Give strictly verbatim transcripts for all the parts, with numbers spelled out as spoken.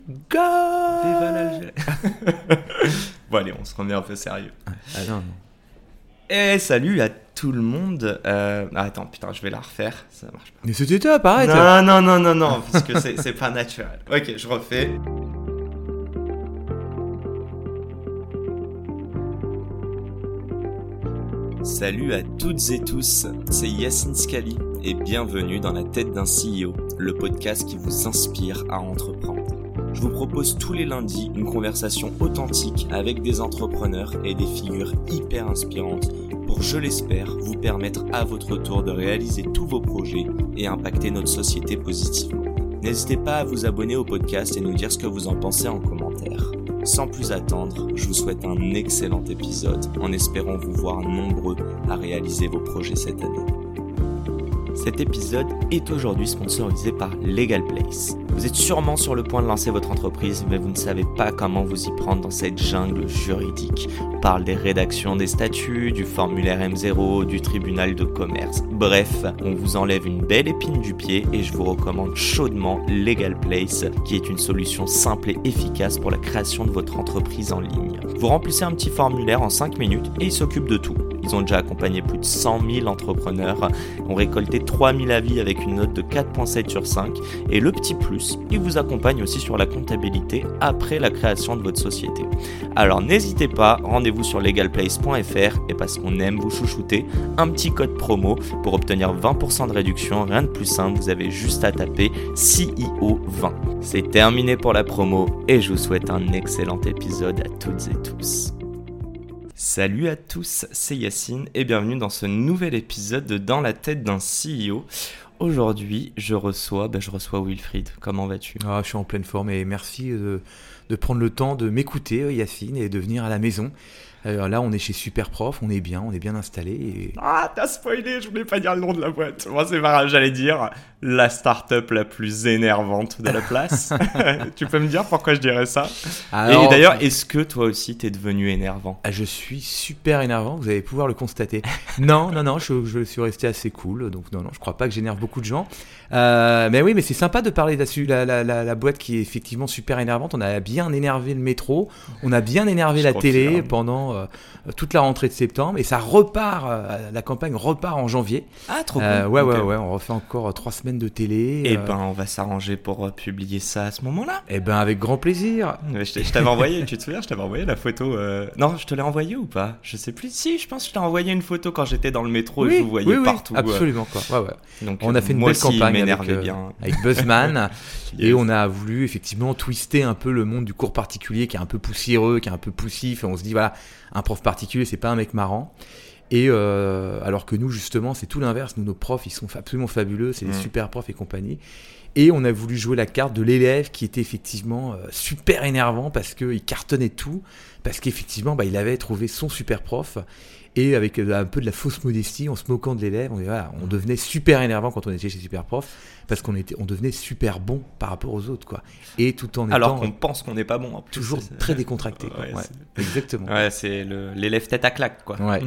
Go Viva l'Algérie. Bon allez, on se remet un peu sérieux. Ah non, non. Et salut à tout le monde. Euh... Ah, attends, putain, je vais la refaire. Ça marche pas. Mais c'était top, arrête. Non, non, non, non, non, parce que c'est, c'est pas naturel. Ok, je refais. Salut à toutes et tous, c'est Yacine Scali et bienvenue dans la tête d'un C E O, le podcast qui vous inspire à entreprendre. Je vous propose tous les lundis une conversation authentique avec des entrepreneurs et des figures hyper inspirantes pour, je l'espère, vous permettre à votre tour de réaliser tous vos projets et impacter notre société positivement. N'hésitez pas à vous abonner au podcast et nous dire ce que vous en pensez en commentaire. Sans plus attendre, je vous souhaite un excellent épisode en espérant vous voir nombreux à réaliser vos projets cette année. Cet épisode est aujourd'hui sponsorisé par Legal Place. Vous êtes sûrement sur le point de lancer votre entreprise, mais vous ne savez pas comment vous y prendre dans cette jungle juridique. On parle des rédactions des statuts, du formulaire M zéro, du tribunal de commerce. Bref, on vous enlève une belle épine du pied et je vous recommande chaudement Legal Place, qui est une solution simple et efficace pour la création de votre entreprise en ligne. Vous remplissez un petit formulaire en cinq minutes et ils s'occupent de tout. Ils ont déjà accompagné plus de cent mille entrepreneurs, ont récolté trois mille avis avec une note de quatre virgule sept sur cinq et le petit plus, ils vous accompagnent aussi sur la comptabilité après la création de votre société. Alors n'hésitez pas, rendez-vous sur legal place point f r et parce qu'on aime vous chouchouter, un petit code promo pour obtenir vingt pour cent de réduction, rien de plus simple, vous avez juste à taper C E O vingt. C'est terminé pour la promo et je vous souhaite un excellent épisode à toutes et tous. Salut à tous, c'est Yacine et bienvenue dans ce nouvel épisode de Dans la tête d'un C E O. Aujourd'hui, je reçois, ben je reçois Wilfried. Comment vas-tu ? Ah, je suis en pleine forme et merci de, de prendre le temps de m'écouter, Yacine, et de venir à la maison. Alors là, on est chez Superprof, on est bien, on est bien installé. Et... Ah, t'as spoilé, je voulais pas dire le nom de la boîte. Moi, c'est pas grave, j'allais dire la start-up la plus énervante de la place. Tu peux me dire pourquoi je dirais ça ? Alors... Et d'ailleurs, est-ce que toi aussi, t'es devenu énervant ? Ah, je suis super énervant, vous allez pouvoir le constater. non, non, non, je, je suis resté assez cool, donc non, non, je crois pas que j'énerve beaucoup de gens. Euh, mais oui, mais c'est sympa de parler de la, la, la, la boîte qui est effectivement super énervante. On a bien énervé le métro, on a bien énervé je la télé confirme. pendant euh, toute la rentrée de septembre et ça repart, euh, la campagne repart en janvier. Ah, trop euh, cool. Ouais, okay. ouais, ouais, on refait encore euh, trois semaines de télé. Et euh... ben, on va s'arranger pour euh, publier ça à ce moment-là. Et ben, avec grand plaisir. Mais je, je t'avais envoyé, tu te souviens, je t'avais envoyé la photo. Euh... Non, je te l'ai envoyé ou pas ? Je sais plus. Si, je pense que je t'ai envoyé une photo quand j'étais dans le métro oui, et je vous voyais oui, partout. Oui, absolument, quoi. Ouais, ouais. Donc, on a fait une moi belle aussi, campagne avec, euh, bien. avec Buzzman yes. Et on a voulu effectivement twister un peu le monde du cours particulier qui est un peu poussiéreux, qui est un peu poussif. Et on se dit, voilà, un prof particulier, c'est pas un mec marrant. Et euh, alors que nous, justement, c'est tout l'inverse. Nous, nos profs, ils sont absolument fabuleux. C'est des mmh. super profs et compagnie. Et on a voulu jouer la carte de l'élève qui était effectivement euh, super énervant parce qu'il cartonnait tout. Parce qu'effectivement, bah, il avait trouvé son super prof. Et avec un peu de la fausse modestie, en se moquant de l'élève, on, voilà, on devenait super énervant quand on était chez Superprof, parce qu'on était, on devenait super bon par rapport aux autres, quoi. Et tout en étant alors qu'on pense qu'on n'est pas bon, en plus, toujours c'est... très décontracté. Quoi. Ouais, ouais, c'est... Exactement. Ouais, c'est le, l'élève tête à claque, quoi. Ouais.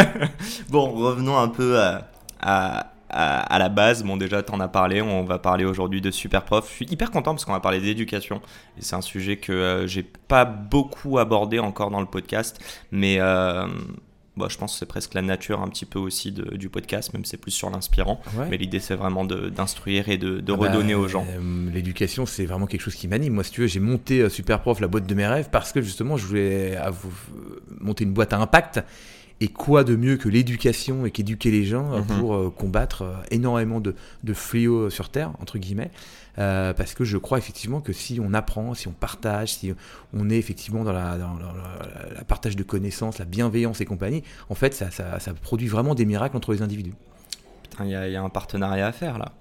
Bon, revenons un peu à, à, à, à la base. Bon, déjà, t'en as parlé. On va parler aujourd'hui de Superprof. Je suis hyper content parce qu'on va parler d'éducation. Et c'est un sujet que euh, j'ai pas beaucoup abordé encore dans le podcast, mais euh, Bon, je pense que c'est presque la nature un petit peu aussi de, du podcast, même c'est plus sur l'inspirant. Ouais. Mais l'idée, c'est vraiment de, d'instruire et de, de ah redonner bah, aux gens. Euh, l'éducation, c'est vraiment quelque chose qui m'anime. Moi, si tu veux, j'ai monté euh, Superprof, la boîte de mes rêves, parce que justement, je voulais euh, monter une boîte à impact. Et quoi de mieux que l'éducation et qu'éduquer les gens euh, mm-hmm. pour euh, combattre euh, énormément de, de fléaux sur Terre, entre guillemets. Euh, parce que je crois effectivement que si on apprend, si on partage, si on est effectivement dans la, dans la, la partage de connaissances, la bienveillance et compagnie, en fait, ça, ça, ça produit vraiment des miracles entre les individus. Putain, il y, y a un partenariat à faire, là.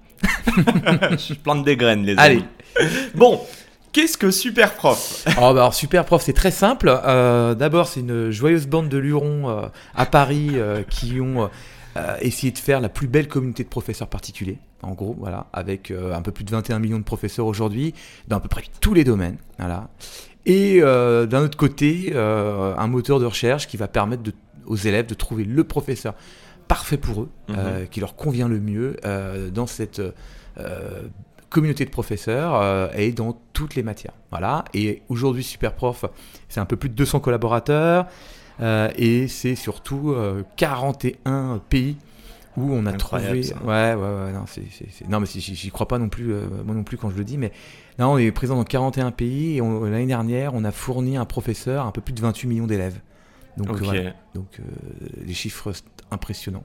Je plante des graines, les Allez. amis. Bon, qu'est-ce que Superprof ? Oh, bah alors, Superprof, c'est très simple. Euh, d'abord, c'est une joyeuse bande de lurons euh, à Paris euh, qui ont... Euh, essayer de faire la plus belle communauté de professeurs particuliers, en gros, voilà, avec euh, un peu plus de vingt et un millions de professeurs aujourd'hui, dans à peu près tous les domaines, voilà. Et euh, d'un autre côté, euh, un moteur de recherche qui va permettre de, aux élèves de trouver le professeur parfait pour eux, mmh. euh, qui leur convient le mieux euh, dans cette euh, communauté de professeurs euh, et dans toutes les matières. Voilà. Et aujourd'hui, Superprof, c'est un peu plus de deux cents collaborateurs euh, et c'est surtout euh, quarante et un pays où on a Incroyable, trouvé. ça. Ouais, ouais, ouais. Non, c'est, c'est, c'est... non mais j'y, j'y crois pas non plus, euh, moi non plus quand je le dis, mais là, on est présent dans quarante et un pays et on, l'année dernière, on a fourni un professeur à un peu plus de vingt-huit millions d'élèves. Donc, Ok. euh, voilà. Donc euh, des chiffres impressionnants.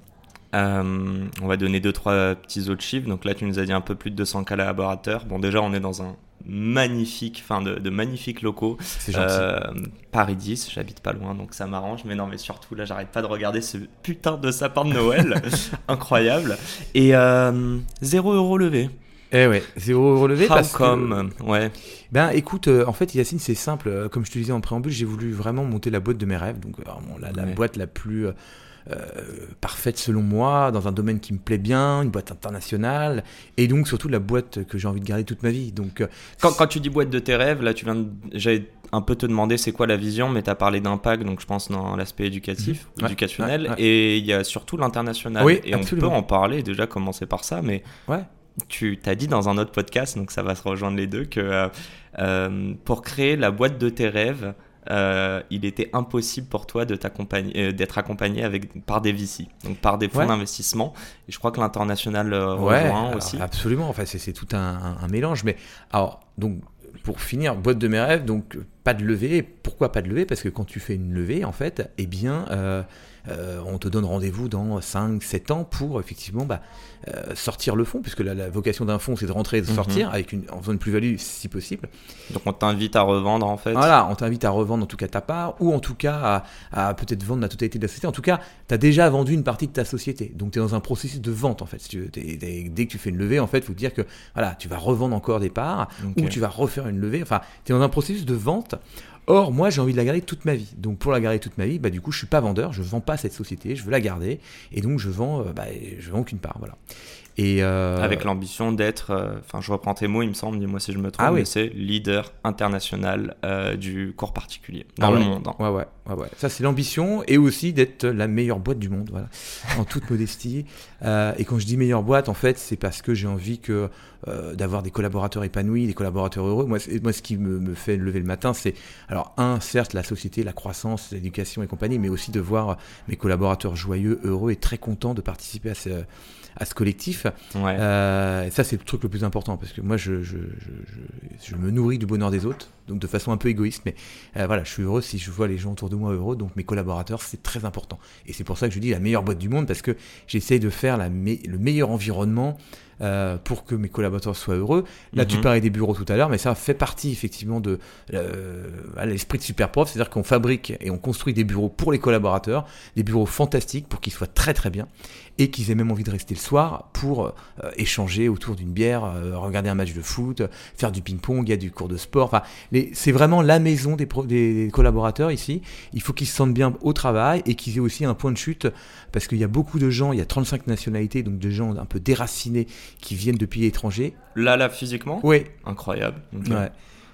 Euh, on va donner deux, trois petits autres chiffres. Donc là, tu nous as dit un peu plus de deux cents collaborateurs. Bon, déjà, on est dans un magnifique, enfin de, de magnifiques locaux. C'est gentil. Euh, Paris dix, j'habite pas loin, donc ça m'arrange. Mais non, mais surtout, là, j'arrête pas de regarder ce putain de sapin de Noël. Incroyable. Et euh, zéro euro levé. Eh ouais, zéro euro levé How parce come que... Ouais. Ben écoute, euh, en fait Yacine, c'est simple. Euh, comme je te disais en préambule, j'ai voulu vraiment monter la boîte de mes rêves. Donc vraiment la, la Ouais. boîte la plus euh, euh, parfaite selon moi, dans un domaine qui me plaît bien, une boîte internationale, et donc surtout la boîte que j'ai envie de garder toute ma vie. Donc euh, Quand, quand tu dis boîte de tes rêves, là, tu viens de... J'avais un peu te demander c'est quoi la vision, mais tu as parlé d'impact, donc je pense dans l'aspect éducatif, Ouais, éducationnel, ouais, ouais. et il y a surtout l'international. Oui, et absolument. on peut en parler, déjà commencer par ça, mais ouais. tu t'as dit dans un autre podcast, donc ça va se rejoindre les deux, que euh, euh, pour créer la boîte de tes rêves, euh, il était impossible pour toi de t'accompagner, euh, d'être accompagné avec, par des V C, donc par des fonds Ouais. d'investissement. Et je crois que l'international euh, Ouais, rejoint alors, aussi. absolument. Enfin, c'est, c'est tout un, un, un mélange. Mais alors, donc, pour finir, boîte de mes rêves, donc pas de levée. Pourquoi pas de levée ? Parce que quand tu fais une levée, en fait, eh bien, euh, euh, on te donne rendez-vous dans cinq sept ans pour effectivement bah, euh, sortir le fonds, puisque la, la vocation d'un fonds, c'est de rentrer et de sortir, Mhm. avec une, en faisant une plus-value si possible. Donc on t'invite à revendre en fait. Voilà, on t'invite à revendre en tout cas ta part, ou en tout cas à, à peut-être vendre la totalité de la société. En tout cas, tu as déjà vendu une partie de ta société. Donc tu es dans un processus de vente en fait. Si tu veux. T'es- t'es- dès que tu fais une levée, en fait, il faut te dire que voilà, tu vas revendre encore des parts, Ok. ou tu vas refaire une levée. Enfin, tu es dans un processus de vente. Or, moi, j'ai envie de la garder toute ma vie. Donc, pour la garder toute ma vie, bah, du coup, je suis pas vendeur, je vends pas cette société, je veux la garder, et donc je vends, euh, bah, je vends qu'une part, voilà. Et euh, Avec l'ambition d'être, enfin euh, je reprends tes mots, il me semble, dis-moi si je me trompe, Ah oui. mais c'est leader international euh, du cours particulier dans Ah le ouais. monde. Hein. Ouais, ouais, ouais, ouais. Ça, c'est l'ambition, et aussi d'être la meilleure boîte du monde, voilà, en toute modestie. Euh, et quand je dis meilleure boîte, en fait, c'est parce que j'ai envie que, euh, d'avoir des collaborateurs épanouis, des collaborateurs heureux. Moi, c'est, moi ce qui me, me fait lever le matin, c'est, alors, un, certes, la société, la croissance, l'éducation et compagnie, mais aussi de voir mes collaborateurs joyeux, heureux et très contents de participer à ce, à ce collectif. Ouais. Euh, et ça, c'est le truc le plus important, parce que moi, je, je, je, je, je me nourris du bonheur des autres, donc de façon un peu égoïste, mais euh, voilà, je suis heureux si je vois les gens autour de moi heureux, donc mes collaborateurs, c'est très important. Et c'est pour ça que je dis la meilleure boîte du monde, parce que j'essaye de faire la me- le meilleur environnement euh, pour que mes collaborateurs soient heureux. Là, Mhm. tu parlais des bureaux tout à l'heure, mais ça fait partie effectivement de euh, à l'esprit de Superprof, c'est-à-dire qu'on fabrique et on construit des bureaux pour les collaborateurs, des bureaux fantastiques pour qu'ils soient très très bien, et qu'ils aient même envie de rester le soir pour euh, échanger autour d'une bière, euh, regarder un match de foot, faire du ping-pong, il y a du cours de sport. Enfin, les, c'est vraiment la maison des, pro, des, des collaborateurs ici. Il faut qu'ils se sentent bien au travail et qu'ils aient aussi un point de chute, parce qu'il y a beaucoup de gens, il y a trente-cinq nationalités, donc des gens un peu déracinés qui viennent de pays étrangers. Là, là, physiquement Oui. Incroyable. Ok. Ouais.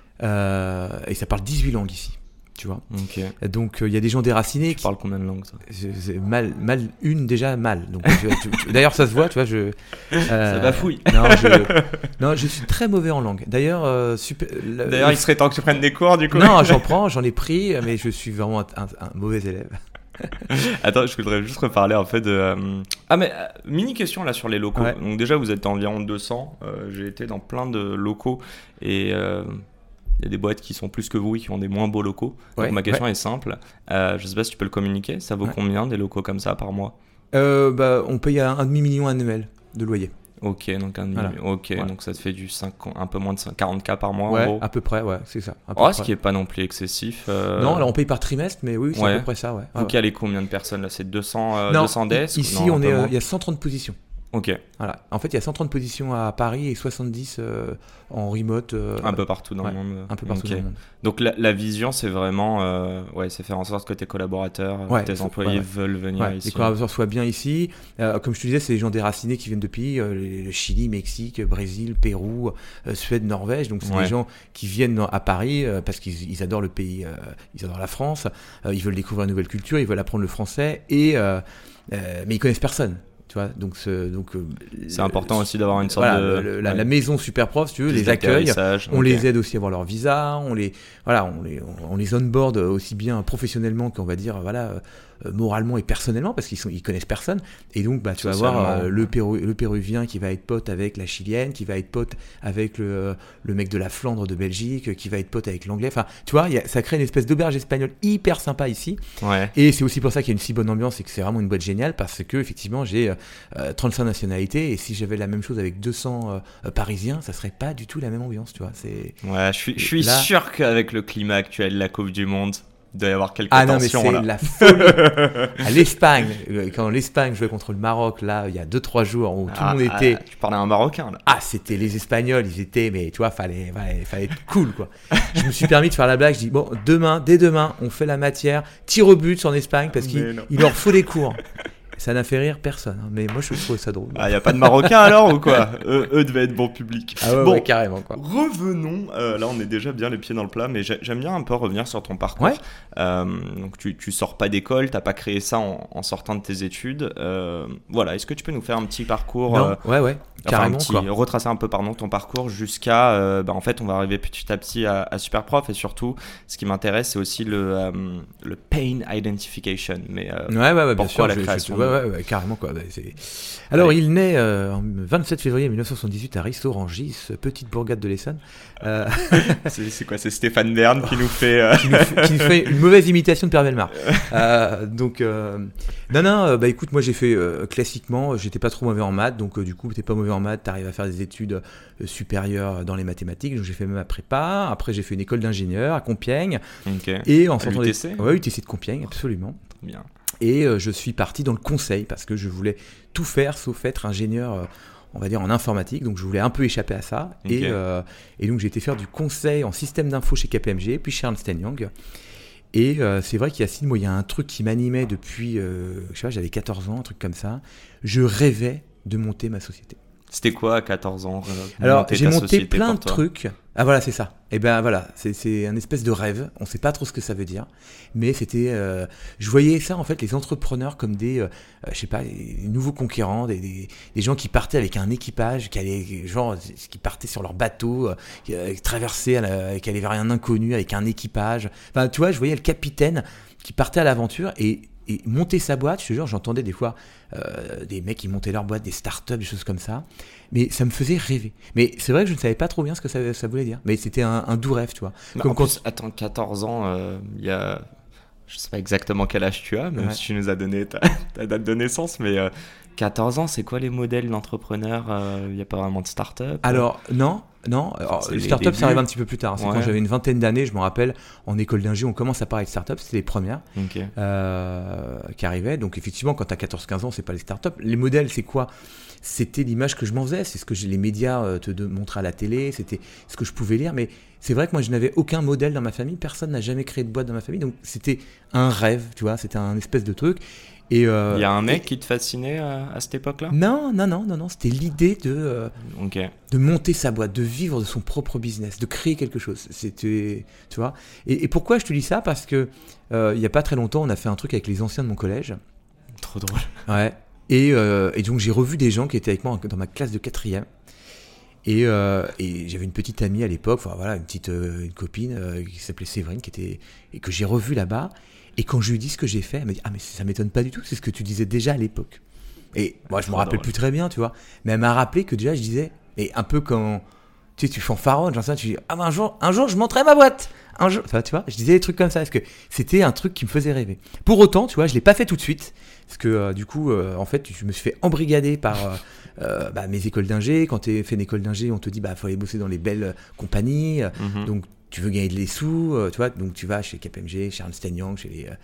Euh, et ça parle dix-huit langues ici, tu vois. Ok. Donc euh, il y a des gens déracinés Tu qui parles combien de langues, ça c'est, c'est mal, mal une déjà mal. Donc tu, tu, tu, d'ailleurs ça se voit, tu vois. Je, euh, Ça bafouille. Non, je, non, je suis très mauvais en langue. D'ailleurs, euh, super. le- D'ailleurs, il serait temps que tu prennes des cours, du coup. Non, j'en prends, j'en ai pris, mais je suis vraiment un, un, un mauvais élève. Attends, je voudrais juste reparler en fait de. euh, Ah, mais euh, mini question là sur les locaux. Ouais. Donc, déjà, vous êtes environ deux cents. Euh, j'ai été dans plein de locaux et. euh, Il y a des boîtes qui sont plus que vous et qui ont des moins beaux locaux. Donc Ouais, ma question ouais. est simple. Euh, je sais pas si tu peux le communiquer. Ça vaut Ouais. combien des locaux comme ça par mois? Euh, bah, on paye un, un demi-million annuel de loyer. Ok, donc un Voilà. Ok, Ouais. donc ça te fait du cinq, un peu moins de quarante K par mois Ouais, en gros. à peu près, ouais, c'est ça. à peu Oh, près. ce qui est pas non plus excessif. euh, Non, là on paye par trimestre, mais oui, c'est Ouais. à peu près ça, ouais. Vous Ouais, calez combien de personnes là? C'est deux cents, euh, ouais. Non, deux cents desks? ici Non, un on peu est, euh, moins. il y a cent trente positions. Ok, Voilà. En fait, il y a cent trente positions à Paris et soixante-dix euh, en remote. euh, un peu partout dans ouais, le monde. un peu partout Ok. dans le monde. Donc la, la vision, c'est vraiment, euh, ouais, c'est faire en sorte que tes collaborateurs, Ouais, tes faut- employés ouais, ouais. veulent venir Ouais, ici. les collaborateurs soient bien ici. Euh, comme je te disais, c'est les gens déracinés qui viennent de pays, euh, le Chili, Mexique, Brésil, Pérou, euh, Suède, Norvège. Donc c'est Ouais. des gens qui viennent dans- à Paris euh, parce qu'ils ils adorent le pays, euh, ils adorent la France, euh, ils veulent découvrir une nouvelle culture, ils veulent apprendre le français, et, euh, euh, mais ils connaissent personne. Tu vois, donc, ce, donc c'est important aussi d'avoir une sorte voilà, de le, la, ouais. la maison Superprof, si tu veux, les accueille, on okay. les aide aussi à avoir leur visa, on les voilà, on les on, on les onboard aussi bien professionnellement qu'on va dire voilà euh, moralement et personnellement parce qu'ils sont ils connaissent personne et donc bah tu vas voir euh, le Péru, le péruvien qui va être pote avec la chilienne, qui va être pote avec le le mec de la Flandre de Belgique, qui va être pote avec l'anglais. Enfin, tu vois, y a, ça crée une espèce d'auberge espagnole hyper sympa ici. Ouais. Et c'est aussi pour ça qu'il y a une si bonne ambiance et que c'est vraiment une boîte géniale parce que effectivement j'ai euh, trente-cinq nationalités et si j'avais la même chose avec deux cents euh, Parisiens, ça serait pas du tout la même ambiance, tu vois. C'est ouais, je suis, je suis là... sûr qu'avec le climat actuel, la Coupe du Monde, il doit y avoir quelques ah non, tensions mais c'est là. la folie. À l'Espagne, quand l'Espagne jouait contre le Maroc, là, il y a deux trois jours où tout ah, le monde était. Ah, tu parlais à un Marocain là. Ah, c'était les Espagnols, ils étaient, mais tu vois, fallait, fallait, fallait être cool quoi. Je me suis permis de faire la blague, je dis bon, demain, dès demain, on fait la matière tir au but en Espagne parce qu'il il leur faut des cours. Ça n'a fait rire personne, hein, mais moi je trouve ça drôle. Ah, y a pas de Marocains alors ou quoi? eux, eux devaient être bon public. Ah ouais, bon, ouais, carrément quoi. Revenons, euh, là on est déjà bien les pieds dans le plat, mais j'aime bien un peu revenir sur ton parcours. Ouais. Euh, donc tu, tu sors pas d'école, t'as pas créé ça en, en sortant de tes études. Euh, voilà, est-ce que tu peux nous faire un petit parcours? Non, euh, ouais, ouais, carrément. Enfin, un petit, retracer un peu pardon ton parcours jusqu'à, euh, bah, en fait on va arriver petit à petit à, à Superprof et surtout ce qui m'intéresse c'est aussi le, euh, le pain identification. Mais euh, ouais, ouais, ouais, bien sûr, la je, création je, ouais, ouais, ouais, carrément quoi. C'est... Alors, Allez. il naît euh, en vingt-sept février mille neuf cent soixante-dix-huit à Rissorangis, petite bourgade de l'Essonne. Euh... c'est, c'est quoi? C'est Stéphane Bern qui nous fait... Euh... qui, nous fait qui nous fait une mauvaise imitation de Père Bellemare. euh, donc, euh... non, non, bah écoute, moi j'ai fait euh, classiquement, j'étais pas trop mauvais en maths, donc euh, du coup, t'es pas mauvais en maths, t'arrives à faire des études euh, supérieures dans les mathématiques, donc j'ai fait même ma prépa, après j'ai fait une école d'ingénieur à Compiègne. Okay. Et en sortant U T C des... Ouais, U T C de Compiègne, absolument. Bien. Et euh, je suis parti dans le conseil parce que je voulais tout faire sauf être ingénieur, euh, on va dire en informatique. Donc je voulais un peu échapper à ça. Okay. Et, euh, et donc j'ai été faire du conseil en système d'info chez K P M G, puis chez Ernst and Young. Et euh, c'est vrai qu'il y a six mois, il y a un truc qui m'animait depuis, euh, je sais pas, j'avais quatorze ans, un truc comme ça. Je rêvais de monter ma société. C'était quoi à quatorze ans? Alors j'ai monté plein de trucs. Ah voilà, c'est ça. Et ben voilà, c'est, c'est un espèce de rêve. On sait pas trop ce que ça veut dire, mais c'était. Euh, je voyais ça en fait, les entrepreneurs comme des, euh, je sais pas, des nouveaux conquérants, des, des, des gens qui partaient avec un équipage, qui allaient, genre, qui partaient sur leur bateau, euh, qui euh, traversaient, à qui allaient vers un inconnu avec un équipage. Enfin, tu vois, je voyais le capitaine qui partait à l'aventure et et monter sa boîte, je te jure, j'entendais des fois euh, des mecs qui montaient leur boîte, des startups, des choses comme ça, mais ça me faisait rêver. Mais c'est vrai que je ne savais pas trop bien ce que ça, ça voulait dire, mais c'était un, un doux rêve, tu vois. Comme en quand... plus, attends, quatorze ans, il euh, y a... Je sais pas exactement quel âge tu as, même ouais. si tu nous as donné ta, ta date de naissance, mais euh, quatorze ans, c'est quoi les modèles d'entrepreneurs? Il n'y a pas vraiment de start-up? Alors, non. Non, alors, les startups, ça arrive un petit peu plus tard. C'est ouais. quand j'avais une vingtaine d'années, je me rappelle, en école d'ingé, on commence à parler de startups, c'était les premières okay. euh, qui arrivaient. Donc effectivement, quand tu as quatorze quinze ans, c'est pas les startups. Les modèles, c'est quoi? C'était l'image que je m'en faisais, c'est ce que les médias te montraient à la télé, c'était ce que je pouvais lire. Mais c'est vrai que moi, je n'avais aucun modèle dans ma famille, personne n'a jamais créé de boîte dans ma famille. Donc c'était un rêve, tu vois, c'était un espèce de truc. Et euh, il y a un mec et... qui te fascinait à, à cette époque-là? Non, non, non, non, non. C'était l'idée de, euh, okay. de monter sa boîte, de vivre de son propre business, de créer quelque chose. C'était, tu vois. Et, et pourquoi je te dis ça? Parce que euh, il y a pas très longtemps, on a fait un truc avec les anciens de mon collège. Trop drôle. Ouais. Et, euh, et donc j'ai revu des gens qui étaient avec moi dans ma classe de quatrième. Et, euh, et j'avais une petite amie à l'époque, enfin voilà, une petite euh, une copine euh, qui s'appelait Séverine, qui était et que j'ai revue là-bas. Et quand je lui dis ce que j'ai fait, elle m'a dit « Ah mais ça m'étonne pas du tout, c'est ce que tu disais déjà à l'époque. » Et moi je me rappelle drôle. plus très bien, tu vois. Mais elle m'a rappelé que déjà je disais, et un peu quand tu sais, tu fanfaronnes, genre ça, tu dis « Ah ben un jour, un jour je monterai ma boîte !» Un jour, enfin, tu vois, je disais des trucs comme ça, parce que c'était un truc qui me faisait rêver. Pour autant, tu vois, je l'ai pas fait tout de suite, parce que euh, du coup, euh, en fait, je me suis fait embrigader par euh, euh, bah, mes écoles d'ingé. Quand tu fait une école d'ingé, on te dit bah faut aller bosser dans les belles compagnies, mm-hmm. donc tu veux gagner des sous, euh, tu vois, donc tu vas chez K P M G, chez Ernst and Young, chez les, euh,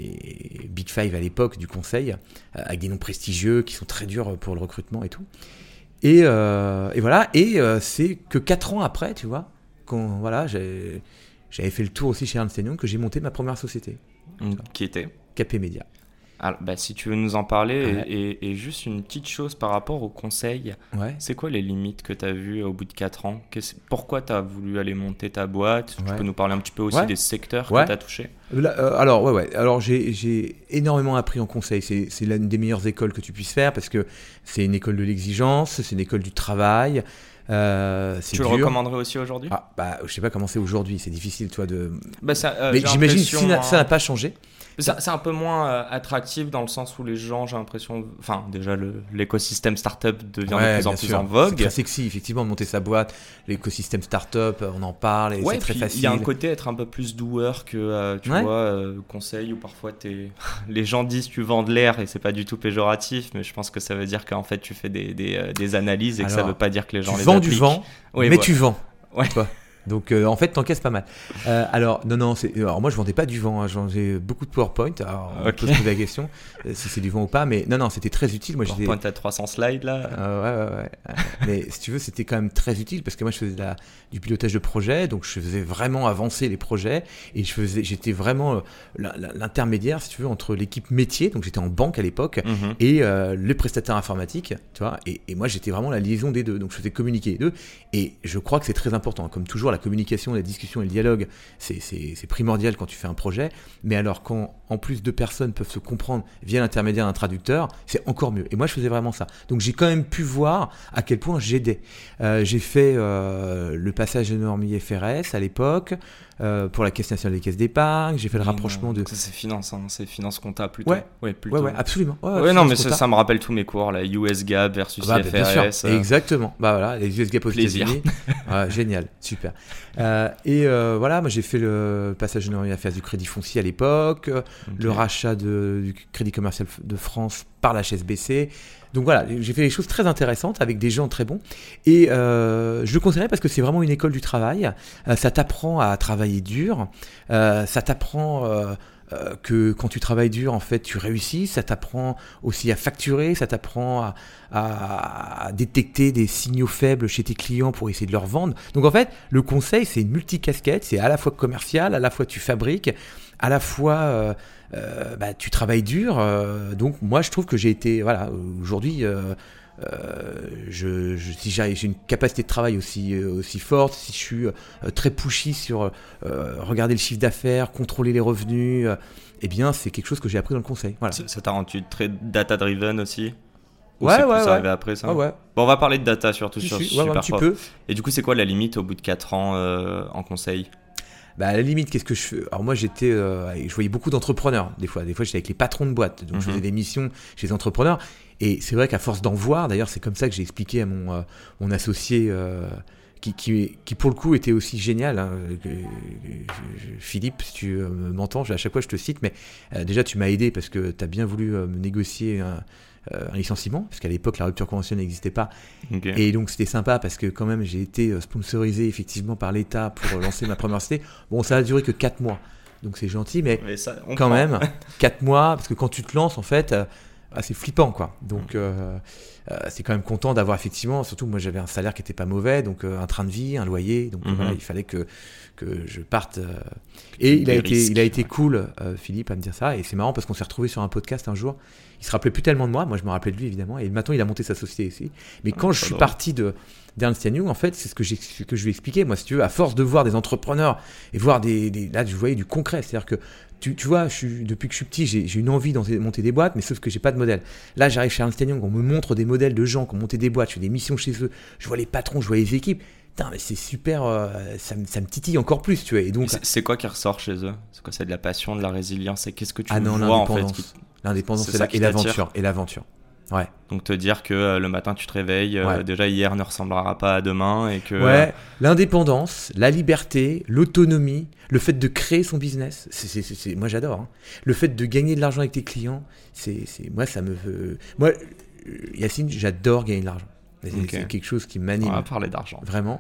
les Big Five à l'époque du conseil, euh, avec des noms prestigieux qui sont très durs pour le recrutement et tout. Et, euh, et voilà, et euh, c'est que quatre ans après, tu vois, quand voilà, j'ai, j'avais fait le tour aussi chez Ernst and Young, que j'ai monté ma première société. Mmh, qui était K P Media. Alors, bah, si tu veux nous en parler, Ouais. et, et, et juste une petite chose par rapport au conseil, Ouais. c'est quoi les limites que tu as vues au bout de quatre ans? Qu'est-ce- Pourquoi tu as voulu aller monter ta boîte? Tu Ouais. peux nous parler un petit peu aussi Ouais. des secteurs Ouais. que tu as touchés? Là, euh, alors, ouais, ouais. Alors, j'ai, j'ai énormément appris en conseil. C'est, c'est l'une des meilleures écoles que tu puisses faire parce que c'est une école de l'exigence, c'est une école du travail. Euh, c'est Tu dur. le recommanderais aussi aujourd'hui? Ah, bah, je sais pas comment c'est aujourd'hui. C'est difficile, toi, de. Bah, ça, euh, Mais j'ai j'imagine que si l'impression, na- ça n'a hein, pas changé. ça- c'est un peu moins euh, attractif dans le sens où les gens, j'ai l'impression, enfin déjà le, l'écosystème startup devient Ouais, de plus en bien plus sûr. en vogue. C'est très sexy, effectivement, de monter sa boîte, l'écosystème startup, on en parle et Ouais, c'est très puis facile. il y a un côté être un peu plus doueur que, euh, tu Ouais. vois, euh, conseil où parfois t'es... les gens disent tu vends de l'air et c'est pas du tout péjoratif, mais je pense que ça veut dire qu'en fait tu fais des, des, euh, des analyses et que ça Alors, veut pas dire que les gens Tu les vends appliquent. du vent, Oui, mais voilà. tu vends. Ouais. Tu vois. Donc euh, en fait, t'encaisses pas mal. Euh, alors non, non, c'est, alors moi je vendais pas du vent, hein, j'en- j'ai beaucoup de PowerPoint. Alors on Ok. peut se poser la question euh, si c'est du vent ou pas, mais non, non, c'était très utile. Moi j'étais. PowerPoint à trois cents slides là. Euh, ouais, ouais, ouais. Euh, mais si tu veux, c'était quand même très utile parce que moi je faisais de la- du pilotage de projet, donc je faisais vraiment avancer les projets et je faisais, j'étais vraiment euh, la- la- l'intermédiaire, si tu veux, entre l'équipe métier, donc j'étais en banque à l'époque, Mhm. et euh, le prestataire informatique, tu vois, et, et moi j'étais vraiment la liaison des deux, donc je faisais communiquer les deux, et je crois que c'est très important, comme toujours la communication, la discussion et le dialogue, c'est, c'est, c'est primordial quand tu fais un projet, mais alors quand en plus deux personnes peuvent se comprendre via l'intermédiaire d'un traducteur, c'est encore mieux, et moi je faisais vraiment ça, donc j'ai quand même pu voir à quel point j'aidais. Euh, j'ai fait euh, le passage de normes I F R S à l'époque, euh, pour la Caisse nationale des caisses d'épargne, j'ai fait le Oui, rapprochement non, de... Ça c'est finance, hein, c'est finance compta plutôt. Ouais. Ouais, plutôt. Ouais, ouais, absolument. Ouais, Ouais, non, mais finance ça, compta. ça me rappelle tous mes cours, la U S G A P versus Ah bah, I F bien R S. sûr, euh, exactement. Bah voilà, les U S G A P aux Plaisir. États-Unis. Ouais, génial, super. Euh, et euh, voilà, moi j'ai fait le passage de normes I F R S du crédit foncier à l'époque, ok. le rachat de, du crédit commercial de France par la H S B C. Donc voilà, j'ai fait des choses très intéressantes avec des gens très bons. Et euh, je le conseillerais parce que c'est vraiment une école du travail. Euh, ça t'apprend à travailler dur. Euh, ça t'apprend euh, euh, que quand tu travailles dur, en fait, tu réussis. Ça t'apprend aussi à facturer. Ça t'apprend à, à, à détecter des signaux faibles chez tes clients pour essayer de leur vendre. Donc en fait, le conseil, c'est une multicasquette. C'est à la fois commercial, à la fois tu fabriques, à la fois... Euh, Euh, bah, tu travailles dur, euh, donc moi je trouve que j'ai été, voilà, aujourd'hui, euh, euh, je, je, si j'ai, j'ai une capacité de travail aussi, euh, aussi forte, si je suis euh, très pushy sur euh, regarder le chiffre d'affaires, contrôler les revenus, euh, eh bien c'est quelque chose que j'ai appris dans le conseil. Voilà. Ça, ça t'a rendu très data-driven aussi? Ou Ouais, c'est ouais, plus ouais. arrivé après ça? Ah ouais. Bon, on va parler de data surtout Si, sur si, ouais, Super ouais, un petit Prof. peu. Et du coup, c'est quoi la limite au bout de quatre ans euh, en conseil? Bah à la limite, qu'est-ce que je fais? Alors moi j'étais, euh, je voyais beaucoup d'entrepreneurs. Des fois, des fois j'étais avec les patrons de boîtes, donc Mhm. je faisais des missions chez les entrepreneurs. Et c'est vrai qu'à force d'en voir, d'ailleurs c'est comme ça que j'ai expliqué à mon euh, mon associé. Euh, Qui, qui, qui pour le coup était aussi génial, hein. Philippe, si tu euh, m'entends, à chaque fois je te cite, mais euh, déjà tu m'as aidé parce que tu as bien voulu euh, me négocier un, euh, un licenciement, parce qu'à l'époque la rupture conventionnelle n'existait pas, Okay. et donc c'était sympa parce que quand même j'ai été euh, sponsorisé effectivement par l'État pour euh, lancer ma première société. Bon, ça a duré que quatre mois, donc c'est gentil, mais, Mais ça, on quand prend. même, quatre mois, parce que quand tu te lances en fait, euh, ah, c'est flippant quoi. Donc euh, euh, c'est quand même content d'avoir effectivement, surtout moi j'avais un salaire qui était pas mauvais, donc euh, un train de vie, un loyer, donc euh, Mhm. voilà, il fallait que que je parte. euh. Et il a Des été, risques, il a été ouais. cool, euh, Philippe, à me dire ça. Et c'est marrant parce qu'on s'est retrouvé sur un podcast un jour. Il se rappelait plus tellement de moi, moi je me rappelais de lui évidemment. Et maintenant il a monté sa société ici. Mais quand Ah, je pas suis drôle. parti de d'Ernst Young, en fait, c'est ce que j'ai, ce que je lui ai expliqué. Moi, si tu veux, à force de voir des entrepreneurs et voir des, des là, je voyais du concret. C'est-à-dire que tu, tu vois, je suis, depuis que je suis petit, j'ai, j'ai une envie de monter des boîtes, mais sauf que j'ai pas de modèle. Là, j'arrive chez Ernst Young, on me montre des modèles de gens qui ont monté des boîtes, je fais des missions chez eux, je vois les patrons, je vois les équipes. Putain, mais c'est super, euh, ça, me, ça me titille encore plus, tu vois. Et donc, Et c'est, c'est quoi qui ressort chez eux? C'est quoi? C'est de la passion, de la résilience? Et qu'est-ce que tu ah non, vois en fait l'indépendance, qui- l'indépendance, c'est c'est ça la, qui et t'attire. l'aventure, et l'aventure. Ouais. Donc te dire que euh, le matin tu te réveilles, euh, Ouais. déjà hier ne ressemblera pas à demain et que... Ouais, l'indépendance, la liberté, l'autonomie, le fait de créer son business, c'est, c'est, c'est, c'est- moi j'adore. Hein. Le fait de gagner de l'argent avec tes clients, c'est, c'est, moi ça me... euh, moi, euh, Yacine, j'adore gagner de l'argent. C'est, Ok. c'est quelque chose qui on m'anime, va parler d'argent. vraiment.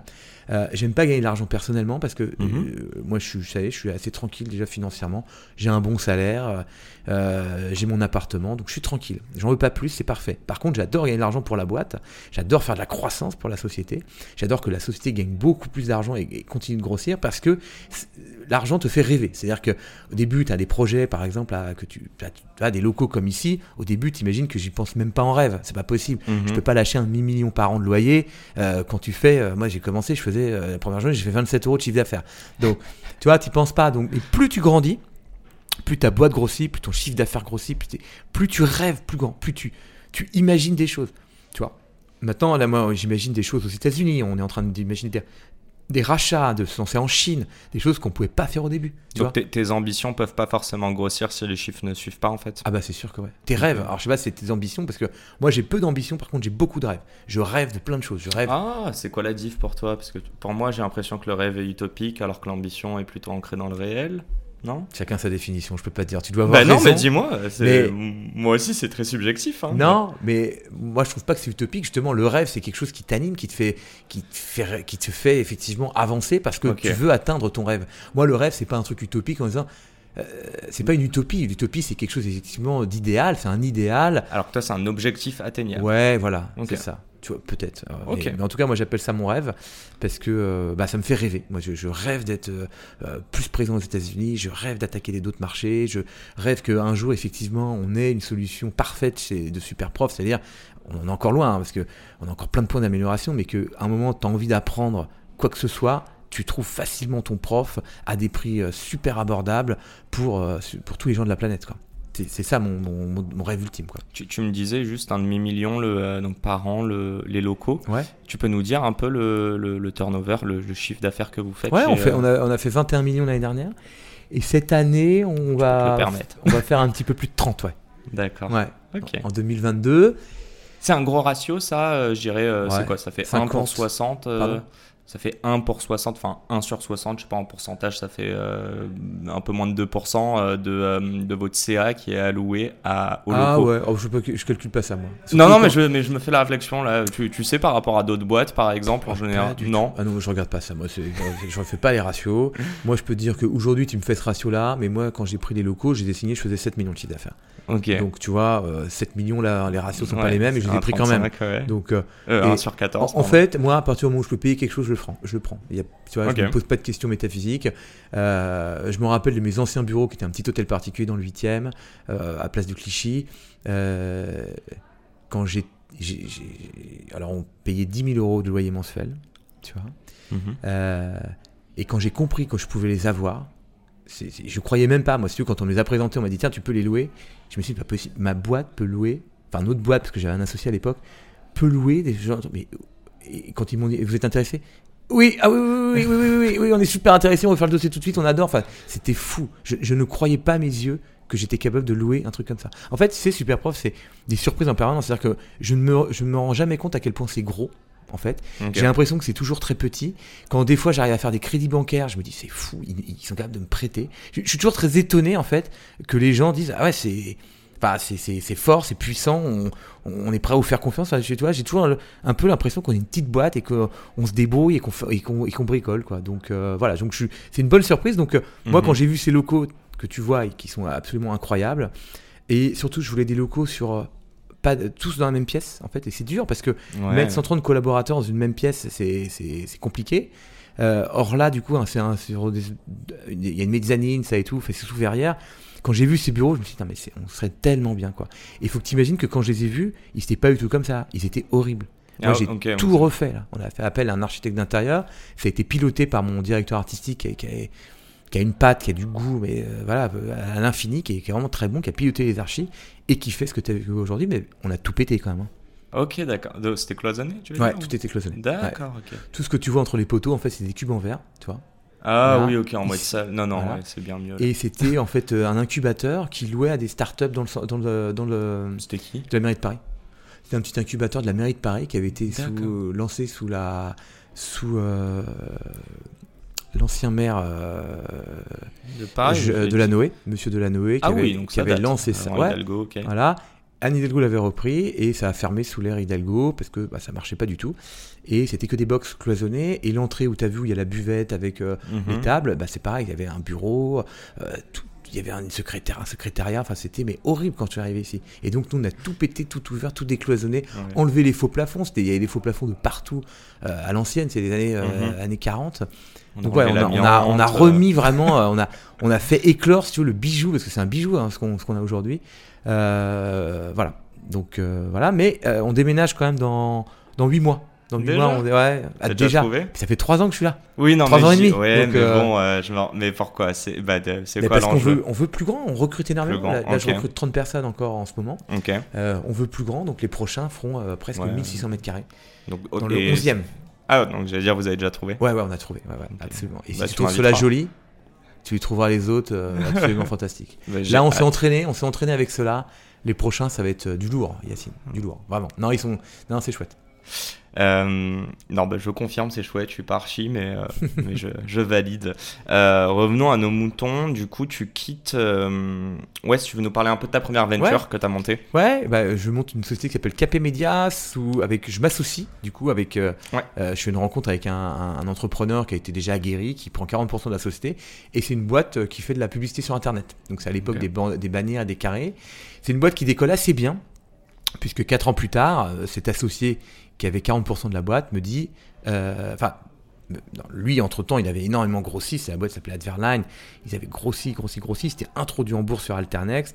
Euh, j'aime pas gagner de l'argent personnellement parce que Mm-hmm. euh, moi, je suis, vous savez, je suis assez tranquille déjà financièrement. J'ai un bon salaire, euh, j'ai mon appartement, donc je suis tranquille. J'en veux pas plus, c'est parfait. Par contre, j'adore gagner de l'argent pour la boîte. J'adore faire de la croissance pour la société. J'adore que la société gagne beaucoup plus d'argent et, et continue de grossir parce que l'argent te fait rêver. C'est-à-dire que au début, tu as des projets, par exemple, à, que tu, tu as des locaux comme ici. Au début, tu imagines que j'y pense même pas en rêve. C'est pas possible. Mm-hmm. Je peux pas lâcher un demi-million par an de loyer. Euh, quand tu fais, euh, moi j'ai commencé, je faisais euh, la première journée, j'ai fait vingt-sept euros de chiffre d'affaires. Donc, tu vois, tu penses pas. Donc, et plus tu grandis, plus ta boîte grossit, plus ton chiffre d'affaires grossit, plus, plus tu rêves plus grand, plus tu, tu imagines des choses. Tu vois. Maintenant, là, moi, j'imagine des choses aux États-Unis. On est en train d'imaginer des, des rachats, de se lancer en Chine, des choses qu'on pouvait pas faire au début. Tu Donc vois tes, tes ambitions peuvent pas forcément grossir si les chiffres ne suivent pas en fait. Ah bah c'est sûr que ouais. Tes rêves, alors je sais pas si c'est tes ambitions, parce que moi j'ai peu d'ambitions, par contre j'ai beaucoup de rêves. Je rêve de plein de choses, je rêve. Ah, c'est quoi la diff pour toi? Parce que pour moi j'ai l'impression que le rêve est utopique alors que l'ambition est plutôt ancrée dans le réel. Non? Chacun sa définition, je peux pas te dire. Tu dois avoir Bah non, raison. mais dis-moi. C'est... Mais... Moi aussi, c'est très subjectif. Hein, non, mais... mais moi je trouve pas que c'est utopique. Justement, le rêve, c'est quelque chose qui t'anime, qui te fait, qui te fait, qui te fait effectivement avancer parce que okay. tu veux atteindre ton rêve. Moi, le rêve, c'est pas un truc utopique en disant. Euh, c'est pas une utopie. L'utopie, c'est quelque chose effectivement d'idéal. C'est un idéal. Alors que toi, c'est un objectif atteignable. Ouais, voilà, okay. c'est ça. Tu vois, peut-être. Euh, okay. mais, mais en tout cas, moi, j'appelle ça mon rêve parce que euh, bah, ça me fait rêver. Moi, je, je rêve d'être euh, plus présent aux États-Unis. Je rêve d'attaquer d'autres marchés. Je rêve qu'un jour, effectivement, on ait une solution parfaite chez de Superprof. C'est-à-dire, on est encore loin hein, parce que on a encore plein de points d'amélioration, mais qu'à un moment, tu as envie d'apprendre quoi que ce soit. Tu trouves facilement ton prof à des prix euh, super abordables pour, euh, pour tous les gens de la planète, quoi. C'est, c'est ça mon, mon, mon rêve ultime, quoi. Tu, tu me disais juste un demi-million le, euh, donc par an le, les locaux. Ouais. Tu peux nous dire un peu le, le, le turnover, le, le chiffre d'affaires que vous faites? Ouais, chez, on, fait, euh... on, a, on a fait vingt et un millions l'année dernière. Et cette année, on va, on va faire un petit peu plus de trente, ouais. D'accord. Ouais. Okay. En deux mille vingt-deux. C'est un gros ratio, ça, euh, je dirais. Euh, ouais. C'est quoi? Ça fait cinquante. un pour soixante. Euh... Ça fait un pour soixante, enfin un sur soixante, je sais pas en pourcentage, ça fait euh, un peu moins de deux pour cent de, euh, de votre C A qui est alloué à, aux ah locaux. Ah ouais, oh, je, peux, je calcule pas ça moi. Surtout non, non, quand... mais, je, mais je me fais la réflexion là. Tu, tu sais par rapport à d'autres boîtes par exemple en ah, général? Non. Ah non, je regarde pas ça. Moi, c'est, je ne fais pas les ratios. Moi, je peux te dire qu'aujourd'hui, tu me fais ce ratio-là, mais moi, quand j'ai pris les locaux, j'ai signé, je faisais sept millions de chiffre d'affaires. Okay. Donc tu vois, euh, sept millions là, les ratios sont ouais, pas les mêmes et je les ai pris quand même. Ouais. Donc euh, euh, un sur quatorze. En, en fait, moi, à partir du moment où je peux payer quelque chose, je le prends. Je le prends. Il y a, tu vois, okay. Je ne me pose pas de questions métaphysiques. Euh, je me rappelle de mes anciens bureaux qui étaient un petit hôtel particulier dans le huitième, euh, à Place du Clichy. Euh, quand j'ai, j'ai, j'ai, alors on payait dix mille euros de loyer mensuel, tu vois. Mm-hmm. Euh, et quand j'ai compris que je pouvais les avoir. C'est, c'est, je croyais même pas, moi, si tu veux, quand on me les a présentés, on m'a dit tiens, tu peux les louer. Je me suis dit, pas possible, ma boîte peut louer, enfin, une autre boîte, parce que j'avais un associé à l'époque, peut louer des gens. Mais et quand ils m'ont dit, vous êtes intéressé? Oui, ah oui, oui, oui, oui, oui, oui, oui, oui, on est super intéressé, on va faire le dossier tout de suite, on adore. Enfin, c'était fou. Je, je ne croyais pas à mes yeux que j'étais capable de louer un truc comme ça. En fait, tu sais, Superprof, c'est des surprises en permanence. C'est-à-dire que je ne me, je ne me rends jamais compte à quel point c'est gros. En fait, okay. J'ai l'impression que c'est toujours très petit. Quand des fois j'arrive à faire des crédits bancaires, je me dis c'est fou, ils, ils sont capables de me prêter. Je, je suis toujours très étonné en fait que les gens disent ah ouais c'est, enfin c'est, c'est, c'est fort, c'est puissant, on, on est prêt à vous faire confiance. Enfin, chez toi, j'ai toujours un peu l'impression qu'on est une petite boîte et qu'on se débrouille et qu'on, et qu'on, et qu'on bricole quoi. Donc euh, voilà, donc je, c'est une bonne surprise. Donc euh, mm-hmm. Moi quand j'ai vu ces locaux que tu vois et qui sont absolument incroyables, et surtout je voulais des locaux sur pas tous dans la même pièce en fait, et c'est dur parce que ouais. Mettre cent trente collaborateurs dans une même pièce c'est, c'est, c'est compliqué. Euh, or là du coup hein, c'est un, c'est, il y a une mezzanine ça et tout, fait, c'est sous verrière. Quand j'ai vu ces bureaux je me suis dit non mais c'est, on serait tellement bien quoi. Et il faut que tu imagines que quand je les ai vus ils étaient pas du tout comme ça, ils étaient horribles. Moi, ah, j'ai okay, tout okay. refait là. On a fait appel à un architecte d'intérieur, ça a été piloté par mon directeur artistique qui, qui, a, qui a une patte, qui a du goût, mais euh, voilà, à l'infini, qui est, qui est vraiment très bon, qui a piloté les archis et qui fait ce que tu as vu aujourd'hui, mais on a tout pété quand même. Hein. Ok, d'accord. C'était cloisonné, tu veux ouais, dire? Ouais, tout était cloisonné. D'accord, ouais. ok. Tout ce que tu vois entre les poteaux, en fait, c'est des cubes en verre, tu vois. Ah voilà. Oui, ok, en mode salle. Non, non, voilà. Ouais, c'est bien mieux. Là. Et c'était en fait un incubateur qui louait à des startups dans le, dans le, dans le. C'était qui? De la mairie de Paris. C'était un petit incubateur de la mairie de Paris qui avait été sous, euh, lancé sous la. sous. Euh, l'ancien maire euh, de, Paris, je, de Lanoé, Monsieur Delanoë, qui ah avait, oui, donc qui avait lancé ça. Ouais, Hidalgo, okay. Voilà. Anne Hidalgo l'avait repris et ça a fermé sous l'ère Hidalgo parce que bah, ça marchait pas du tout. Et c'était que des box cloisonnées. Et l'entrée où tu as vu, où il y a la buvette avec euh, mm-hmm. les tables, bah, c'est pareil, il y avait un bureau, euh, tout, il y avait un secrétaire, un secrétariat, enfin c'était mais horrible quand je suis arrivé ici. Et donc nous on a tout pété, tout ouvert, tout décloisonné, ouais. enlevé les faux plafonds, c'était, il y avait des faux plafonds de partout euh, à l'ancienne, c'est des années, euh, mm-hmm. années quarante. On donc ouais, on a, on, a, on a remis vraiment, euh, on, a, on a fait éclore si tu veux, le bijou, parce que c'est un bijou hein, ce, qu'on, ce qu'on a aujourd'hui. Euh, voilà, donc euh, voilà, mais euh, on déménage quand même dans, dans huit mois. Dans huit mois, on est, ouais, ah, déjà, déjà trouvé ça fait trois ans que je suis là. Oui, non, trois mais ans et demi. Ouais, donc, mais euh, bon, euh, je mais pourquoi c'est, bah, c'est mais quoi parce l'enjeu? qu'on veut, on veut plus grand, on recrute énormément. Là, là okay. je recrute trente personnes encore en ce moment. Okay. Euh, on veut plus grand, donc les prochains feront euh, presque ouais. mille six cents mètres carrés. Donc, dans et... le onzième. Ah, donc j'allais dire, vous avez déjà trouvé? Ouais, ouais, on a trouvé, ouais, ouais, okay. absolument. Et bah, si tu trouves cela joli, tu y trouveras les autres euh, absolument fantastiques. Bah, là, on s'est entraîné, on s'est entraîné avec cela. Les prochains, ça va être du lourd, Yacine, du lourd, vraiment. Non, ils sont, non, c'est chouette. Euh, non, bah, je confirme, c'est chouette, je suis pas archi, mais, euh, mais je, je valide. Euh, revenons à nos moutons. Du coup, tu quittes. Euh... Ouais, si tu veux nous parler un peu de ta première venture ouais. que tu as montée. Ouais, bah, je monte une société qui s'appelle Capé Média, où avec, je m'associe, du coup, avec. Euh, ouais. euh, je fais une rencontre avec un, un, un entrepreneur qui a été déjà aguerri, qui prend quarante pour cent de la société, et c'est une boîte qui fait de la publicité sur Internet. Donc, c'est à l'époque okay. des, ban- des bannières, des carrés. C'est une boîte qui décolle assez bien, puisque quatre ans plus tard, euh, cet associé qui avait quarante pour cent de la boîte, me dit, enfin, euh, lui, entre-temps, il avait énormément grossi, c'est la boîte qui s'appelait Adverline, ils avaient grossi, grossi, grossi, c'était introduit en bourse sur Alternext,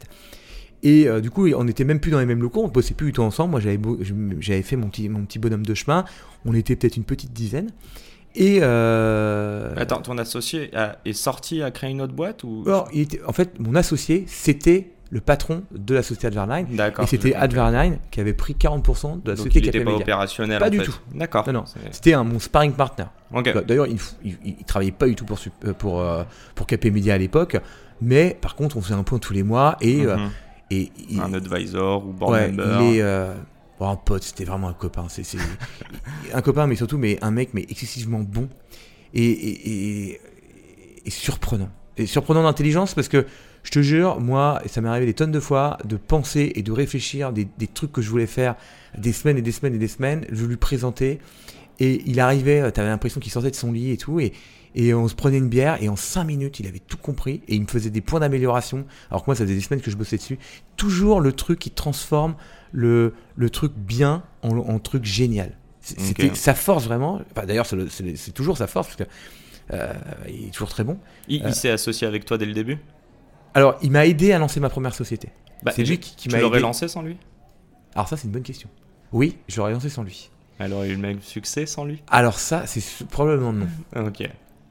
et euh, du coup, on n'était même plus dans les mêmes locaux, on ne bossait plus du tout ensemble, moi j'avais, beau, j'avais fait mon petit, mon petit bonhomme de chemin, on était peut-être une petite dizaine, et... Euh... Attends, ton associé a, est sorti à créer une autre boîte ou... Alors, il était, en fait, mon associé, c'était... le patron de la société Adverline. D'accord. Et c'était Adverline qui avait pris quarante pour cent de la Donc société Capé Média. Donc il n'était pas opérationnel Pas en du fait. tout. D'accord. Non, non. C'est... C'était un, mon sparring partner. Okay. D'ailleurs, il ne travaillait pas du tout pour, pour, pour Capé Média à l'époque. Mais par contre, on faisait un point tous les mois. Et, mm-hmm. euh, et, et, un advisor ou board ouais, member. Il est, euh, bon, un pote, c'était vraiment un copain. C'est, c'est un copain, mais surtout mais un mec mais excessivement bon et, et, et, et surprenant. Et surprenant d'intelligence parce que je te jure, moi, et ça m'est arrivé des tonnes de fois, de penser et de réfléchir des, des trucs que je voulais faire des semaines et des semaines et des semaines. Je lui présentais et il arrivait, tu avais l'impression qu'il sortait de son lit et tout. Et, et on se prenait une bière et en cinq minutes, il avait tout compris et il me faisait des points d'amélioration. Alors que moi, ça faisait des semaines que je bossais dessus. Toujours le truc qui transforme le, le truc bien en, en truc génial. C'était okay. sa force vraiment. Enfin, d'ailleurs, c'est, le, c'est, c'est toujours sa force parce que euh, il est toujours très bon. Il, euh, il s'est associé avec toi dès le début ? Alors, il m'a aidé à lancer ma première société. Bah, c'est lui qui, qui m'a aidé. Tu l'aurais aidé. lancé sans lui ? Alors ça, c'est une bonne question. Oui, je l'aurais lancé sans lui. Alors, il y a eu le même succès sans lui ? Alors ça, c'est probablement non. Ok.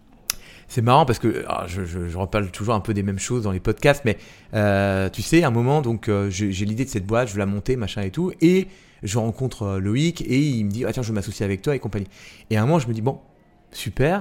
C'est marrant parce que alors, je, je, je reparle toujours un peu des mêmes choses dans les podcasts, mais euh, tu sais, à un moment, donc, euh, j'ai, j'ai l'idée de cette boîte, je veux la monter, machin et tout, et je rencontre euh, Loïc et il me dit ah, « Tiens, je veux m'associer avec toi et compagnie ». Et à un moment, je me dis « Bon, super ».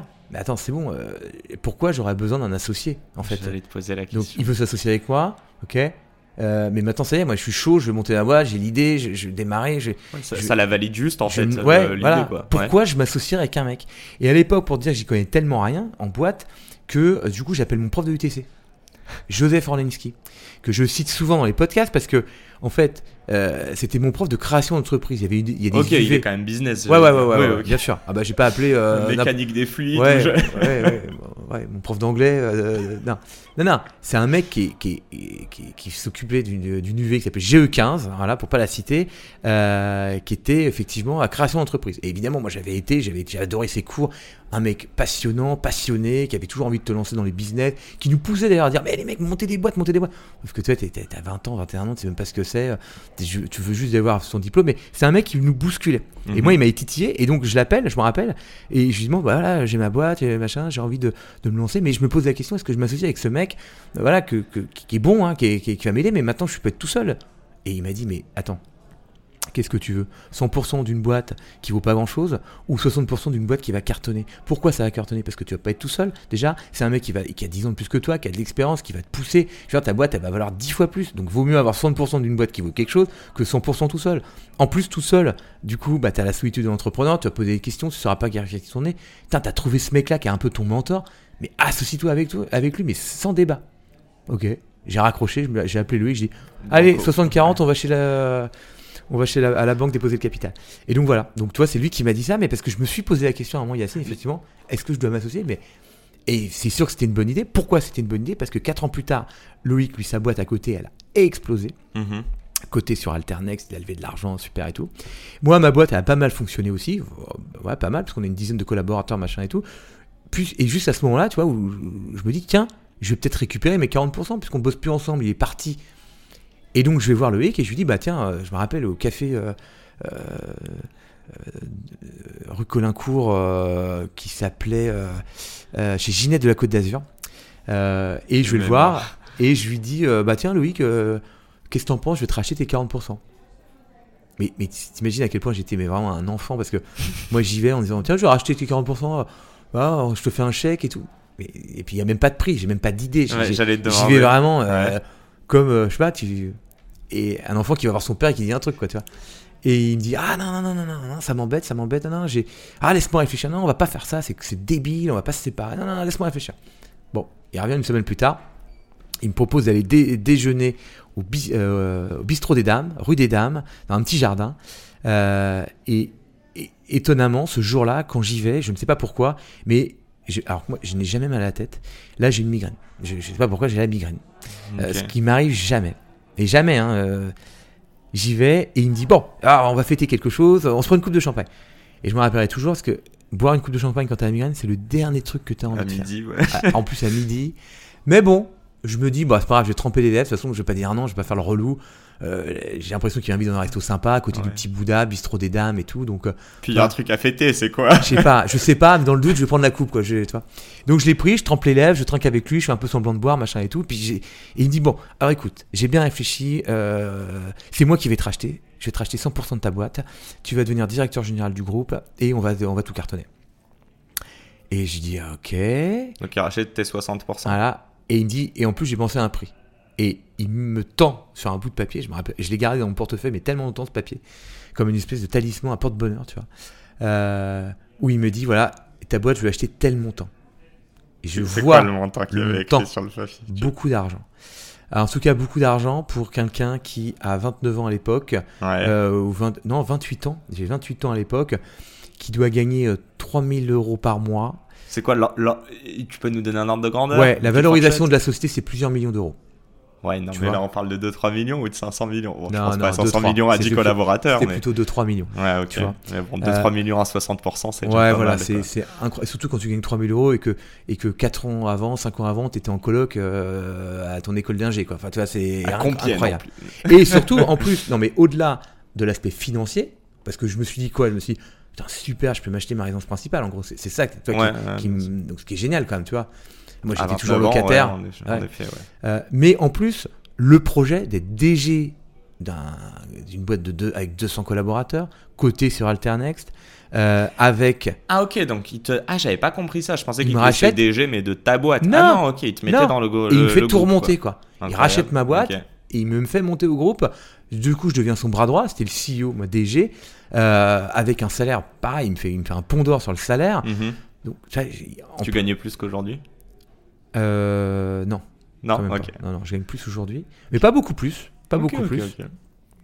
Mais attends, c'est bon, euh, pourquoi j'aurais besoin d'un associé en fait ? J'allais te poser la question. Donc il veut s'associer avec moi, ok, euh, mais maintenant ça y est, moi je suis chaud, je veux monter la boîte, j'ai l'idée, je, je vais démarrer. Je, ouais, ça, je, ça la valide juste en je, fait, ouais, euh, l'idée voilà. quoi. Pourquoi ouais. je m'associerais avec un mec ? Et à l'époque, pour te dire que j'y connais tellement rien en boîte, que euh, du coup j'appelle mon prof de U T C, Joseph Orlinski, que je cite souvent dans les podcasts parce que en fait euh, c'était mon prof de création d'entreprise. Il y avait eu, il y a des ok, U V. Il est quand même business. Ouais ouais ouais, ouais, ouais, ouais ouais bien sûr. Ah bah j'ai pas appelé euh, mécanique n'a... des fluides. Ouais, ouais, ouais, ouais, ouais, mon prof d'anglais. Euh, non non non, c'est un mec qui qui qui, qui s'occupait d'une, d'une U V qui s'appelait G E quinze, voilà pour pas la citer, euh, qui était effectivement à création d'entreprise. Et évidemment moi j'avais été, j'avais j'ai adoré ses cours. Un mec passionnant, passionné, qui avait toujours envie de te lancer dans les business, qui nous poussait d'ailleurs à dire mais les mecs montez des boîtes, montez des boîtes. Parce que toi t'as vingt ans, vingt et un ans, tu sais même pas ce que c'est, tu veux juste avoir son diplôme, mais c'est un mec qui nous bousculait. Mm-hmm. Et moi il m'a titillé et donc je l'appelle, je me rappelle, et je lui dis bon bah, voilà j'ai ma boîte, machin, j'ai envie de, de me lancer, mais je me pose la question est-ce que je m'associe avec ce mec, voilà que, que qui est bon, hein, qui, est, qui, qui va m'aider, mais maintenant je peux être tout seul. Et il m'a dit mais attends. Qu'est-ce que tu veux ? cent pour cent d'une boîte qui vaut pas grand-chose ou soixante pour cent d'une boîte qui va cartonner ? Pourquoi ça va cartonner ? Parce que tu vas pas être tout seul. Déjà, c'est un mec qui, va, qui a dix ans de plus que toi, qui a de l'expérience, qui va te pousser. Je veux dire, ta boîte, elle va valoir dix fois plus. Donc, vaut mieux avoir soixante pour cent d'une boîte qui vaut quelque chose que cent pour cent tout seul. En plus, tout seul, du coup, bah, tu as la solitude de l'entrepreneur, tu vas poser des questions, tu ne sauras pas qui est son nez. Putain, tu as trouvé ce mec-là qui est un peu ton mentor, mais associe-toi avec, toi, avec lui, mais sans débat. Ok. J'ai raccroché, j'ai appelé Loïc, j'ai dit allez, soixante quarante, on va chez la. On va chez la, à la banque déposer le capital. Et donc voilà. Donc toi, c'est lui qui m'a dit ça, mais parce que je me suis posé la question à un moment, Yacine, effectivement, est-ce que je dois m'associer? Mais et c'est sûr que c'était une bonne idée. Pourquoi c'était une bonne idée? Parce que quatre ans plus tard, Loïc, lui, sa boîte à côté, elle a explosé. Mm-hmm. Côté sur Alternext, il a levé de l'argent, super et tout. Moi, ma boîte, elle a pas mal fonctionné aussi. Ouais, pas mal, parce qu'on a une dizaine de collaborateurs, machin et tout. Puis, et juste à ce moment-là, tu vois, où je me dis, tiens, je vais peut-être récupérer mes quarante pour cent, puisqu'on bosse plus ensemble, il est parti. Et donc, je vais voir Loïc et je lui dis, bah tiens, euh, je me rappelle au café euh, euh, euh, rue Colincourt, euh, qui s'appelait euh, euh, chez Ginette de la Côte d'Azur. Euh, et je vais le voir marre. Et je lui dis, euh, bah tiens, Loïc, euh, qu'est-ce que t'en penses? Je vais te racheter tes quarante pour cent. Mais, mais t'imagines à quel point j'étais mais vraiment un enfant, parce que moi, j'y vais en disant, tiens, je vais racheter tes quarante pour cent, ah, je te fais un chèque et tout. Mais, et puis, il n'y a même pas de prix, j'ai même pas d'idée. Ouais, j'allais te j'y vais vraiment euh, ouais. comme, euh, je sais pas, tu. Et un enfant qui va voir son père et qui dit un truc, quoi, tu vois. Et il me dit, ah non, non, non, non, non, non, ça m'embête, ça m'embête, non, non, j'ai... Ah, laisse-moi réfléchir, non, on va pas faire ça, c'est, c'est débile, on va pas se séparer, non, non, non, laisse-moi réfléchir. Bon, il revient une semaine plus tard, il me propose d'aller dé- déjeuner au, bi- euh, au bistrot des Dames, rue des Dames, dans un petit jardin. Euh, et, et étonnamment, ce jour-là, quand j'y vais, je ne sais pas pourquoi, mais... Je, alors moi, je n'ai jamais mal à la tête. Là, j'ai une migraine. Je ne sais pas pourquoi j'ai la migraine. Okay. Euh, ce qui m'arrive jamais. Et jamais, hein, euh, j'y vais et il me dit bon, alors on va fêter quelque chose, on se prend une coupe de champagne. Et je me rappellerai toujours parce que boire une coupe de champagne quand t'as la migraine, c'est le dernier truc que t'as envie à de midi, faire. Ouais. En plus à midi. Mais bon, je me dis, bah c'est pas grave, je vais tremper les lèvres. De toute façon, je vais pas dire non, je vais pas faire le relou. Euh, j'ai l'impression qu'il m'invite dans un resto sympa à côté ouais. du petit Bouddha, bistrot des Dames et tout. Donc, euh, puis il y a un truc à fêter, c'est quoi? Je sais pas, je sais pas, mais dans le doute, je vais prendre la coupe, quoi. Je, tu vois. Donc je l'ai pris, je trempe les lèvres, je trinque avec lui, je fais un peu semblant de boire, machin et tout. Puis j'ai... Et il me dit bon, alors écoute, j'ai bien réfléchi, euh, c'est moi qui vais te racheter. Je vais te racheter cent pour cent de ta boîte. Tu vas devenir directeur général du groupe et on va, on va tout cartonner. Et je dis ok. Donc il rachète tes soixante pour cent. Voilà. Et il me dit, et en plus j'ai pensé à un prix. Et il me tend sur un bout de papier, je me rappelle, je l'ai gardé dans mon portefeuille, mais tellement longtemps ce papier, comme une espèce de talisman à porte-bonheur, tu vois, euh, où il me dit, voilà, ta boîte, je vais acheter tel montant. Et je c'est vois quoi le montant qu'il le avait montant, écrit sur le papier. Beaucoup d'argent. Alors, en tout cas, beaucoup d'argent pour quelqu'un qui a vingt-neuf ans à l'époque, ouais. euh, ou vingt, non, vingt-huit ans, j'ai vingt-huit ans à l'époque, qui doit gagner euh, trois mille euros par mois. C'est quoi, la, la, tu peux nous donner un ordre de grandeur? Ouais, la valorisation de la société, c'est plusieurs millions d'euros. Ouais, non, tu mais vois. là, on parle de deux à trois millions ou de cinq cents millions. Bon, non, je pense non, pas à cinq cents deux, millions à dix collaborateurs. C'est mais... plutôt deux à trois millions. Ouais, ok. Tu vois. Mais bon, deux à trois euh, millions à soixante pour cent, c'est déjà ouais, pas voilà, mal. c'est, c'est incroyable. Surtout quand tu gagnes trois mille euros et que, et que quatre ans avant, cinq ans avant, tu étais en coloc euh, à ton école d'ingé, quoi. Enfin, tu vois, c'est à inc- Compiègne, incroyable. Et surtout, en plus, non, mais au-delà de l'aspect financier, parce que je me suis dit quoi? Je me suis dit, putain, super, je peux m'acheter ma résidence principale, en gros. C'est, c'est ça toi, ouais, qui, ouais, qui ouais. donc, ce qui est génial, quand même, tu vois. Moi, j'étais ah, toujours locataire. Ans, ouais, en effet, ouais. En effet, ouais. Euh, mais en plus, le projet d'être D G d'un, d'une boîte de deux, avec deux cents collaborateurs, coté sur Alternext, euh, avec... Ah ok, donc il te... Ah, j'avais pas compris ça, je pensais il qu'il me te rachète... faisait D G, mais de ta boîte. Non, ah non, ok, il te mettait non. dans le go. Et le, il me fait le tout groupe, remonter, quoi. quoi. Il rachète ma boîte, okay. Et il me fait monter au groupe. Du coup, je deviens son bras droit, c'était le C E O, moi, D G, euh, avec un salaire, pareil, il me fait, il me fait un pont d'or sur le salaire. Mm-hmm. Donc, ça, tu peut... gagnais plus qu'aujourd'hui? Euh... Non. Non, ok. Non, non, je gagne plus aujourd'hui. Mais pas beaucoup plus. Pas okay, beaucoup okay, plus. Okay.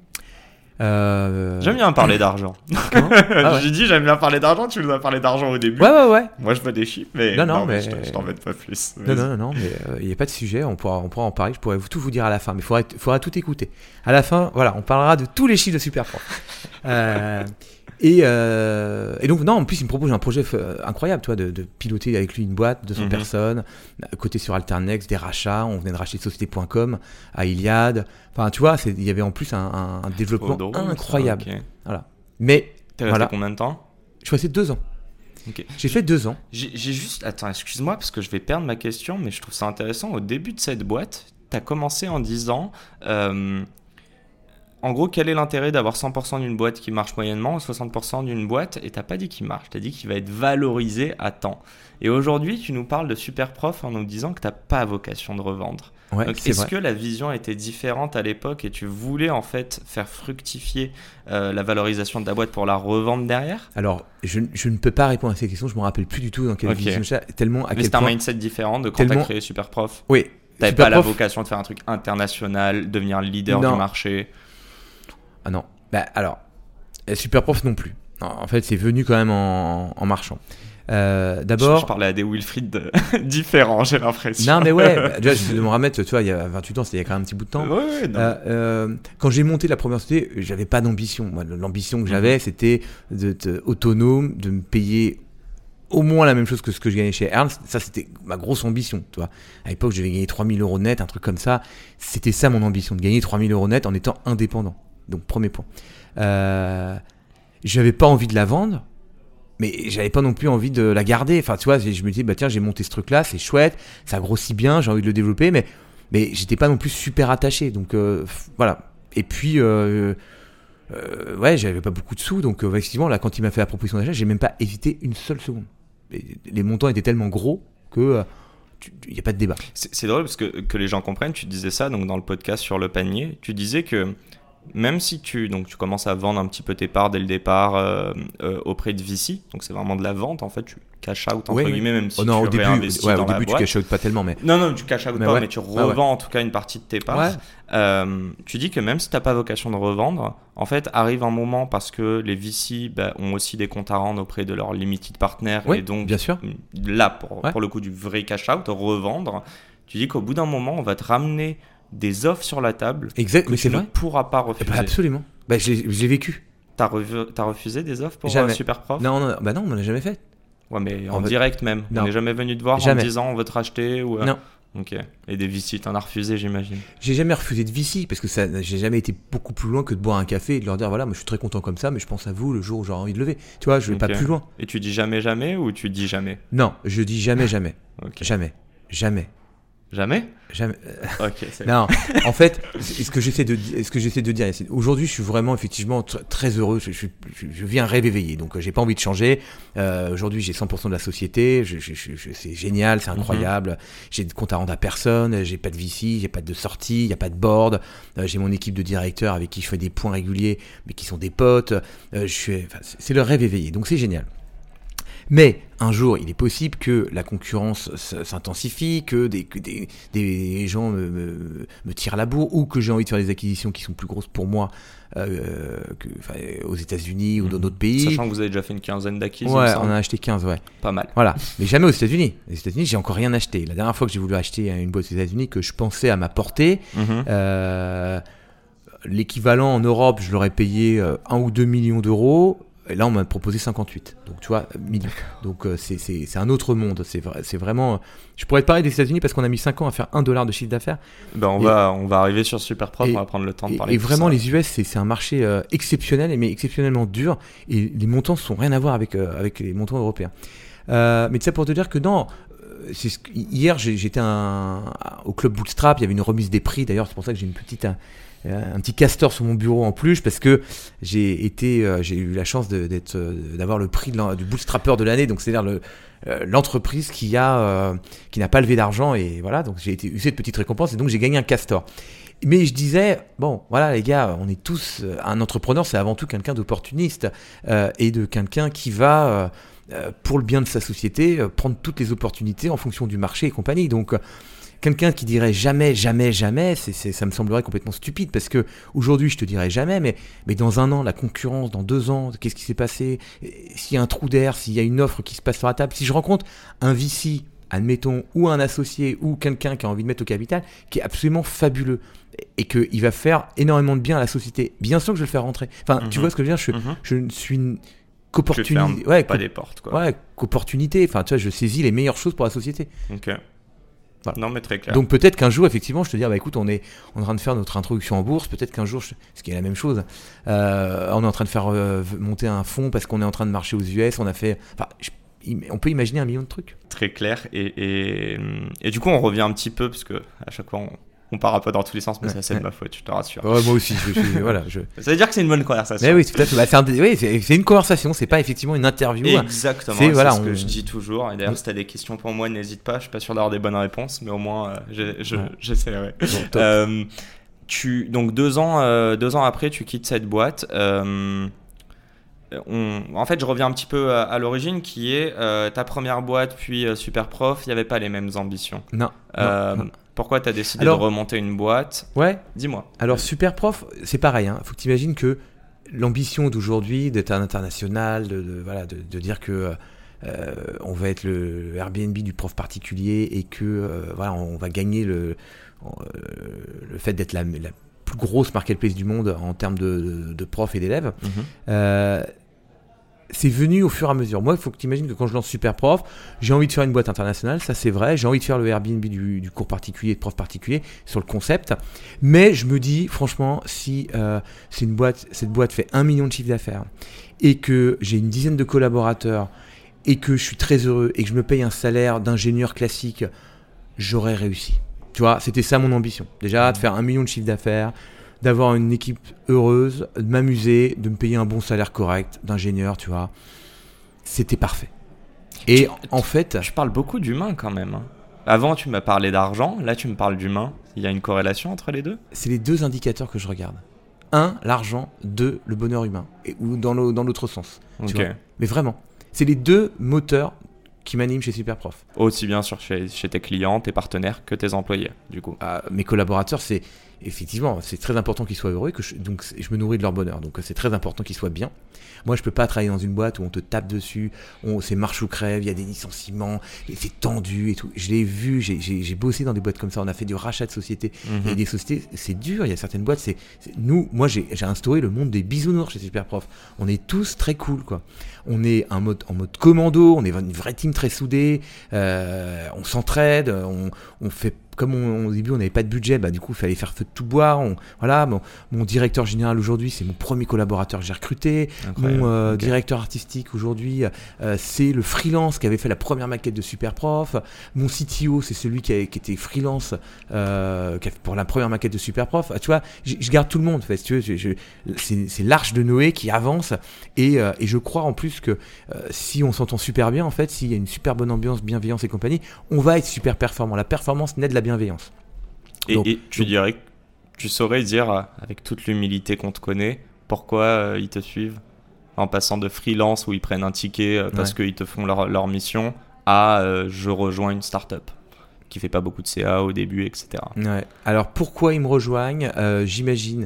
Euh... J'aime bien parler d'argent. Ah ouais. J'ai dit j'aime bien parler d'argent, tu nous as parlé d'argent au début. Ouais, ouais, ouais. Moi je veux des chiffres, mais non, non, non mais, mais je, je t'embête pas plus. Non, non, non, non, mais il euh, n'y a pas de sujet, on pourra, on pourra en parler, je pourrais tout vous dire à la fin, mais il faudra, faudra tout écouter. À la fin, voilà, on parlera de tous les chiffres de Superprof. euh, et, euh, et donc, non, en plus, il me propose un projet euh, incroyable, toi, de, de piloter avec lui une boîte de cent mm-hmm. personnes, côté sur Alternext, des rachats, on venait de racheter société point com à Iliad. Enfin, tu vois, il y avait en plus un, un, un développement drôle, incroyable. Ça, okay. Voilà. Mais, t'es resté voilà. combien de temps? Je suis resté deux ans. Okay. J'ai fait deux ans. J'ai, j'ai juste... Attends, excuse-moi, parce que je vais perdre ma question, mais je trouve ça intéressant. Au début de cette boîte, t'as commencé en disant... Euh, en gros, quel est l'intérêt d'avoir cent pour cent d'une boîte qui marche moyennement ou soixante pour cent d'une boîte? Et t'as pas dit qu'il marche, t'as dit qu'il va être valorisé à temps. Et aujourd'hui, tu nous parles de Superprof en nous disant que t'as pas vocation de revendre. Ouais, donc, c'est est-ce vrai. que la vision était différente à l'époque et tu voulais en fait faire fructifier euh, la valorisation de ta boîte pour la revendre derrière? Alors, je, je ne peux pas répondre à ces questions, je me rappelle plus du tout dans quelle okay. vision j'ai tellement à Mais quel c'est point... un mindset différent de quand tellement... tu as créé Superprof. Oui, T'avais pas la vocation de faire un truc international, devenir leader non. du marché? Ah non. Bah alors, Superprof non plus. Non, en fait, c'est venu quand même en, en marchant. Euh, d'abord, je, je parlais à des Wilfried de... différents, j'ai l'impression. Non mais ouais, bah, déjà je de me remettre, tu vois, il y a vingt-huit ans, c'était il y a quand même un petit bout de temps. Ouais, ouais, euh, euh, quand j'ai monté la première société, j'avais pas d'ambition. Moi, l'ambition que j'avais, mmh. c'était d'être autonome, de me payer au moins la même chose que ce que je gagnais chez Ernst. Ça, c'était ma grosse ambition, tu vois. À l'époque, je devais gagner trois mille euros net, un truc comme ça. C'était ça mon ambition, de gagner trois mille euros net en étant indépendant. Donc premier point. Euh, j'avais pas envie de la vendre. Mais j'avais pas non plus envie de la garder. Enfin, tu vois, je me disais, bah tiens, j'ai monté ce truc-là, c'est chouette, ça grossit bien, j'ai envie de le développer, mais, mais j'étais pas non plus super attaché. Donc, euh, voilà. Et puis, euh, euh, ouais, j'avais pas beaucoup de sous. Donc, euh, effectivement, là, quand il m'a fait la proposition d'achat, j'ai même pas hésité une seule seconde. Et les montants étaient tellement gros que euh, il n'y a pas de débat. C'est, c'est drôle parce que, que les gens comprennent, tu disais ça donc dans le podcast sur le panier, tu disais que même si tu, donc tu commences à vendre un petit peu tes parts dès le départ euh, euh, auprès de V C, donc c'est vraiment de la vente en fait, tu cash out entre ouais, guillemets, même si oh non, tu au début, réinvestis ouais, dans au la début boîte. tu cash out pas tellement, mais non non tu cash out mais pas, ouais. mais tu revends ah ouais. en tout cas une partie de tes parts. Ouais. Euh, tu dis que même si t'as pas vocation de revendre, en fait arrive un moment parce que les V C bah, ont aussi des comptes à rendre auprès de leurs limited partners ouais, et donc bien sûr. là pour ouais. pour le coup du vrai cash out, revendre. Tu dis qu'au bout d'un moment on va te ramener des offres sur la table exact, que mais tu c'est ne vrai. pourras pas refuser. Bah, absolument. Bah, je l'ai, je l'ai vécu. T'as, revu, t'as refusé des offres pour jamais. Euh, Superprof? Non, non, bah non, on l'a jamais fait. Ouais, mais en, en direct même. Non. On n'est jamais venu te voir jamais. en te disant on veut te racheter ou... Non. Ok. Et des V C, t'en as refusé, j'imagine. J'ai jamais refusé de V C parce que ça, j'ai jamais été beaucoup plus loin que de boire un café et de leur dire voilà, moi je suis très content comme ça, mais je pense à vous le jour où j'aurai envie de lever. Tu vois, je vais okay. pas plus loin. Et tu dis jamais, jamais ou tu dis jamais? Non, je dis jamais, jamais. okay. Jamais. Jamais. Jamais Jamais. Ok. C'est non, en fait, ce que j'essaie de, ce que j'essaie de dire, c'est aujourd'hui, je suis vraiment effectivement tr- très heureux. Je, je, je, je vis un rêve éveillé, donc euh, j'ai pas envie de changer. Euh, aujourd'hui, j'ai cent pour cent de la société. Je, je, je, je, c'est génial, c'est incroyable. Mm-hmm. J'ai de compte à rendre à personne. J'ai pas de V C, j'ai pas de sortie, il y a pas de board. Euh, j'ai mon équipe de directeurs avec qui je fais des points réguliers, mais qui sont des potes. Euh, je suis, enfin, c'est, c'est le rêve éveillé, donc c'est génial. Mais un jour, il est possible que la concurrence s'intensifie, que des, que des, des gens me, me, me tirent la bourre, ou que j'ai envie de faire des acquisitions qui sont plus grosses pour moi euh, que, aux États-Unis ou dans d'autres pays. Sachant que vous avez déjà fait une quinzaine d'acquisitions. Ouais, on a acheté quinze, ouais. Pas mal. Voilà, mais jamais aux États-Unis. Les États-Unis, j'ai encore rien acheté. La dernière fois que j'ai voulu acheter une boîte aux États-Unis que je pensais à ma portée, mm-hmm. euh, l'équivalent en Europe, je l'aurais payé un ou deux millions d'euros. Et là, on m'a proposé cinquante-huit. Donc, tu vois, millions. Donc, euh, c'est, c'est, c'est un autre monde. C'est, vrai, c'est vraiment... Je pourrais te parler des États-Unis parce qu'on a mis cinq ans à faire un dollar de chiffre d'affaires. Ben, on, et, va, on va arriver sur Superprof, et, on va prendre le temps de et, parler et de vraiment, ça. les U S, c'est, c'est un marché euh, exceptionnel, mais exceptionnellement dur. Et les montants ne sont rien à voir avec, euh, avec les montants européens. Euh, mais tout ça pour te dire que non... C'est ce que, hier, j'ai, j'étais un, au club Bootstrap. Il y avait une remise des prix. D'ailleurs, c'est pour ça que j'ai une petite... Un, un petit castor sur mon bureau en plus parce que j'ai été euh, j'ai eu la chance de, d'être d'avoir le prix de du bootstrapper de l'année, donc c'est-à-dire le, euh, l'entreprise qui a euh, qui n'a pas levé d'argent, et voilà, donc j'ai été eu cette petite récompense et donc j'ai gagné un castor. Mais je disais, bon, voilà les gars, on est tous un entrepreneur, c'est avant tout quelqu'un d'opportuniste euh, et de quelqu'un qui va euh, pour le bien de sa société prendre toutes les opportunités en fonction du marché et compagnie. Donc quelqu'un qui dirait jamais, jamais, jamais, c'est, c'est, ça me semblerait complètement stupide, parce que aujourd'hui je te dirais jamais, mais, mais dans un an, la concurrence, dans deux ans, qu'est-ce qui s'est passé? S'il y a un trou d'air, s'il y a une offre qui se passe sur la table, si je rencontre un V C, admettons, ou un associé, ou quelqu'un qui a envie de mettre au capital, qui est absolument fabuleux, et qu'il va faire énormément de bien à la société, bien sûr que je vais le faire rentrer. Enfin, mm-hmm. tu vois ce que je veux dire, je, mm-hmm. je ne suis une qu'opportunité. Ouais, pas co- des portes, quoi. Ouais, qu'opportunité, enfin, tu vois, je saisis les meilleures choses pour la société. Ok. Voilà. Non, mais très clair. Donc peut-être qu'un jour, effectivement, je te dis, bah écoute, on est, on est en train de faire notre introduction en bourse. Peut-être qu'un jour, je, ce qui est la même chose, euh, on est en train de faire euh, monter un fonds parce qu'on est en train de marcher aux U S. On a fait, enfin, je, on peut imaginer un million de trucs. Très clair. Et, et, et du coup, on revient un petit peu parce que à chaque fois, on, on part un peu dans tous les sens, mais ouais, ça, c'est ouais. de ma faute, je te rassure. Ouais, moi aussi. Je, je, voilà, je... Ça veut dire que c'est une bonne conversation. Mais oui, c'est, peut-être, bah, c'est, un, oui, c'est, c'est une conversation. C'est pas effectivement une interview. Exactement. C'est, c'est voilà, ce on... que je dis toujours. Et d'ailleurs, si tu as des questions pour moi, n'hésite pas. Je suis pas sûr d'avoir des bonnes réponses, mais au moins, euh, je, je, ouais. j'essaierai. Bon, euh, tu, donc deux ans, euh, deux ans après, tu quittes cette boîte. Euh, on, en fait, je reviens un petit peu à, à l'origine, qui est euh, ta première boîte, puis euh, Superprof. Il n'y avait pas les mêmes ambitions. Non. Euh, non, non. Pourquoi tu as décidé Alors, de remonter une boîte? Ouais. Dis-moi. Alors, Superprof, c'est pareil. Il hein. faut que tu imagines que l'ambition d'aujourd'hui, d'être un international, de, de, voilà, de, de dire que euh, on va être le Airbnb du prof particulier et que euh, voilà, on va gagner le, euh, le fait d'être la, la plus grosse marketplace du monde en termes de, de, de profs et d'élèves. Mm-hmm. Euh, c'est venu au fur et à mesure. Moi, il faut que tu imagines que quand je lance Superprof, j'ai envie de faire une boîte internationale, ça c'est vrai. J'ai envie de faire le Airbnb du, du cours particulier, de prof particulier sur le concept. Mais je me dis, franchement, si euh, c'est une boîte, cette boîte fait un million de chiffre d'affaires et que j'ai une dizaine de collaborateurs et que je suis très heureux et que je me paye un salaire d'ingénieur classique, j'aurais réussi. Tu vois, c'était ça mon ambition. Déjà, de faire un million de chiffre d'affaires, d'avoir une équipe heureuse, de m'amuser, de me payer un bon salaire correct d'ingénieur, tu vois. C'était parfait. Et tu, en fait... Je parle beaucoup d'humain quand même. Hein. Avant, tu m'as parlé d'argent. Là, tu me parles d'humain. Il y a une corrélation entre les deux? C'est les deux indicateurs que je regarde. Un, l'argent. Deux, le bonheur humain. Et, ou dans, le, dans l'autre sens. Tu okay. vois. Mais vraiment. C'est les deux moteurs qui m'animent chez Superprof. Aussi bien sur chez, chez tes clients, tes partenaires que tes employés, du coup. Euh, mes collaborateurs, c'est... Effectivement, c'est très important qu'ils soient heureux, que je, donc je me nourris de leur bonheur. Donc c'est très important qu'ils soient bien. Moi, je peux pas travailler dans une boîte où on te tape dessus, on, c'est marche ou crève, il y a des licenciements, c'est tendu et tout. Je l'ai vu, j'ai, j'ai, j'ai bossé dans des boîtes comme ça, on a fait du rachat de sociétés. Mm-hmm. Et des sociétés, c'est dur, il y a certaines boîtes, c'est, c'est nous, moi j'ai, j'ai instauré le monde des bisounours chez Superprof. On est tous très cool, quoi. On est en mode, en mode commando, on est une vraie team très soudée, euh, on s'entraide, on, on fait... Comme on, au début on n'avait pas de budget, bah du coup il fallait faire feu de tout boire. On, voilà, mon, mon directeur général aujourd'hui c'est mon premier collaborateur que j'ai recruté. Incroyable. Mon euh, okay. directeur artistique aujourd'hui euh, c'est le freelance qui avait fait la première maquette de Superprof. Mon C T O c'est celui qui, a, qui était freelance euh, qui a, pour la première maquette de Superprof. Tu vois, je, je garde tout le monde. En fait, si tu veux, je, je, c'est, c'est l'arche de Noé qui avance et, euh, et je crois en plus que euh, si on s'entend super bien en fait, s'il y a une super bonne ambiance, bienveillance et compagnie, on va être super performant. La performance naît de la bienveillance. Et, donc, et tu donc, dirais, tu saurais dire, avec toute l'humilité qu'on te connaît, pourquoi euh, ils te suivent en passant de freelance où ils prennent un ticket euh, parce ouais. qu'ils te font leur, leur mission à euh, je rejoins une start-up qui fait pas beaucoup de C A au début, et cetera. Ouais. Alors pourquoi ils me rejoignent euh, J'imagine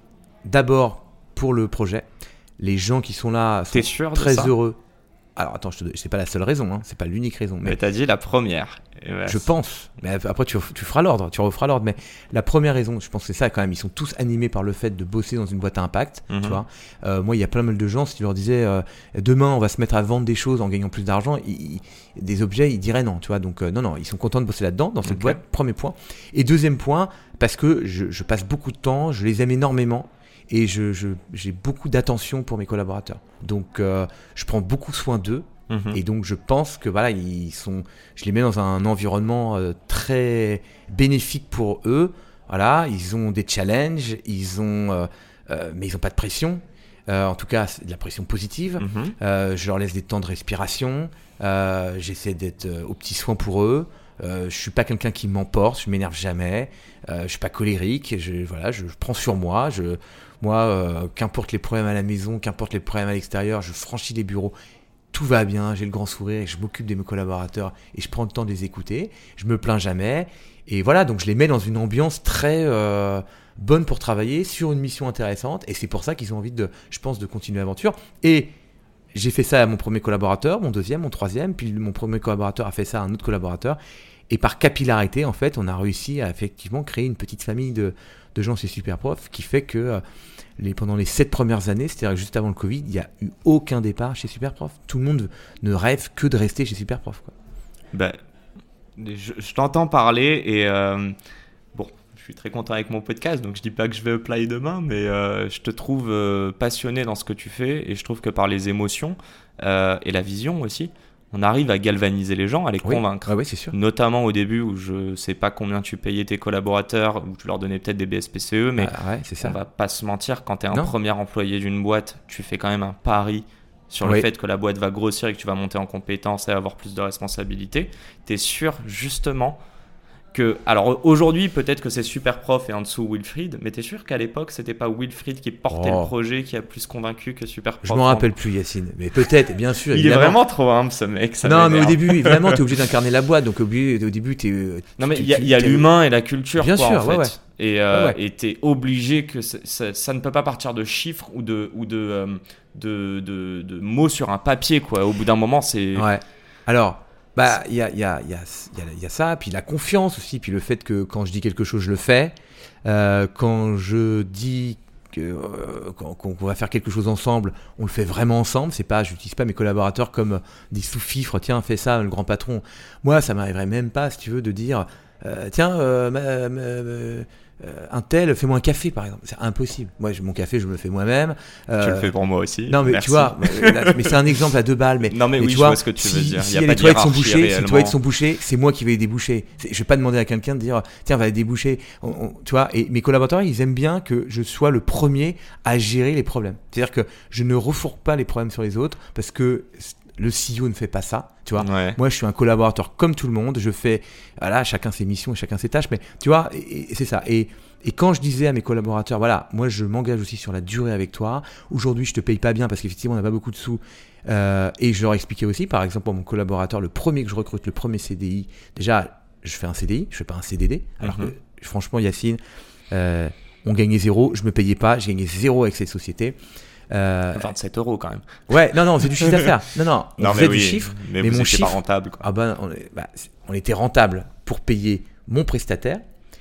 d'abord pour le projet. Les gens qui sont là sont T'es sûr très de ça heureux. Alors attends, je te, c'est pas la seule raison, hein, c'est pas l'unique raison. Mais, mais t'as dit la première. Ben, je pense. Mais après tu, tu feras l'ordre, tu referas l'ordre. Mais la première raison, je pense que c'est ça quand même. Ils sont tous animés par le fait de bosser dans une boîte à impact. Mm-hmm. Tu vois. Euh, moi, il y a plein mal de gens. Si tu leur disais euh, demain on va se mettre à vendre des choses en gagnant plus d'argent, ils, des objets, ils diraient non. Tu vois. Donc euh, non, non, ils sont contents de bosser là-dedans, dans cette okay. boîte. Premier point. Et deuxième point, parce que je, je passe beaucoup de temps, je les aime énormément. Et je, je, j'ai beaucoup d'attention pour mes collaborateurs. Donc, euh, je prends beaucoup soin d'eux. Mmh. Et donc, je pense que voilà, ils sont, je les mets dans un environnement euh, très bénéfique pour eux. Voilà, ils ont des challenges, ils ont, euh, euh, mais ils n'ont pas de pression. Euh, en tout cas, c'est de la pression positive. Mmh. Euh, je leur laisse des temps de respiration. Euh, j'essaie d'être euh, aux petits soins pour eux. Euh, je suis pas quelqu'un qui m'emporte, je m'énerve jamais. Euh, je suis pas colérique. Je, voilà, je, je prends sur moi. Je Moi, euh, qu'importe les problèmes à la maison, qu'importe les problèmes à l'extérieur, je franchis les bureaux, tout va bien, j'ai le grand sourire et je m'occupe de mes collaborateurs et je prends le temps de les écouter, je me plains jamais. Et voilà, donc je les mets dans une ambiance très euh, bonne pour travailler, sur une mission intéressante et c'est pour ça qu'ils ont envie, de, je pense, de continuer l'aventure. Et j'ai fait ça à mon premier collaborateur, mon deuxième, mon troisième, puis mon premier collaborateur a fait ça à un autre collaborateur. Et par capillarité, en fait, on a réussi à effectivement créer une petite famille de, de gens chez Superprof qui fait que euh, les, pendant les sept premières années, c'est-à-dire juste avant le Covid, il n'y a eu aucun départ chez Superprof. Tout le monde ne rêve que de rester chez Superprof, quoi. Ben, je, je t'entends parler et euh, bon, je suis très content avec mon podcast, donc je dis pas que je vais apply demain, mais euh, je te trouve euh, passionné dans ce que tu fais et je trouve que par les émotions euh, et la vision aussi, on arrive à galvaniser les gens, à les oui. convaincre. Ah oui, c'est sûr. Notamment au début où je ne sais pas combien tu payais tes collaborateurs, où tu leur donnais peut-être des B S P C E, mais ah ouais, c'est ça. On ne va pas se mentir, quand tu es un non. premier employé d'une boîte, tu fais quand même un pari sur oui. le fait que la boîte va grossir et que tu vas monter en compétences et avoir plus de responsabilités. Tu es sûr justement que, alors aujourd'hui, peut-être que c'est Super Prof et en dessous Wilfried, mais t'es sûr qu'à l'époque, c'était pas Wilfried qui portait Oh. le projet qui a plus convaincu que Super Prof? Je m'en rappelle plus, Yacine, mais peut-être, bien sûr. Il évidemment. est vraiment trop humble, ce mec. Ça non, mais au m'énerve. début, vraiment, t'es obligé d'incarner la boîte, donc au, début, au début, t'es. Non, mais tu- il y a, tu- il y a t'es- l'humain et la culture, Bien quoi, sûr, en ouais, fait. ouais. Et euh, Ouais, ouais. et t'es obligé que ça, ça, ça ne peut pas partir de chiffres ou de, ou de, euh, de, de, de mots sur un papier, quoi. Au bout d'un moment, c'est. Ouais. Alors, bah, il y a, il y, a, il y, a, il y, a, il y a ça, puis la confiance aussi, puis le fait que quand je dis quelque chose, je le fais. Euh, quand je dis que, euh, qu'on, qu'on va faire quelque chose ensemble, on le fait vraiment ensemble. C'est pas, j'utilise pas mes collaborateurs comme des sous-fifres. Tiens, fais ça, le grand patron. Moi, ça m'arriverait même pas, si tu veux, de dire, euh, tiens, euh, ma, ma, ma, Euh, un tel, fais-moi un café par exemple. C'est impossible. Moi, mon café, je me le fais moi-même. Euh, tu le fais pour moi aussi. Non, mais Merci. tu vois, là, mais c'est un exemple à deux balles. Mais, non, mais, mais oui, tu je vois, vois ce que tu si, veux dire. Si Il y a les pas de toilettes sont hiérarchie bouchées, si les réellement. toilettes sont bouchées, c'est moi qui vais les déboucher. C'est, je vais pas demander à quelqu'un de dire, tiens, va les déboucher. On, on, tu vois, et mes collaborateurs, ils aiment bien que je sois le premier à gérer les problèmes. C'est-à-dire que je ne refourque pas les problèmes sur les autres parce que le C E O ne fait pas ça, tu vois. Ouais. Moi, je suis un collaborateur comme tout le monde. Je fais, voilà, chacun ses missions et chacun ses tâches. Mais tu vois, et, et c'est ça. Et, et quand je disais à mes collaborateurs, voilà, moi, je m'engage aussi sur la durée avec toi. Aujourd'hui, je te paye pas bien parce qu'effectivement, on n'a pas beaucoup de sous. Euh, et je leur expliquais aussi, par exemple, pour mon collaborateur, le premier que je recrute, le premier C D I, déjà, je fais un C D I, je fais pas un C D D. Alors Mm-hmm. que, franchement, Yacine, euh, on gagnait zéro, je me payais pas, je gagnais zéro avec cette société. Euh, vingt-sept euros quand même. Ouais, non, non, c'est du chiffre d'affaires. Non, non, on Non, faisait mais oui, du chiffre, mais, mais vous mon étiez chiffre, pas rentable, quoi. ah ben, on, est- bah, c'est- on était rentable pour payer mon prestataire,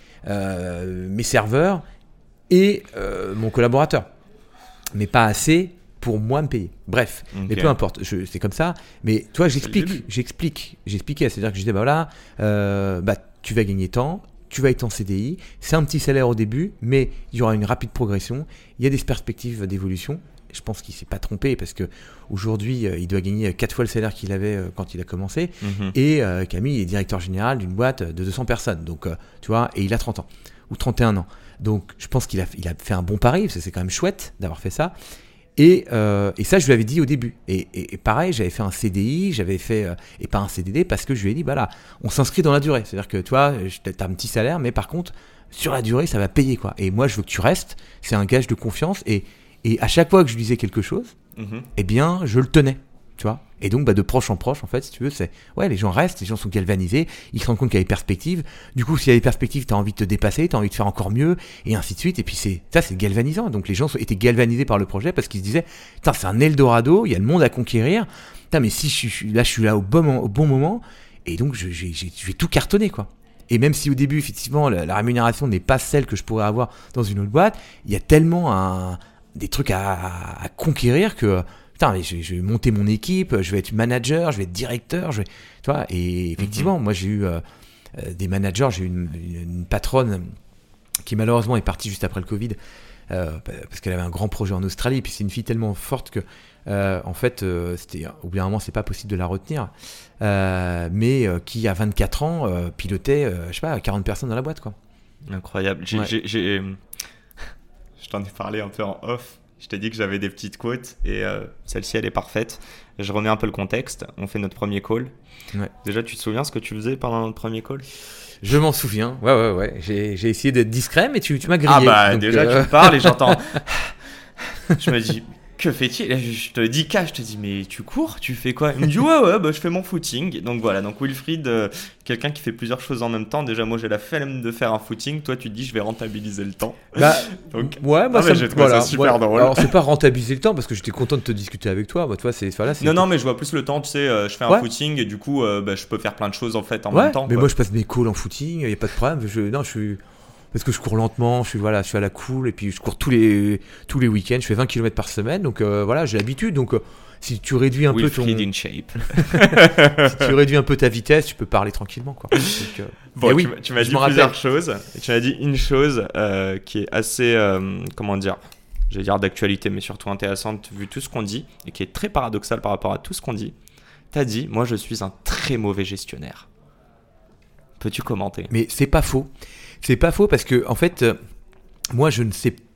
euh, mes serveurs et euh, mon collaborateur, mais pas assez pour moi me payer. Bref, Ok. mais peu importe, je- c'est comme ça. Mais toi, j'explique, début. j'explique, j'expliquais, c'est-à-dire que je disais, bah voilà, euh, bah tu vas gagner tant. Tu vas être en C D I, c'est un petit salaire au début, mais il y aura une rapide progression. Il y a des perspectives d'évolution. Je pense qu'il ne s'est pas trompé parce qu'aujourd'hui, euh, il doit gagner quatre fois le salaire qu'il avait euh, quand il a commencé. Mhm. Et euh, Camille est directeur général d'une boîte de deux cents personnes. Donc, euh, tu vois, et il a trente ans ou trente et un ans. Donc, je pense qu'il a, il a fait un bon pari parce que c'est quand même chouette d'avoir fait ça. Et, euh, et ça, je lui avais dit au début. Et, et, et pareil, j'avais fait un C D I, j'avais fait, euh, et pas un C D D, parce que je lui ai dit, bah là, on s'inscrit dans la durée. C'est-à-dire que, tu vois, t'as un petit salaire, mais par contre, sur la durée, ça va payer, quoi. Et moi, je veux que tu restes. C'est un gage de confiance. Et, et à chaque fois que je lui disais quelque chose, Mhm. eh bien, je le tenais, tu vois. Et donc, bah, de proche en proche, en fait, si tu veux, c'est, ouais, les gens restent, les gens sont galvanisés, ils se rendent compte qu'il y a des perspectives. Du coup, s'il y a des perspectives, t'as envie de te dépasser, t'as envie de faire encore mieux, et ainsi de suite. Et puis, c'est, ça, c'est galvanisant. Donc, les gens sont- étaient galvanisés par le projet parce qu'ils se disaient, putain, c'est un Eldorado, il y a le monde à conquérir. Putain, mais si je suis là, je suis là au bon, mo- au bon moment, et donc, je, j'ai, j'ai- je vais tout cartonner, quoi. Et même si au début, effectivement, la, la rémunération n'est pas celle que je pourrais avoir dans une autre boîte, il y a tellement un, des trucs à, à- à conquérir que, putain, mais je, je vais monter mon équipe, je vais être manager, je vais être directeur, je vais, tu vois. Et effectivement, moi, j'ai eu euh, euh, des managers, j'ai eu une, une patronne qui malheureusement est partie juste après le Covid, euh, parce qu'elle avait un grand projet en Australie. Puis c'est une fille tellement forte que, euh, en fait, euh, c'était, au bout d'un moment, c'est pas possible de la retenir. Euh, mais euh, qui, à vingt-quatre ans, euh, pilotait, euh, je sais pas, quarante personnes dans la boîte, quoi. Incroyable. J'ai, Ouais. j'ai, j'ai- Je t'en ai parlé un peu en off. Je t'ai dit que j'avais des petites quotes et euh, celle-ci, elle est parfaite. Je remets un peu le contexte. On fait notre premier call. Ouais. Déjà, tu te souviens ce que tu faisais pendant notre premier call? Je m'en souviens. Ouais, ouais, ouais. J'ai, j'ai essayé d'être discret, mais tu, tu m'as grillé. Ah bah Donc, déjà, euh, tu parles et j'entends... Je me dis... Que fait-il? Et je te dis K, je te dis mais tu cours, tu fais quoi? Il me dit ouais ouais bah je fais mon footing. Donc voilà, donc Wilfried, euh, quelqu'un qui fait plusieurs choses en même temps. Déjà moi j'ai la flemme de faire un footing. Toi tu te dis je vais rentabiliser le temps. Bah, Donc, ouais, moi non, mais ça, j'ai me- trouvé voilà, ça super voilà. drôle. Alors c'est pas rentabiliser le temps parce que j'étais content de te discuter avec toi. Bah, toi c'est, voilà, c'est Non non mais je vois plus le temps, tu sais, euh, je fais un Ouais. footing et du coup euh, bah, je peux faire plein de choses en fait en ouais, même temps. mais quoi. moi je passe mes calls en footing, y a pas de problème. Je, non, je suis parce que je cours lentement, je suis voilà, je suis à la cool et puis je cours tous les tous les week-ends. Je fais vingt kilomètres par semaine, donc euh, voilà, j'ai l'habitude. Donc euh, si tu réduis un peu ton, Wilfried in shape. si tu réduis un peu ta vitesse, tu peux parler tranquillement, quoi. Donc, euh, Bon, et tu, oui, m'as- tu m'as je dit m'en plusieurs rappelle. choses. Et tu m'as dit une chose euh, qui est assez, euh, comment dire, je vais dire d'actualité, mais surtout intéressante vu tout ce qu'on dit et qui est très paradoxale par rapport à tout ce qu'on dit. T'as dit, moi je suis un très mauvais gestionnaire. Peux-tu commenter? Mais c'est pas faux. C'est pas faux parce que en fait, euh, moi je ne sais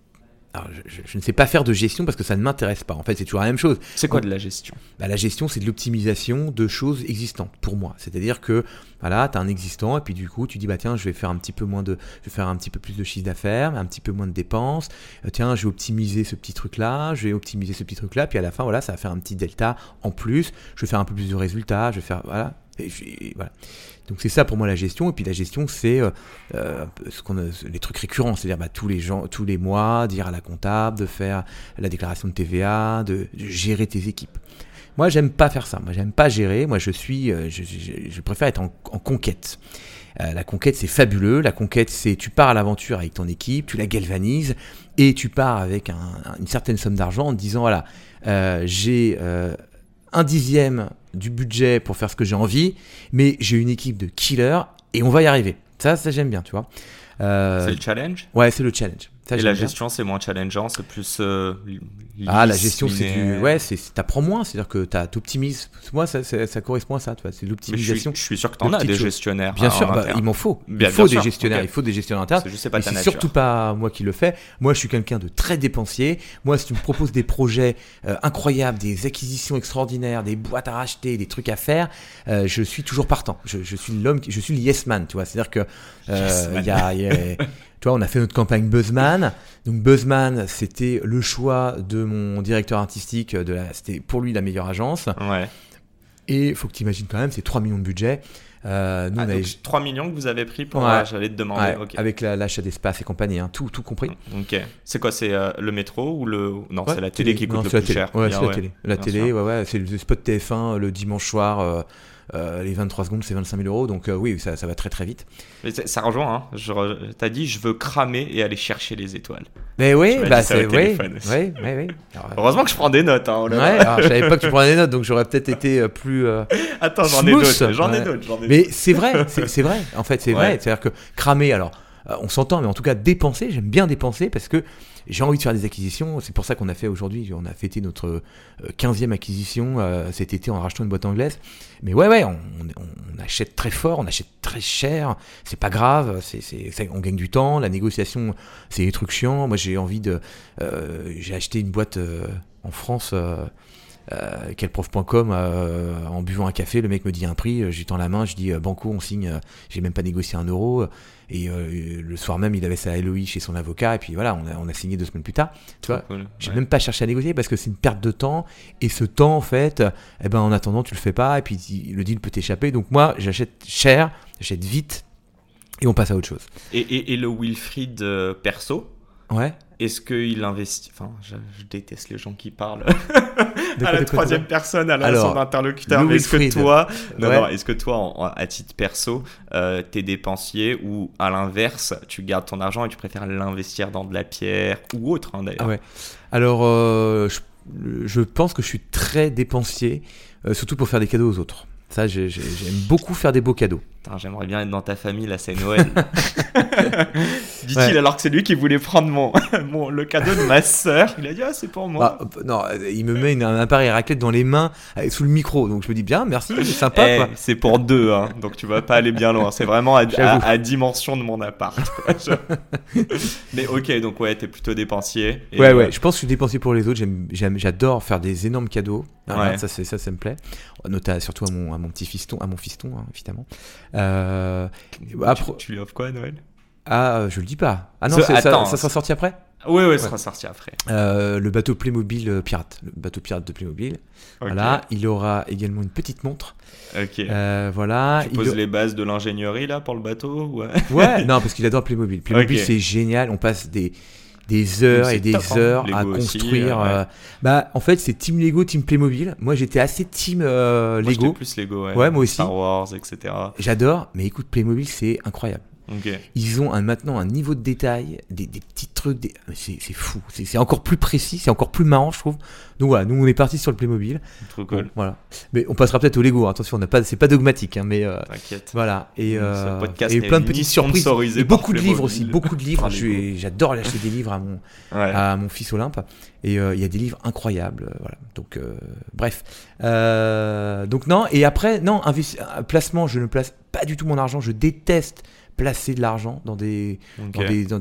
Alors, je, je, je ne sais pas faire de gestion parce que ça ne m'intéresse pas. En fait, c'est toujours la même chose. C'est quoi de la gestion ? Bah, la gestion, c'est de l'optimisation de choses existantes pour moi. C'est-à-dire que voilà, tu as un existant et puis du coup, tu dis bah tiens, je vais faire un petit peu moins de, je vais faire un petit peu plus de chiffre d'affaires, un petit peu moins de dépenses. Euh, tiens, je vais optimiser ce petit truc-là, je vais optimiser ce petit truc-là. Puis à la fin, voilà, ça va faire un petit delta en plus. Je vais faire un peu plus de résultats. Je vais faire voilà. Et je, et voilà. Donc c'est ça pour moi la gestion. Et puis la gestion, c'est euh, euh, ce qu'on a, les trucs récurrents, c'est-à-dire bah, tous les gens, tous les mois, dire à la comptable de faire la déclaration de T V A, de, de gérer tes équipes. Moi, j'aime pas faire ça. Moi, j'aime pas gérer. Moi, je suis, euh, je, je, je préfère être en, en conquête. Euh, la conquête, c'est fabuleux. La conquête, c'est tu pars à l'aventure avec ton équipe, tu la galvanises et tu pars avec un, une certaine somme d'argent en te disant voilà, euh, j'ai euh, un dixième du budget pour faire ce que j'ai envie, mais j'ai une équipe de killers et on va y arriver. Ça, ça j'aime bien, tu vois. Euh, c'est le challenge ? Ouais, c'est le challenge. Ça, et la bien. gestion, c'est moins challengeant, c'est plus euh, ah, la gestion, c'est du, ouais, c'est, c'est t'apprends moins, c'est-à-dire que t'optimises. Moi, ça, ça, ça correspond à ça, tu vois, c'est l'optimisation. Je suis, je suis sûr que t'en as des choses. Gestionnaires. Bien sûr, bah, il m'en faut. Bien, il faut bien des sûr. gestionnaires, okay. il faut des gestionnaires internes. Je sais pas ta c'est nature. Surtout pas moi qui le fais. Moi, je suis quelqu'un de très dépensier. Moi, si tu me proposes des projets euh, incroyables, des acquisitions extraordinaires, des boîtes à racheter, des trucs à faire, euh, je suis toujours partant. Je, je suis l'homme, je suis le yes man, tu vois. C'est-à-dire que euh, yes y a, y a tu vois, on a fait notre campagne Buzzman. Donc Buzzman, c'était le choix de mon directeur artistique. De la, c'était pour lui la meilleure agence. Ouais. Et il faut que tu imagines quand même, c'est trois millions de budget. Euh, nous, ah, on avait... trois millions que vous avez pris pour... Ouais. Euh, j'allais te demander. Ouais, okay. Avec la, l'achat d'espace et compagnie, hein, tout, tout compris. Ok. C'est quoi, c'est euh, le métro ou le... Non, ouais, c'est la télé, télé qui coûte non, le c'est plus la cher. Ouais, c'est ah, la ouais. télé. La Bien télé, sûr. ouais, ouais, c'est le spot T F un le dimanche soir. Euh, Euh, les vingt-trois secondes, c'est vingt-cinq mille euros, donc euh, oui, ça, ça va très très vite. Mais ça rejoint, hein. Je re... t'as dit je veux cramer et aller chercher les étoiles. Mais oui, bah c'est oui, oui, oui, oui. Alors, heureusement que je prends des notes. Hein, ouais, alors, je savais pas que tu prenais des notes, donc j'aurais peut-être été euh, plus. Euh, Attends, j'en smooth. ai d'autres, j'en ouais. ai d'autres, j'en ai Mais d'autres. c'est vrai, c'est, c'est vrai. En fait, c'est ouais. vrai. C'est-à-dire que cramer, alors. On s'entend, mais en tout cas dépenser, j'aime bien dépenser parce que j'ai envie de faire des acquisitions. C'est pour ça qu'on a fait aujourd'hui, on a fêté notre quinzième acquisition euh, cet été en rachetant une boîte anglaise. Mais ouais, ouais, on, on, on achète très fort, on achète très cher. C'est pas grave, c'est, c'est, c'est, on gagne du temps. La négociation, c'est des trucs chiants. Moi, j'ai envie de, euh, j'ai acheté une boîte euh, en France. Euh, Euh, quelprof point com euh, en buvant un café, le mec me dit un prix, je lui tends la main, je dis euh, banco, on signe, euh, j'ai même pas négocié un euro et euh, le soir même il avait sa L O I chez son avocat et puis voilà, on a, on a signé deux semaines plus tard, tu vois, cool. J'ai ouais. même pas cherché à négocier parce que c'est une perte de temps et ce temps en fait, eh ben en attendant tu le fais pas et puis le deal peut t'échapper, donc moi j'achète cher, j'achète vite et on passe à autre chose. Et, et, et le Wilfried euh, perso, ouais. Est-ce qu'il investit... Enfin, je, je déteste les gens qui parlent de à quoi, la troisième personne, à la Alors, son interlocuteur. Mais est-ce que toi, non, ouais. non, est-ce que toi, en, à titre perso, euh, t'es dépensier ou à l'inverse, tu gardes ton argent et tu préfères l'investir dans de la pierre ou autre, hein, d'ailleurs. Ah ouais. Alors, euh, je, je pense que je suis très dépensier, euh, surtout pour faire des cadeaux aux autres. Ça, j'ai, j'ai, j'aime beaucoup faire des beaux cadeaux. Putain, j'aimerais bien être dans ta famille, là, c'est Noël. Dit-il, ouais. Alors que c'est lui qui voulait prendre mon, mon, le cadeau de ma sœur. Il a dit, ah, c'est pour moi. Bah, non, il me met une, un appareil à raclette dans les mains, sous le micro. Donc je me dis, bien, merci, c'est sympa. Hey, quoi. C'est pour deux, hein, donc tu vas pas aller bien loin. C'est vraiment à, à, à dimension de mon appart. Mais ok, donc ouais, t'es plutôt dépensier. Et ouais, euh... ouais, je pense que je suis dépensier pour les autres. J'aime, j'aime, j'adore faire des énormes cadeaux. Ouais. Ça, c'est, ça, ça me plaît. Notamment, surtout à mon, à mon petit fiston, à mon fiston, hein, évidemment. Euh, après... tu, tu lui offres quoi à Noël? Ah, je le dis pas. Ah non, Ce, c'est, attends, ça, ça sera sorti après? Oui, oui, ça sera sorti après. Euh, le bateau Playmobil euh, pirate, le bateau pirate de Playmobil. Okay. Voilà, il aura également une petite montre. Ok. Euh, voilà. Tu poses il... les bases de l'ingénierie là pour le bateau, ouais. Ouais, non, parce qu'il adore Playmobil. Playmobil, okay. C'est génial. On passe des des heures et des top, heures hein. à Lego construire. Aussi, euh, ouais. Bah, en fait, c'est Team Lego, Team Playmobil. Moi, j'étais assez Team euh, moi, Lego. J'étais plus Lego, ouais. Ouais, moi aussi. Star Wars, et cetera. J'adore, mais écoute, Playmobil, c'est incroyable. Okay. Ils ont un, maintenant un niveau de détail, des, des petits trucs, des... C'est, c'est fou, c'est, c'est encore plus précis, c'est encore plus marrant, je trouve. Donc voilà, nous on est parti sur le Playmobil. Trop cool. Bon, voilà. Mais on passera peut-être au Lego. Attention, on n'a pas, c'est pas dogmatique, hein, mais euh, t'inquiète. Voilà. Et, euh, et plein de petites surprises. Et beaucoup de livres aussi, beaucoup de livres. Je, j'adore acheter des livres à mon, ouais. à mon fils Olympe. Et il euh, y a des livres incroyables, euh, voilà. Donc euh, bref. Euh, donc non. Et après, non, investi- placement, je ne place pas du tout mon argent. Je déteste placer de l'argent dans des, okay. dans des, dans des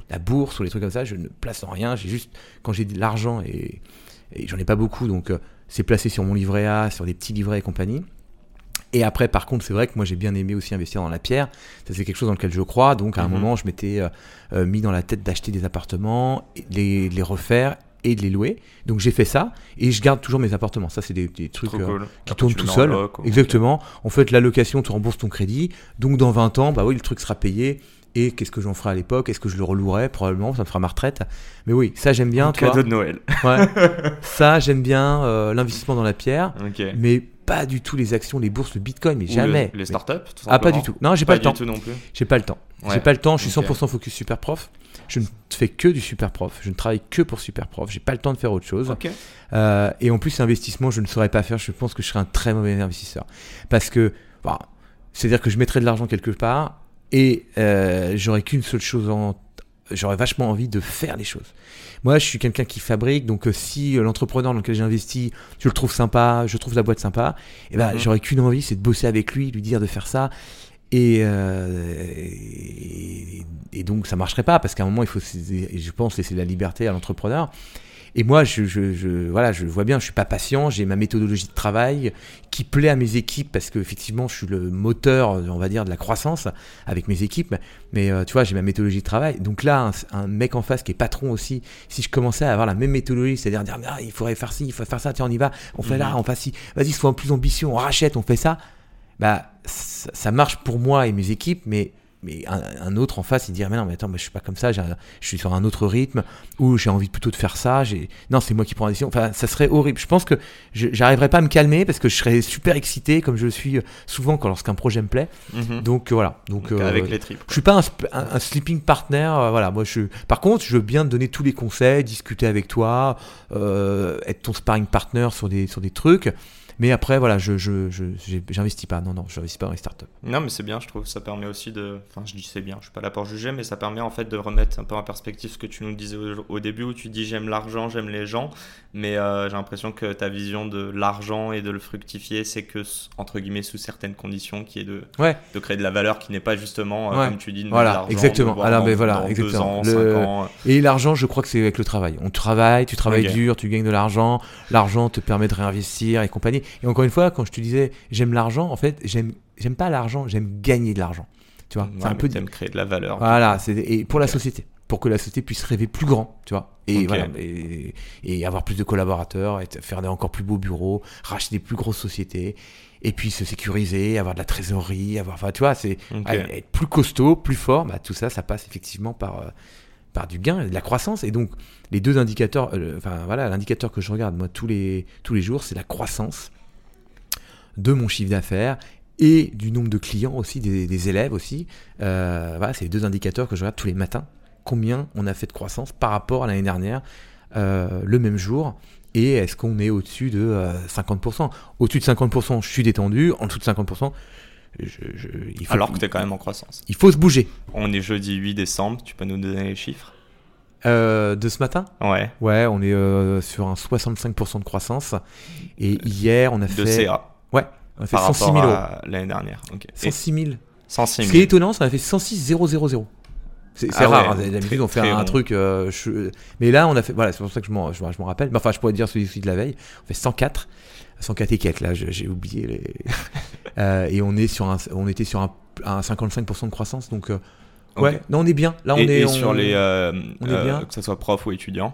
la bourse ou les trucs comme ça, je ne place en rien. J'ai juste, quand j'ai de l'argent, et, et j'en ai pas beaucoup, donc euh, c'est placé sur mon livret A, sur des petits livrets et compagnie. Et après, par contre, c'est vrai que moi, j'ai bien aimé aussi investir dans la pierre. Ça, c'est quelque chose dans lequel je crois. Donc, à un mmh. moment, je m'étais euh, mis dans la tête d'acheter des appartements, de les, de les refaire et de les louer. Donc, j'ai fait ça et je garde toujours mes appartements. Ça, c'est des, des trucs euh, cool. qui Après, tournent tout seuls. Exactement. En fait, la location, tu rembourses ton crédit. Donc, dans vingt ans, bah oui, le truc sera payé. Et qu'est-ce que j'en ferai à l'époque ? Est-ce que je le relouerai ? Probablement, ça me fera ma retraite. Mais oui, ça, j'aime bien. Cadeau toi. de Noël. Ouais. Ça, j'aime bien euh, l'investissement dans la pierre. Okay. Mais pas du tout les actions, les bourses, le bitcoin, mais Ou jamais. Le, les startups, tout simplement. Ah, pas du tout. Non, j'ai pas, pas le temps. Pas du tout non plus. J'ai pas le temps. Ouais. J'ai pas le temps. Je suis cent pour cent okay. focus super prof. Je ne fais que du super prof. Je ne travaille que pour super prof. J'ai pas le temps de faire autre chose. Okay. Euh, et en plus, investissement, je ne saurais pas faire. Je pense que je serais un très mauvais investisseur. Parce que, bah, c'est-à-dire que je mettrais de l'argent quelque part et euh, j'aurais qu'une seule chose en j'aurais vachement envie de faire les choses. Moi, je suis quelqu'un qui fabrique, donc euh, si euh, l'entrepreneur dans lequel j'ai investi, je le trouve sympa, je trouve la boîte sympa, et ben, mmh. j'aurais qu'une envie, c'est de bosser avec lui, lui dire de faire ça. Et, euh, et, et donc, ça marcherait pas, parce qu'à un moment, il faut, je pense, laisser la liberté à l'entrepreneur. Et moi, je, je, je, voilà, je vois bien, je suis pas patient, j'ai ma méthodologie de travail qui plaît à mes équipes parce qu'effectivement, je suis le moteur, on va dire, de la croissance avec mes équipes. Mais euh, tu vois, j'ai ma méthodologie de travail. Donc là, un, un mec en face qui est patron aussi, si je commençais à avoir la même méthodologie, c'est-à-dire dire, ah, il faudrait faire ci, il faudrait faire ça, tiens, on y va, on fait mmh. là, on fait ci, vas-y, sois plus ambitieux, on rachète, on fait ça. Bah, ça, ça marche pour moi et mes équipes, mais Mais un, un autre en face, il dirait mais non, mais attends, mais je suis pas comme ça, j'ai un, je suis sur un autre rythme, ou j'ai envie plutôt de faire ça. J'ai... Non, c'est moi qui prends la décision. Enfin, ça serait horrible. Je pense que je, j'arriverais pas à me calmer parce que je serais super excité, comme je le suis souvent quand lorsqu'un projet me plaît. Mm-hmm. Donc voilà. Donc, Donc euh, avec les tripes. Je suis pas un, un, un sleeping partner. Euh, voilà, moi je. Par contre, je veux bien te donner tous les conseils, discuter avec toi, euh, être ton sparring partner sur des sur des trucs. Mais après, voilà, je, je, je, j'investis pas. Non, non, je n'investis pas dans les startups. Non, mais c'est bien, je trouve. Ça permet aussi de. Enfin, je dis c'est bien, je suis pas là pour juger, mais ça permet en fait de remettre un peu en perspective ce que tu nous disais au, au début, où tu dis j'aime l'argent, j'aime les gens. Mais euh, j'ai l'impression que ta vision de l'argent et de le fructifier, c'est que, entre guillemets, sous certaines conditions, qui est de, ouais. de créer de la valeur qui n'est pas justement, euh, ouais. comme tu dis, de voilà, l'argent. Exactement. Alors, dans, mais voilà, dans exactement. deux ans, le... cinq ans. Et l'argent, je crois que c'est avec le travail. On travaille, tu travailles okay. dur, tu gagnes de l'argent. L'argent te permet de réinvestir et compagnie. Et encore une fois, quand je te disais j'aime l'argent, en fait j'aime j'aime pas l'argent, j'aime gagner de l'argent, tu vois. Ouais, c'est un peu t'aimes créer de la valeur. Voilà, c'est et pour okay. la société, pour que la société puisse rêver plus grand, tu vois. Et okay. voilà, et, et avoir plus de collaborateurs, et faire des encore plus beaux bureaux, racheter des plus grosses sociétés, et puis se sécuriser, avoir de la trésorerie, avoir, enfin tu vois, c'est okay. être plus costaud, plus fort. Bah tout ça, ça passe effectivement par euh, par du gain, de la croissance. Et donc les deux indicateurs, euh, enfin voilà, l'indicateur que je regarde moi tous les tous les jours, c'est la croissance de mon chiffre d'affaires et du nombre de clients aussi, des, des élèves aussi. Euh, voilà, c'est les deux indicateurs que je regarde tous les matins. Combien on a fait de croissance par rapport à l'année dernière, euh, le même jour, et est-ce qu'on est au-dessus de euh, cinquante pour cent ? Au-dessus de cinquante pour cent, je suis détendu. En dessous de cinquante pour cent, je, je, il faut, alors que tu es quand même en croissance. Il faut se bouger. On est jeudi huit décembre, tu peux nous donner les chiffres ? Euh, de ce matin ? Ouais. Ouais, on est euh, sur un soixante-cinq pour cent de croissance. Et hier, on a de fait... C A. Ouais, on a fait par cent six mille euros. L'année dernière. Okay. cent six mille. cent six mille. Ce qui est étonnant, ça a fait cent six mille. C'est, c'est ah rare, ouais, hein, d'habitude on fait un, bon. un truc. Euh, je... Mais là, on a fait. Voilà, c'est pour ça que je m'en, je, je m'en rappelle. Mais enfin, je pourrais dire celui de la veille. On fait cent quatre. cent quatre et quelques, là, je, j'ai oublié. Les... euh, et on, est sur un, on était sur un, un cinquante-cinq pour cent de croissance. Donc, euh, ouais, okay. Non, on est bien. Là, on et, est. Et on, sur les. Euh, on est bien. Euh, que ce soit prof ou étudiant.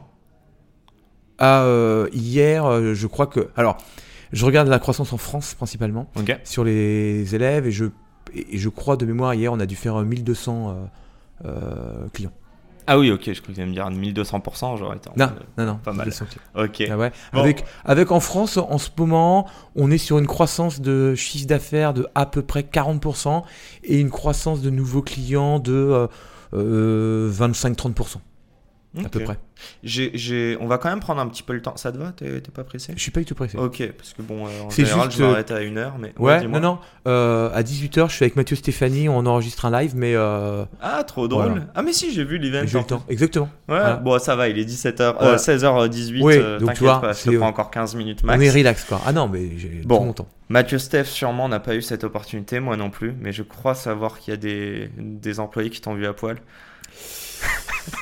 Ah, euh, hier, euh, je crois que. Alors. Je regarde la croissance en France principalement, okay. sur les élèves, et je, et je crois de mémoire, hier, on a dû faire mille deux cents euh, euh, clients. Ah oui, ok, je crois que tu allais me dire mille deux cents pour cent, j'aurais été en Non, non, non, pas mal. Ok. Ah ouais. Bon. Avec, avec en France, en ce moment, on est sur une croissance de chiffre d'affaires de à peu près quarante pour cent et une croissance de nouveaux clients de euh, euh, vingt-cinq à trente pour cent. Okay. À peu près. J'ai, j'ai... On va quand même prendre un petit peu le temps. Ça te va ? T'es, t'es pas pressé ? Je suis pas du tout pressé. Ok, parce que bon, euh, en c'est général, juste, je m'arrête à une heure. Mais... Ouais, ouais non, non. Euh, à dix-huit heures, je suis avec Mathieu Stéphanie, on enregistre un live, mais. Euh... Ah, trop drôle. Voilà. Ah, mais si, j'ai vu l'event. J'ai le temps, exactement. Ouais, voilà. Bon, ça va, il est dix-sept heures, voilà. euh, seize heures dix-huit. Oui, euh, donc tu vois, pas, je te prends encore quinze minutes max. On est relax, quoi. Ah non, mais j'ai bon. tout mon temps. Mathieu Steph, sûrement, n'a pas eu cette opportunité, moi non plus, mais je crois savoir qu'il y a des, des employés qui t'ont vu à poil.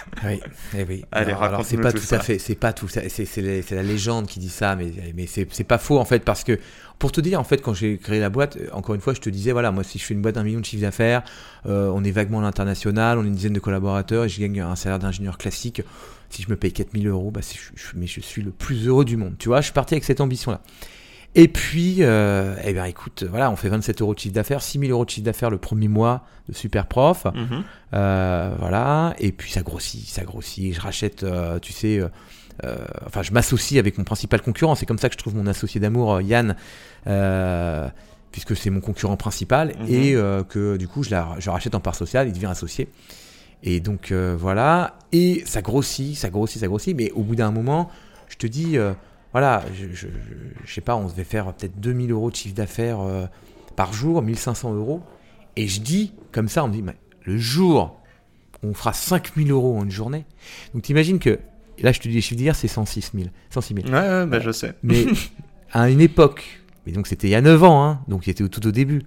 Oui, eh oui. Allez, alors, alors c'est pas tout, tout à fait, c'est pas tout ça, c'est, c'est, les, c'est la légende qui dit ça, mais, mais c'est, c'est pas faux en fait, parce que pour te dire, en fait, quand j'ai créé la boîte, encore une fois, je te disais, voilà, moi, si je fais une boîte d'un million de chiffre d'affaires, euh, on est vaguement à l'international, on est une dizaine de collaborateurs, et je gagne un salaire d'ingénieur classique. Si je me paye quatre mille euros, bah, c'est, je, je, mais je suis le plus heureux du monde. Tu vois, je suis parti avec cette ambition-là. Et puis, euh, eh bien, écoute, voilà, on fait vingt-sept euros de chiffre d'affaires, six mille euros de chiffre d'affaires le premier mois de Super Prof. Mm-hmm. Euh, voilà, et puis ça grossit, ça grossit. Je rachète, euh, tu sais, euh, euh, enfin, je m'associe avec mon principal concurrent. C'est comme ça que je trouve mon associé d'amour, Yann, euh, puisque c'est mon concurrent principal, mm-hmm. et euh, que du coup, je, la, je rachète en part sociale, il devient associé. Et donc, euh, voilà, et ça grossit, ça grossit, ça grossit, mais au bout d'un moment, je te dis. Euh, Voilà, je, je, je, je sais pas, on devait faire peut-être deux mille euros de chiffre d'affaires euh, par jour, mille cinq cents euros. Et je dis, comme ça, on me dit, mais le jour où on fera cinq mille euros en une journée. Donc t'imagines que, et là je te dis les chiffres d'hier, c'est cent six mille. Ouais, ouais, bah, je sais. Mais à une époque, mais donc c'était il y a neuf ans, hein, donc c'était tout au début,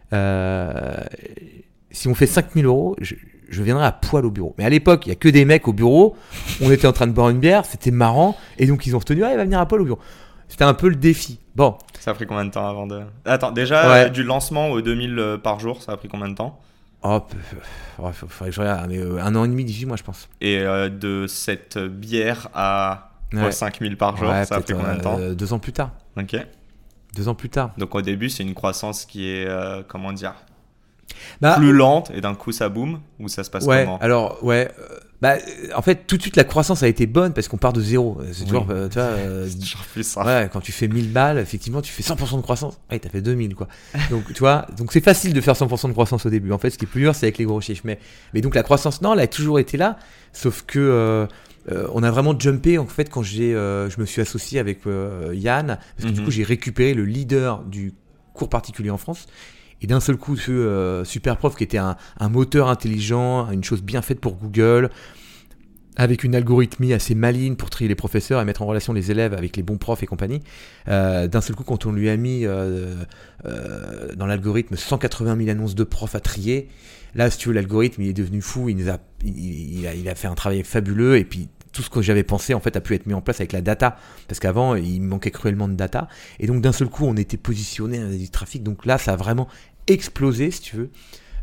euh, si on fait cinq mille euros, je, je viendrai à poil au bureau. Mais à l'époque, il n'y a que des mecs au bureau. On était en train de boire une bière, c'était marrant. Et donc, ils ont retenu, ah, il va venir à poil au bureau. C'était un peu le défi. Bon. Ça a pris combien de temps avant de... Attends, déjà, ouais. euh, du lancement aux deux mille euh, par jour, ça a pris combien de temps ? Oh, il faudrait que je regarde. Mais, euh, un an et demi, dix-huit mois, je pense. Et euh, de cette bière à ouais. cinq mille par jour, ouais, ça a pris combien de temps ? euh, Deux ans plus tard. Ok. Deux ans plus tard. Donc, au début, c'est une croissance qui est, euh, comment dire Bah, plus lente et d'un coup ça boom ou ça se passe ouais, comment ? Alors ouais, euh, bah en fait tout de suite la croissance a été bonne parce qu'on part de zéro. C'est toujours, oui. euh, tu vois, euh, c'est toujours plus ça. Ouais, quand tu fais mille balles, effectivement tu fais cent pour cent de croissance. Ouais, t'as fait deux mille quoi. Donc tu vois, donc c'est facile de faire cent pour cent de croissance au début. En fait, ce qui est plus dur, c'est avec les gros chiffres. Mais mais donc la croissance, non, elle a toujours été là, sauf que euh, euh, on a vraiment jumpé en fait quand j'ai, euh, je me suis associé avec euh, Yann parce que mm-hmm. du coup j'ai récupéré le leader du cours particulier en France. Et d'un seul coup, ce euh, Super Prof qui était un, un moteur intelligent, une chose bien faite pour Google, avec une algorithmie assez maligne pour trier les professeurs et mettre en relation les élèves avec les bons profs et compagnie. Euh, d'un seul coup, quand on lui a mis euh, euh, dans l'algorithme cent quatre-vingt mille annonces de profs à trier, là, si tu veux, l'algorithme, il est devenu fou, il, nous a, il, il, a, il a fait un travail fabuleux et puis tout ce que j'avais pensé en fait a pu être mis en place avec la data parce qu'avant il manquait cruellement de data et donc d'un seul coup on était positionné du trafic, donc là ça a vraiment explosé si tu veux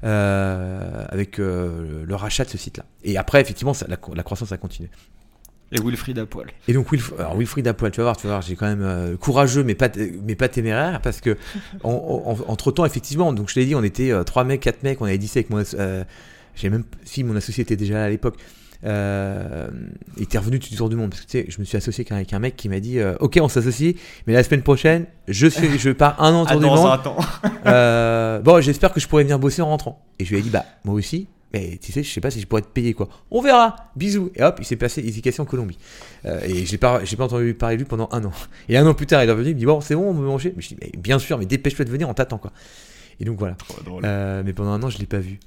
euh, avec euh, le rachat de ce site là et après effectivement ça, la, la croissance a continué. Et Wilfried à poil. Et donc Wilf, alors Wilfried à poil, tu vas voir, tu vas voir, j'ai quand même euh, courageux mais pas mais pas téméraire parce que en, en, entre temps effectivement, donc je l'ai dit, on était euh, trois mecs, quatre mecs, on avait dit ça avec mon euh, j'ai même si mon associé était déjà là à l'époque. Euh, il était revenu du tour du monde parce que tu sais, je me suis associé avec un mec qui m'a dit euh, ok on s'associe mais la semaine prochaine je suis je pars un an tour du monde euh, bon j'espère que je pourrai venir bosser en rentrant et je lui ai dit bah moi aussi mais tu sais je sais pas si je pourrais te payer quoi, on verra, bisous, et hop il s'est passé, il s'est cassé en Colombie euh, et j'ai pas, j'ai pas entendu parler de lui pendant un an et un an plus tard il est revenu, il me dit bon c'est bon on veut manger, mais je dis mais bien sûr mais dépêche-toi de venir on t'attend quoi et donc voilà euh, mais pendant un an je l'ai pas vu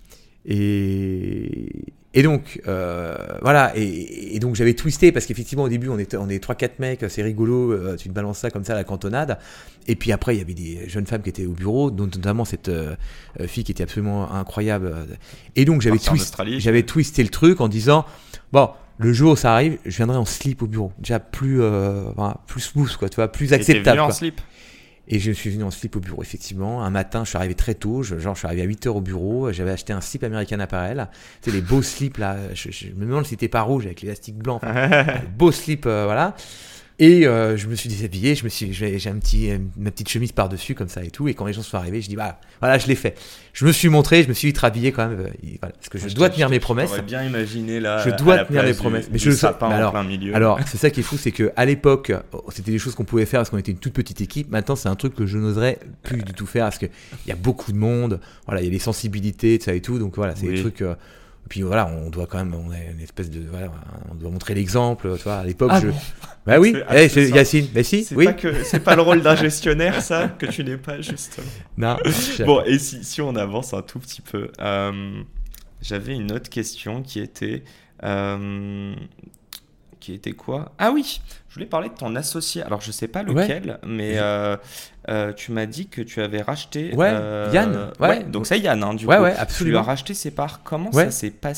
et Et donc, euh, voilà, et, et donc j'avais twisté parce qu'effectivement au début on était on est trois quatre mecs, c'est rigolo, euh, tu te balances ça comme ça à la cantonade. Et puis après il y avait des jeunes femmes qui étaient au bureau, dont notamment cette euh, fille qui était absolument incroyable. Et donc j'avais, twist, j'avais twisté le truc en disant bon, le jour où ça arrive, je viendrai en slip au bureau, déjà plus euh, enfin, plus smooth quoi, tu vois, plus acceptable. Et t'es venu en slip ? Et je suis venu en slip au bureau, effectivement. Un matin, je suis arrivé très tôt, je, genre je suis arrivé à huit heures au bureau, j'avais acheté un slip American Apparel, tu sais, les beaux slips là, je, je me demande si c'était pas rouge avec l'élastique blanc, enfin, beau slip, euh, voilà. Et euh, je me suis déshabillé, je me suis, j'ai, j'ai un petit, ma petite chemise par-dessus comme ça et tout. Et quand les gens sont arrivés, je dis bah voilà, je l'ai fait. Je me suis montré, je me suis vite habillé quand même, euh, voilà, parce que je, je dois tenir mes promesses. J'aurais bien imaginé là. Je dois tenir mes promesses. Du, mais je le sapin en alors, plein milieu. Alors c'est ça qui est fou, c'est que à l'époque, c'était des choses qu'on pouvait faire parce qu'on était une toute petite équipe. Maintenant, c'est un truc que je n'oserais plus du tout faire parce que il y a beaucoup de monde. Voilà, il y a des sensibilités, ça et tout. Donc voilà, c'est oui. des trucs. Euh, Puis voilà, on doit quand même, on a une espèce de, voilà, on doit montrer l'exemple, tu vois. À l'époque, ah je, bon bah oui, c'est, hey, c'est Yacine, mais si, c'est oui. Pas que, c'est pas le rôle d'un gestionnaire, ça, que tu n'es pas justement. Non. Bon, et si, si on avance un tout petit peu, euh, j'avais une autre question qui était, euh, qui était quoi ? Ah oui, je voulais parler de ton associé. Alors je sais pas lequel, ouais. mais euh, euh, tu m'as dit que tu avais racheté. Ouais. Euh, Yann. Ouais. ouais. Donc c'est Yann, hein, du ouais, coup. Ouais, absolument. Tu lui as racheté ses parts. Comment ouais. ça s'est passé ?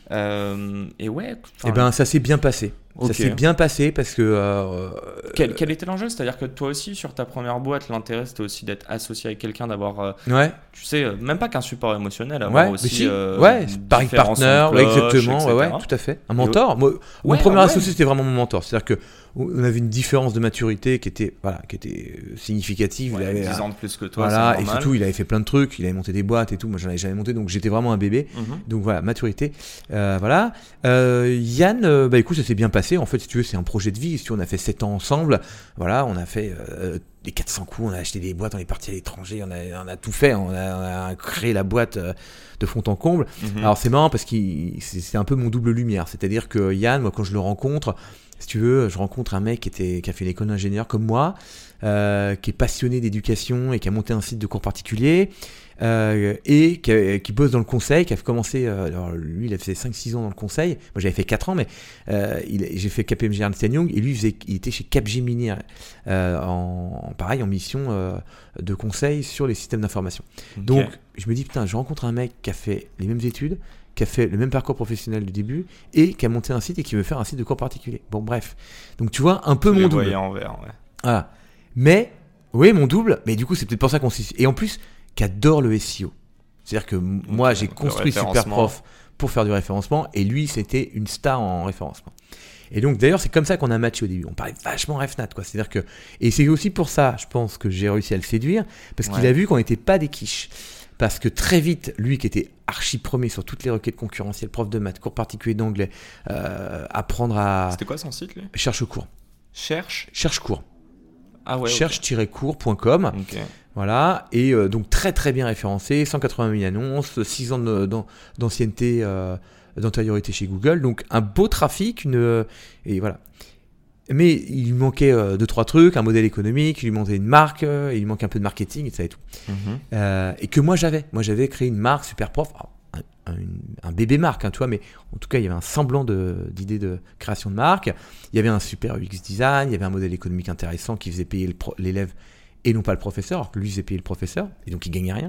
Euh, et ouais. Et ben ça s'est bien passé. Okay. Ça s'est bien passé parce que. Euh, quel, quel était l'enjeu ? C'est-à-dire que toi aussi, sur ta première boîte, l'intérêt c'était aussi d'être associé avec quelqu'un, d'avoir. Euh, ouais. Tu sais, même pas qu'un support émotionnel, avoir ouais, aussi. Si. Euh, ouais, sparring partner, ouais, exactement. Ouais, ouais, tout à fait. Un mentor. Moi, mon ouais, premier ouais. associé c'était vraiment mon mentor. C'est-à-dire que on avait une différence de maturité qui était, voilà, qui était significative. Ouais, il avait dix ans de plus que toi. Voilà, c'est et surtout il avait fait plein de trucs. Il avait monté des boîtes et tout. Moi, j'en avais jamais monté, donc j'étais vraiment un bébé. Mm-hmm. Donc voilà, maturité. Euh, voilà. Euh, Yann, euh, bah écoute, ça s'est bien passé. En fait, si tu veux, c'est un projet de vie. Si tu veux, on a fait sept ans ensemble. Voilà, on a fait euh, les quatre cents coups, on a acheté des boîtes, on est parti à l'étranger, on a, on a tout fait. On a, on a créé la boîte euh, de fond en comble. Mm-hmm. Alors c'est marrant parce que c'est, c'est un peu mon double lumière. C'est-à-dire que Yann, moi, quand je le rencontre, si tu veux, je rencontre un mec qui, était, qui a fait l'école d'ingénieur comme moi, euh, qui est passionné d'éducation et qui a monté un site de cours particuliers. Euh, et qui, a, qui bosse dans le conseil, qui a commencé, euh, alors lui il a fait cinq six ans dans le conseil, moi j'avais fait quatre ans, mais euh, il, j'ai fait K P M G Ernst and Young, et lui il, faisait, il était chez Capgemini, euh, en, pareil en mission euh, de conseil sur les systèmes d'information. Okay. Donc je me dis putain, je rencontre un mec qui a fait les mêmes études, qui a fait le même parcours professionnel du début, et qui a monté un site et qui veut faire un site de cours particulier. Bon bref, donc tu vois un peu tu mon double. En vert, ouais. Voilà. Mais, oui mon double, mais du coup c'est peut-être pour ça qu'on s'y... Et en plus, qui adore le S E O. C'est-à-dire que okay, moi, j'ai construit Superprof pour faire du référencement et lui, c'était une star en référencement. Et donc, d'ailleurs, c'est comme ça qu'on a matché au début. On parlait vachement RefNat, quoi. C'est-à-dire que... Et c'est aussi pour ça, je pense, que j'ai réussi à le séduire, parce ouais. qu'il a vu qu'on n'était pas des quiches. Parce que très vite, lui qui était archi premier sur toutes les requêtes concurrentielles, prof de maths, cours particuliers d'anglais, euh, apprendre à... C'était quoi son site, lui ? Cherche cours. Cherche Cherche cours. Ah ouais, cherche-cours point com. Okay. Voilà, et euh, donc très très bien référencé, cent quatre-vingt mille annonces, six ans de, d'an, d'ancienneté, euh, d'antériorité chez Google, donc un beau trafic, une, et voilà. Mais il lui manquait euh, deux trois trucs, un modèle économique, il lui manquait une marque, euh, il lui manquait un peu de marketing et ça et tout. Mm-hmm. Euh, et que moi j'avais, moi j'avais créé une marque Superprof, un, un, un bébé marque, hein, tu vois, mais en tout cas il y avait un semblant de, d'idée de création de marque. Il y avait un super U X design, il y avait un modèle économique intéressant qui faisait payer le pro, l'élève et non pas le professeur, alors que lui faisait payer le professeur, et donc il gagnait rien.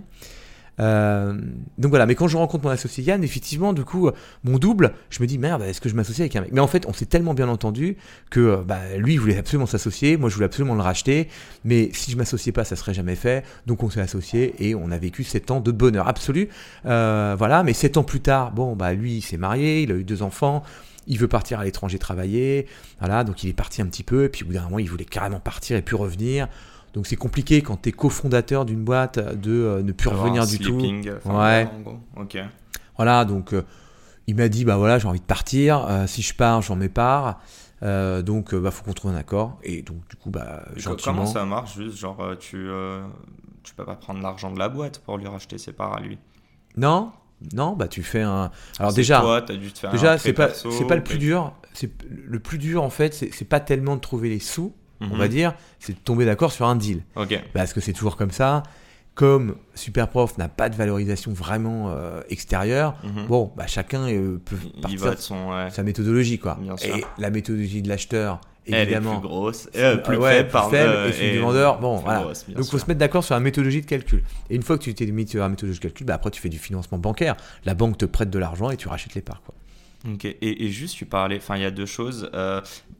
Euh, donc voilà, mais quand je rencontre mon associé Yann, effectivement, du coup, mon double, je me dis merde, est-ce que je m'associe avec un mec ? Mais en fait, on s'est tellement bien entendu que bah, lui, il voulait absolument s'associer, moi, je voulais absolument le racheter, mais si je m'associais pas, ça serait jamais fait. Donc on s'est associés et on a vécu sept ans de bonheur absolu. Euh, voilà, mais sept ans plus tard, bon, bah lui, il s'est marié, il a eu deux enfants. Il veut partir à l'étranger travailler, voilà, donc il est parti un petit peu, et puis au bout d'un moment, il voulait carrément partir et plus revenir. Donc c'est compliqué quand tu es cofondateur d'une boîte de euh, ne plus revenir du sleeping, tout. Ouais. En gros. Ok. Voilà, donc euh, il m'a dit bah voilà, j'ai envie de partir. Euh, si je pars, j'en mets part. Euh, donc euh, bah faut qu'on trouve un accord. Et donc du coup bah gentiment. Comment ça marche juste genre tu euh, tu peux pas prendre l'argent de la boîte pour lui racheter ses parts à lui ? Non. Non, bah tu fais un. Alors c'est déjà, toi, t'as dû te faire déjà un c'est pas perso, c'est pas le plus dur. C'est le plus dur en fait, c'est, c'est pas tellement de trouver les sous, mm-hmm. on va dire, c'est de tomber d'accord sur un deal. Ok. Parce que c'est toujours comme ça. Comme Superprof n'a pas de valorisation vraiment euh, extérieure, mm-hmm. bon, bah chacun euh, peut partir Il va de son ouais. sa méthodologie quoi. Bien sûr. Et la méthodologie de l'acheteur. Évidemment. Elle est plus grosse, euh, plus ouais, faible, plus par faible euh, et celui du vendeur. Bon, voilà. Grosse, donc, il faut se mettre d'accord sur la méthodologie de calcul. Et une fois que tu t'es mis sur la méthodologie de calcul, bah, après, tu fais du financement bancaire. La banque te prête de l'argent et tu rachètes les parts, quoi. Ok. Et, et juste, tu parlais, enfin, il y a deux choses. Euh,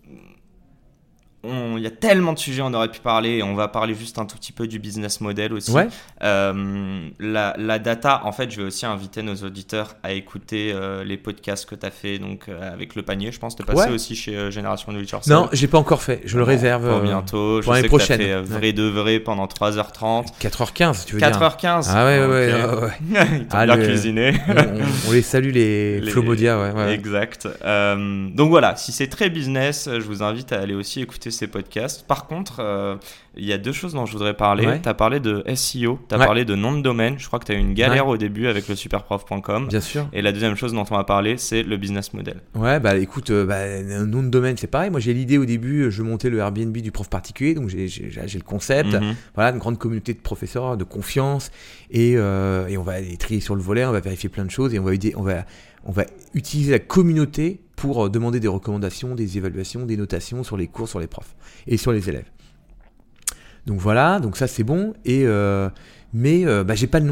il y a tellement de sujets, on aurait pu parler, et on va parler juste un tout petit peu du business model aussi. Ouais. Euh, la, la data, en fait, je vais aussi inviter nos auditeurs à écouter euh, les podcasts que tu as fait donc, euh, avec Le Panier. Je pense que tu es passé ouais. aussi chez euh, Génération Do It Yourself. Non, j'ai pas encore fait, je bon, le réserve pour bientôt. Pour je l'année sais prochaine. Que tu as fait euh, vrai ouais. de vrai pendant trois heures trente. quatre heures quinze, tu veux quatre dire. quatre heures quinze. Ah ouais, ouais, okay. ouais. ouais, ouais. Ils t'ont ah, bien le... cuisiné. on, on les salue, les, les... Flomodia. Ouais, ouais. Exact. Euh, donc voilà, si c'est très business, je vous invite à aller aussi écouter ces podcasts. Par contre, euh, il y a deux choses dont je voudrais parler. Ouais. Tu as parlé de S E O, tu as ouais. parlé de nom de domaine. Je crois que tu as eu une galère ouais. au début avec le superprof point com. Bien sûr. Et la deuxième chose dont on va parler, c'est le business model. Ouais, bah écoute, euh, bah, un nom de domaine, c'est pareil. Moi, j'ai l'idée au début, je montais le Airbnb du prof particulier, donc j'ai, j'ai, j'ai le concept. Mm-hmm. Voilà, une grande communauté de professeurs, de confiance. Et, euh, et on va les trier sur le volet, on va vérifier plein de choses et on va, on va, on va utiliser la communauté pour demander des recommandations, des évaluations, des notations sur les cours, sur les profs et sur les élèves. Donc voilà, donc ça c'est bon, et euh, mais euh, bah, j'ai pas le nom.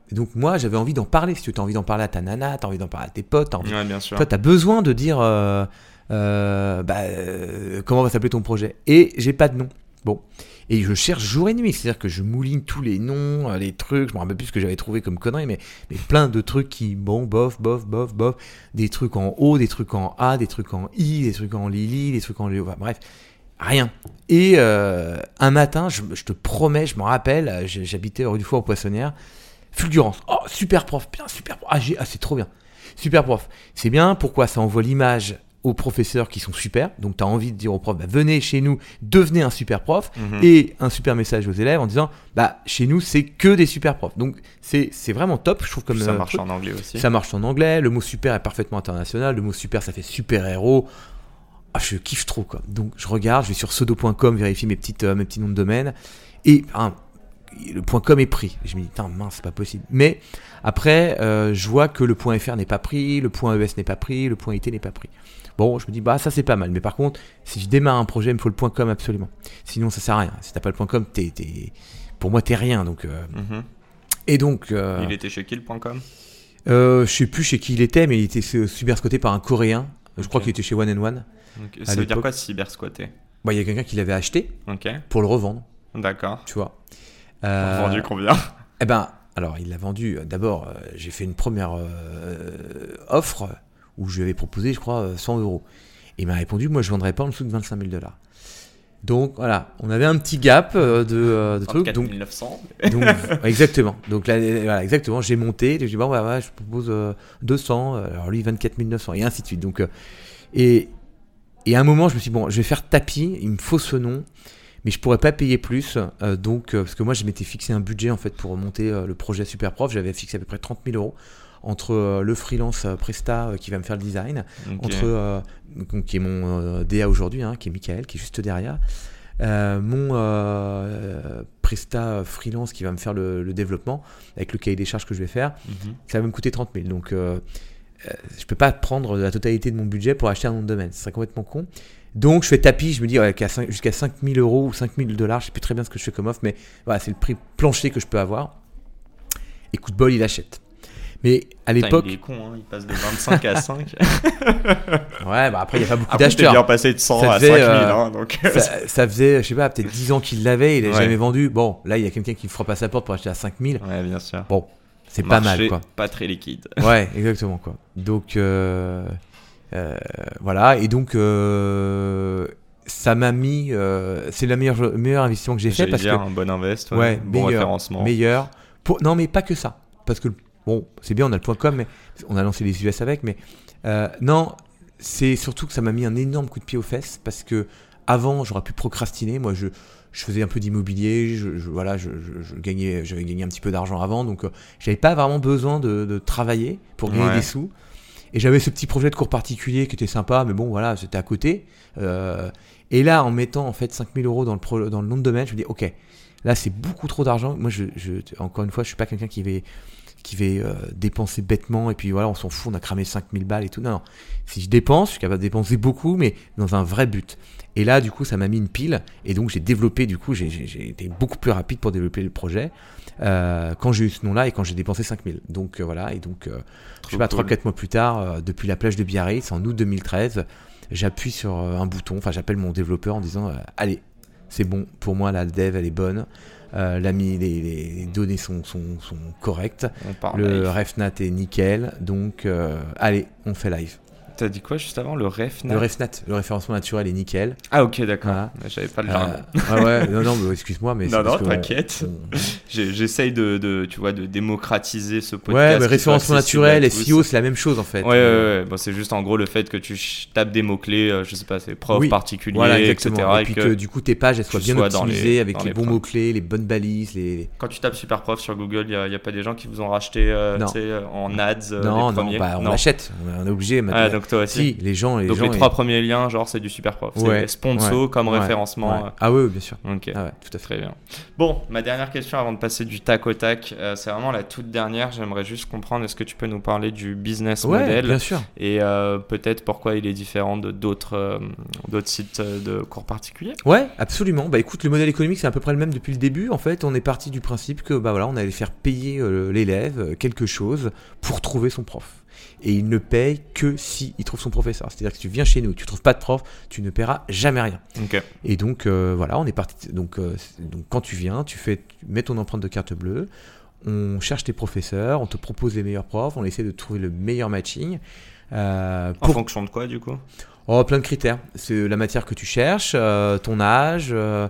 Et donc moi, j'avais envie d'en parler. Si tu as envie d'en parler à ta nana, tu as envie d'en parler à tes potes, t'as envie... Ouais, bien sûr. Toi, tu as besoin de dire euh, euh, bah, euh, comment va s'appeler ton projet. Et j'ai pas de nom. Bon. Et je cherche jour et nuit. C'est-à-dire que je mouline tous les noms, les trucs. Je me rappelle plus ce que j'avais trouvé comme conneries, mais, mais plein de trucs qui, bon, bof, bof, bof, bof. Des trucs en O, des trucs en A, des trucs en I, des trucs en Lili, des trucs en Léo. Enfin, bref, rien. Et euh, un matin, je, je te promets, je me rappelle, j'habitais rue du Four aux Poissonnières. Fulgurance. Oh, super prof. Bien, super prof. Ah, j'ai, ah, c'est trop bien. Super prof. C'est bien. Pourquoi? Ça envoie l'image aux professeurs qui sont super. Donc, tu as envie de dire aux profs, bah, venez chez nous, devenez un super prof. Mm-hmm. Et un super message aux élèves en disant, bah, chez nous, c'est que des super profs. Donc, c'est, c'est vraiment top. Je trouve comme ça euh, marche truc. En anglais aussi. Ça marche en anglais. Le mot super est parfaitement international. Le mot super, ça fait super-héros. Ah, je kiffe trop, quoi. Donc, je regarde, je vais sur pseudo point com, vérifier mes, petites, euh, mes petits noms de domaine. Et hein, le .com est pris. Et je me dis, putain, mince, c'est pas possible. Mais après, euh, je vois que le .fr n'est pas pris, le .es n'est pas pris, le .it n'est pas pris. Bon, je me dis, bah, ça, c'est pas mal. Mais par contre, si je démarre un projet, il me faut le .com absolument. Sinon, ça sert à rien. Si t'as pas le .com, t'es, t'es... pour moi, t'es rien. Donc, euh... mm-hmm. Et donc... Euh... Il était chez qui, le .com euh, Je sais plus chez qui il était, mais il était cybersquatté par un Coréen. Je okay. crois qu'il était chez One and One. Okay. Ça veut l'époque. Dire quoi, cybersquatté? Bah, il y a quelqu'un qui l'avait acheté okay. pour le revendre. D'accord. Tu vois. Euh, vendu combien? Eh ben, alors il l'a vendu. D'abord, euh, j'ai fait une première euh, offre où je lui avais proposé, je crois, cent euros. Et il m'a répondu, moi, je vendrais pas en dessous de vingt-cinq mille dollars. Donc voilà, on avait un petit gap euh, de, euh, de trucs. vingt-quatre mille neuf cents. Donc, donc exactement. Donc là, voilà, exactement. J'ai monté. J'ai dit bon, bah, ouais, je propose euh, deux cents. Alors lui, vingt-quatre mille neuf cents et ainsi de suite. Donc euh, et et à un moment, je me suis dit, bon, je vais faire tapis. Il me faut ce nom. Mais je pourrais pas payer plus, euh, donc euh, parce que moi je m'étais fixé un budget en fait pour monter euh, le projet Super Prof. J'avais fixé à peu près trente mille euros entre euh, le freelance euh, Presta euh, qui va me faire le design, okay. entre euh, donc, qui est mon euh, D A aujourd'hui, hein, qui est Michael, qui est juste derrière, euh, mon euh, Presta freelance qui va me faire le, le développement avec le cahier des charges que je vais faire. Mm-hmm. Ça va me coûter trente mille, donc euh, euh, je peux pas prendre la totalité de mon budget pour acheter un nom de domaine, ce serait complètement con. Donc je fais tapis, je me dis ouais, cinq, jusqu'à cinq mille euros ou cinq mille dollars, je sais plus très bien ce que je fais comme offre, mais voilà, c'est le prix plancher que je peux avoir. Et coup de bol, il achète. Mais à Putain, l'époque... il est con, hein, il passe de vingt-cinq à cinq. Ouais, bah après il n'y a pas beaucoup après, d'acheteurs. Après t'es bien passé de cent ça à faisait, cinq mille. Euh, hein, donc... ça, ça faisait, je sais pas, peut-être dix ans qu'il l'avait, il n'a ouais. jamais vendu. Bon, là il y a quelqu'un qui frappe à sa porte pour acheter à cinq mille. Ouais, bien sûr. Bon, c'est Marché pas mal quoi. Pas très liquide. Ouais, exactement quoi. Donc euh, euh, voilà, et donc... Euh, ça m'a mis, euh, c'est le meilleur, meilleur investissement que j'ai fait parce dire, que un bon invest, ouais, ouais, bon meilleur, référencement, meilleur. Pour, non, mais pas que ça, parce que bon, c'est bien, on a le .com, mais on a lancé les U S avec, mais euh, non, c'est surtout que ça m'a mis un énorme coup de pied aux fesses parce que avant, j'aurais pu procrastiner. Moi, je, je faisais un peu d'immobilier, je, je, voilà, je, je, je gagnais, j'avais gagné un petit peu d'argent avant, donc euh, j'avais pas vraiment besoin de, de travailler pour gagner ouais. des sous. Et j'avais ce petit projet de cours particulier qui était sympa, mais bon, voilà, c'était à côté. Euh, et là, en mettant en fait cinq mille euros dans le, pro, dans le nom de domaine, je me dis, ok, là, c'est beaucoup trop d'argent. Moi, je, je, encore une fois, je suis pas quelqu'un qui va, qui va euh, dépenser bêtement. Et puis voilà, on s'en fout, on a cramé cinq mille balles et tout. Non, non. Si je dépense, je suis capable de dépenser beaucoup, mais dans un vrai but. Et là, du coup, ça m'a mis une pile. Et donc, j'ai développé, du coup, j'ai, j'ai, j'ai été beaucoup plus rapide pour développer le projet euh, quand j'ai eu ce nom-là et quand j'ai dépensé cinq mille. Donc, euh, voilà. Et donc, euh, je sais pas, trois quatre mois plus tard, euh, depuis la plage de Biarritz, en août deux mille treize, j'appuie sur euh, un bouton. Enfin, j'appelle mon développeur en disant euh, allez, c'est bon, pour moi, la dev, elle est bonne. Euh, la, les, les données sont, sont, sont correctes. Le live. RefNat est nickel. Donc, euh, allez, on fait live. T'as dit quoi juste avant? Le RefNat? Le RefNat, le référencement naturel est nickel. Ah ok, d'accord. Voilà. J'avais pas le jargon. Euh, ah ouais, non, non, mais excuse-moi, mais non, c'est non, parce t'inquiète. On... J'essaye de, de, tu vois, de démocratiser ce podcast. Ouais, mais référencement naturel, S E O, c'est la même chose en fait. Ouais, ouais, ouais. Bon, c'est juste en gros le fait que tu tapes des mots clés, je sais pas, c'est prof oui, particulier, voilà, et cetera. Et puis que, que du coup tes pages elles soient bien sois optimisées les, avec les, les bons mots clés, les bonnes balises. Les... Quand tu tapes super prof sur Google, il y, y a pas des gens qui vous ont racheté euh, en ads. Non, les non, bah, on non. l'achète, on est obligé. Ah, donc Donc toi aussi. Si, les gens, les Donc gens, les trois ils... premiers liens, genre c'est du Superprof. Ouais, c'est sponsor ouais, comme ouais, référencement. ouais. Ah oui, bien sûr. Ok. Ah ouais, tout à fait. Très bien. Bon, ma dernière question avant de passer du tac au tac, euh, c'est vraiment la toute dernière. J'aimerais juste comprendre, est-ce que tu peux nous parler du business Ouais, model bien sûr. et euh, peut-être pourquoi il est différent de d'autres euh, d'autres sites de cours particuliers? Ouais, absolument. Bah écoute, le modèle économique c'est à peu près le même depuis le début. En fait, on est parti du principe que bah voilà, on allait faire payer euh, l'élève quelque chose pour trouver son prof. Et il ne paye que si il trouve son professeur. C'est-à-dire que si tu viens chez nous, tu trouves pas de prof, tu ne paieras jamais rien. Okay. Et donc euh, voilà, on est parti. Donc, euh, donc quand tu viens, tu fais, tu mets ton empreinte de carte bleue. On cherche tes professeurs, on te propose les meilleurs profs, on essaie de trouver le meilleur matching. Euh, pour... En fonction de quoi du coup? Oh, plein de critères. C'est la matière que tu cherches, euh, ton âge, euh,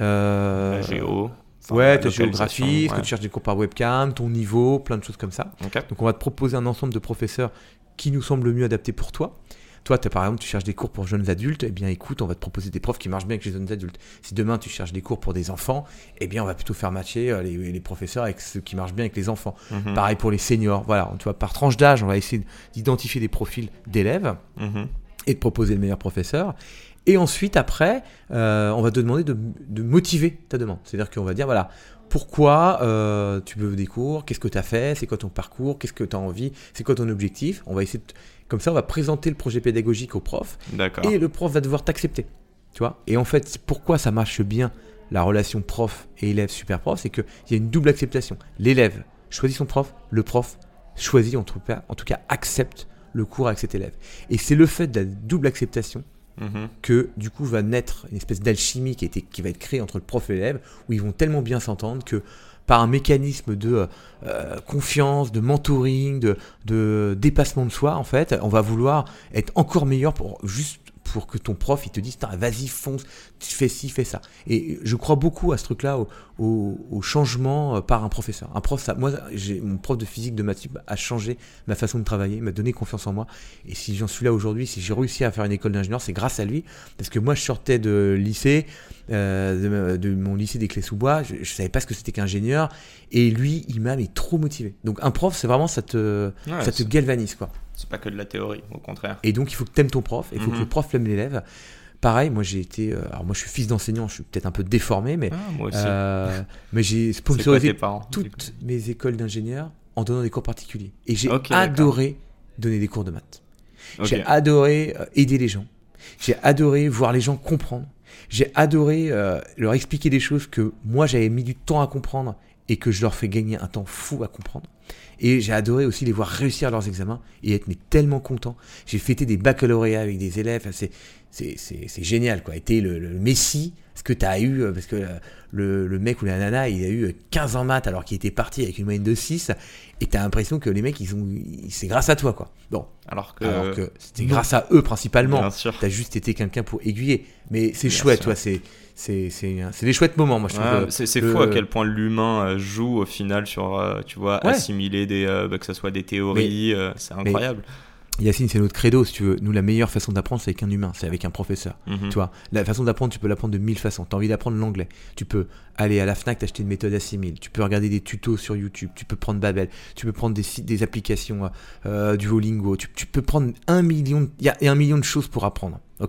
la géo. Enfin, ouais, ta géographie, est-ce ouais. que tu cherches des cours par webcam, ton niveau, plein de choses comme ça. Okay. Donc on va te proposer un ensemble de professeurs qui nous semble le mieux adapté pour toi. Toi, par exemple, tu cherches des cours pour jeunes adultes, eh bien écoute, on va te proposer des profs qui marchent bien avec les jeunes adultes. Si demain tu cherches des cours pour des enfants, eh bien on va plutôt faire matcher les, les professeurs avec ceux qui marchent bien avec les enfants. Mm-hmm. Pareil pour les seniors. Voilà, tu vois, par tranche d'âge, on va essayer d'identifier des profils d'élèves mm-hmm. et de proposer le meilleur professeur. Et ensuite, après, euh, on va te demander de, de motiver ta demande. C'est-à-dire qu'on va dire, voilà, pourquoi euh, tu veux des cours, qu'est-ce que tu as fait, c'est quoi ton parcours, qu'est-ce que tu as envie, c'est quoi ton objectif. On va essayer de... Comme ça, on va présenter le projet pédagogique au prof. D'accord. Et le prof va devoir t'accepter. Tu vois ? Et en fait, pourquoi ça marche bien, la relation prof et élève super prof, c'est qu'il y a une double acceptation. L'élève choisit son prof, le prof choisit, en tout cas, en tout cas accepte le cours avec cet élève. Et c'est le fait de la double acceptation Mmh. que du coup va naître une espèce d'alchimie qui, a été, qui va être créée entre le prof et l'élève, où ils vont tellement bien s'entendre que par un mécanisme de euh, confiance, de mentoring, de, de dépassement de soi, en fait, on va vouloir être encore meilleur pour juste pour que ton prof il te dise vas-y fonce, tu fais ci, fais ça. Et je crois beaucoup à ce truc-là, au, au, au changement par un professeur. Un prof, ça, moi, j'ai, mon prof de physique de maths a changé ma façon de travailler, m'a donné confiance en moi. Et si j'en suis là aujourd'hui, si j'ai réussi à faire une école d'ingénieur, c'est grâce à lui. Parce que moi, je sortais de lycée, euh, de, de mon lycée des Clés-sous-Bois, je, je savais pas ce que c'était qu'ingénieur. Et lui, il m'a mais, trop motivé. Donc un prof, c'est vraiment ça te, ouais, ça te galvanise, quoi. C'est pas que de la théorie, au contraire. Et donc, il faut que tu aimes ton prof, il faut mm-hmm. que le prof aime l'élève. Pareil, moi j'ai été. Euh, alors, moi je suis fils d'enseignant, je suis peut-être un peu déformé, mais. Ah, moi aussi. Euh, mais j'ai sponsorisé toutes mes écoles d'ingénieurs en donnant des cours particuliers. Et j'ai okay, adoré d'accord. donner des cours de maths. Okay. J'ai adoré euh, aider les gens. J'ai adoré voir les gens comprendre. J'ai adoré euh, leur expliquer des choses que moi j'avais mis du temps à comprendre et que je leur fais gagner un temps fou à comprendre. Et j'ai adoré aussi les voir réussir leurs examens et être mais tellement content. J'ai fêté des baccalauréats avec des élèves, enfin, c'est, c'est, c'est, c'est génial, quoi. Été le, le Messi, ce que tu as eu, parce que le, le mec ou la nana, il a eu quinze en maths alors qu'il était parti avec une moyenne de six, et tu as l'impression que les mecs, ils ont, c'est grâce à toi, quoi. Bon, alors que, alors que c'était non. grâce à eux principalement. Tu as juste été quelqu'un pour aiguiller. Mais c'est Bien chouette, toi, c'est... C'est, c'est, c'est des chouettes moments, moi je trouve. Ouais, le, c'est c'est le... fou à quel point l'humain joue au final sur, euh, tu vois, ouais. assimiler des, euh, bah, que ce soit des théories, mais, euh, c'est incroyable. Mais, Yacine, c'est notre credo, si tu veux. Nous, la meilleure façon d'apprendre, c'est avec un humain, c'est avec un professeur. Mm-hmm. Tu vois, la façon d'apprendre, tu peux l'apprendre de mille façons. Tu as envie d'apprendre l'anglais, tu peux aller à la Fnac, t'acheter une méthode Assimil, tu peux regarder des tutos sur YouTube, tu peux prendre Babel, tu peux prendre des sites, des applications, euh, du Duolingo, tu, tu peux prendre un million, il y a un million de choses pour apprendre, ok ?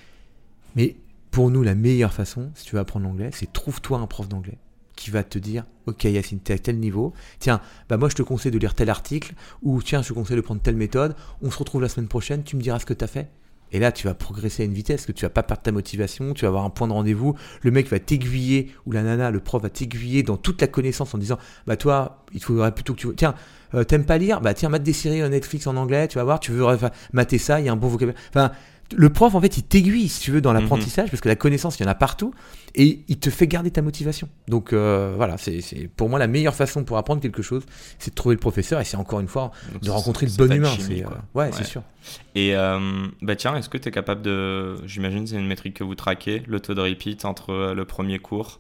Mais pour nous, la meilleure façon, si tu veux apprendre l'anglais, c'est trouve-toi un prof d'anglais qui va te dire « Ok Yacine, t'es à tel niveau, tiens, bah moi je te conseille de lire tel article, ou tiens, je te conseille de prendre telle méthode, on se retrouve la semaine prochaine, tu me diras ce que t'as fait. » Et là, tu vas progresser à une vitesse, que tu vas pas perdre ta motivation, tu vas avoir un point de rendez-vous, le mec va t'aiguiller, ou la nana, le prof va t'aiguiller dans toute la connaissance en disant « Bah toi, il faudrait plutôt que tu... Tiens, euh, t'aimes pas lire ? Bah tiens, mate des séries Netflix en anglais, tu vas voir, tu veux mater ça, il y a un bon vocabulaire. » Enfin, le prof, en fait, il t'aiguille, si tu veux, dans l'apprentissage, mm-hmm. parce que la connaissance, il y en a partout, et il te fait garder ta motivation. Donc, euh, voilà, c'est, c'est pour moi la meilleure façon pour apprendre quelque chose, c'est de trouver le professeur, et c'est encore une fois Donc de rencontrer le bon humain. Chimie, c'est, euh, ouais, ouais, c'est sûr. Et euh, bah tiens, est-ce que tu es capable de, j'imagine, c'est une métrique que vous traquez, le taux de repeat entre le premier cours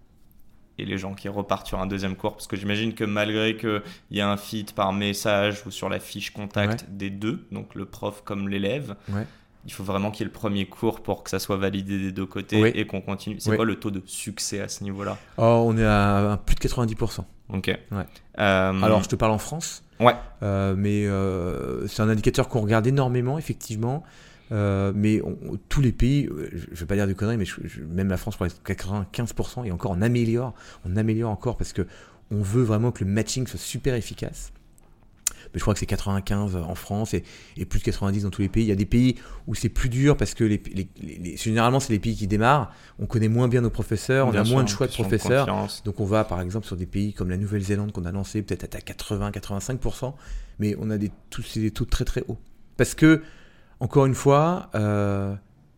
et les gens qui repartent sur un deuxième cours, parce que j'imagine que malgré qu'il y a un fit par message ou sur la fiche contact ouais. des deux, donc le prof comme l'élève, ouais. il faut vraiment qu'il y ait le premier cours pour que ça soit validé des deux côtés oui. et qu'on continue. C'est oui. quoi le taux de succès à ce niveau-là ? Oh, on est à plus de quatre-vingt-dix pour cent. Ok. Ouais. Euh... Alors, je te parle en France. Ouais. Euh, mais euh, c'est un indicateur qu'on regarde énormément, effectivement. Euh, mais on, tous les pays, je ne vais pas dire de conneries, mais je, je, même la France, pour quatre-vingt-quinze pour cent, et encore, on améliore. On améliore encore parce qu'on veut vraiment que le matching soit super efficace. Mais je crois que c'est quatre-vingt-quinze en France et, et plus de quatre-vingt-dix dans tous les pays. Il y a des pays où c'est plus dur parce que les, les, les, les, généralement, c'est les pays qui démarrent. On connaît moins bien nos professeurs, bien on a sûr, moins de choix de professeurs. De donc, on va par exemple sur des pays comme la Nouvelle-Zélande qu'on a lancé peut-être à quatre-vingts à quatre-vingt-cinq pour cent, mais on a des, tous des taux très très hauts. Parce que, encore une fois, euh,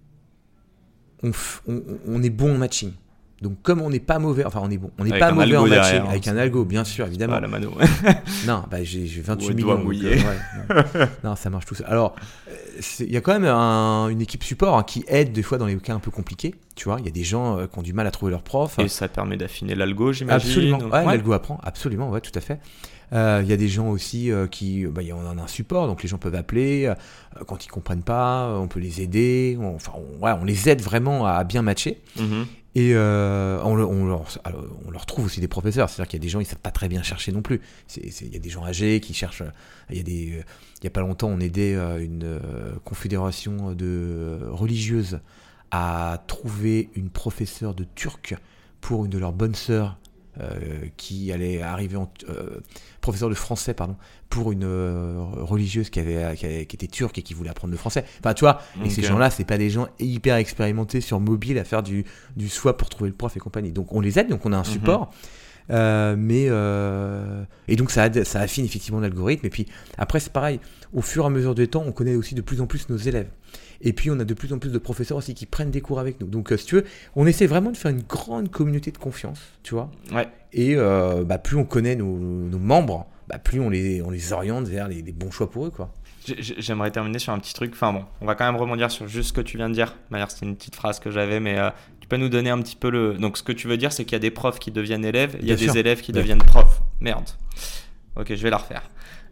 on, on, on est bon en matching. Donc, comme on n'est pas mauvais, enfin, on est bon, on n'est pas mauvais en matching derrière, avec un algo, bien sûr, évidemment. Pas la mano. non, bah, j'ai, j'ai vingt-huit millions. Donc, euh, ouais, non. non, ça marche tout seul. Alors, il y a quand même un, une équipe support hein, qui aide des fois dans les cas un peu compliqués. Tu vois, il y a des gens euh, qui ont du mal à trouver leur prof. Et ça permet d'affiner l'algo, j'imagine. Absolument. Donc, ouais, ouais. L'algo apprend, absolument, ouais, tout à fait. Il euh, y a des gens aussi euh, qui, bah, y a, on en a un support, donc les gens peuvent appeler euh, quand ils comprennent pas, on peut les aider. On, enfin, on, ouais, on les aide vraiment à bien matcher. Mm-hmm. Et euh, on, on, leur, on leur trouve aussi des professeurs, c'est-à-dire qu'il y a des gens, ils ne savent pas très bien chercher non plus. C'est, c'est, il y a des gens âgés qui cherchent. Il y a des, il n'y a pas longtemps, on aidait une euh, confédération de religieuses à trouver une professeure de turc pour une de leurs bonnes sœurs euh, qui allait arriver en euh, professeur de français pardon pour une euh, religieuse qui avait, qui avait qui était turque et qui voulait apprendre le français. Enfin tu vois, okay. Et ces gens-là, c'est pas des gens hyper expérimentés sur mobile à faire du du swap pour trouver le prof et compagnie. Donc on les aide, donc on a un support. Mm-hmm. Euh, mais euh, et donc ça, aide, ça affine effectivement l'algorithme. Et puis après c'est pareil, au fur et à mesure du temps, on connaît aussi de plus en plus nos élèves. Et puis on a de plus en plus de professeurs aussi qui prennent des cours avec nous. Donc euh, si tu veux, on essaie vraiment de faire une grande communauté de confiance, tu vois. Ouais. Et euh, bah, plus on connaît nos, nos membres, bah, plus on les, on les oriente vers les, les bons choix pour eux, quoi. J'aimerais terminer sur un petit truc. Enfin bon, on va quand même rebondir sur juste ce que tu viens de dire. D'ailleurs, c'est une petite phrase que j'avais, mais euh, tu peux nous donner un petit peu le. Donc, ce que tu veux dire, c'est qu'il y a des profs qui deviennent élèves, il y a Bien des sûr. élèves qui ouais. deviennent profs. Merde. Ok, je vais la refaire.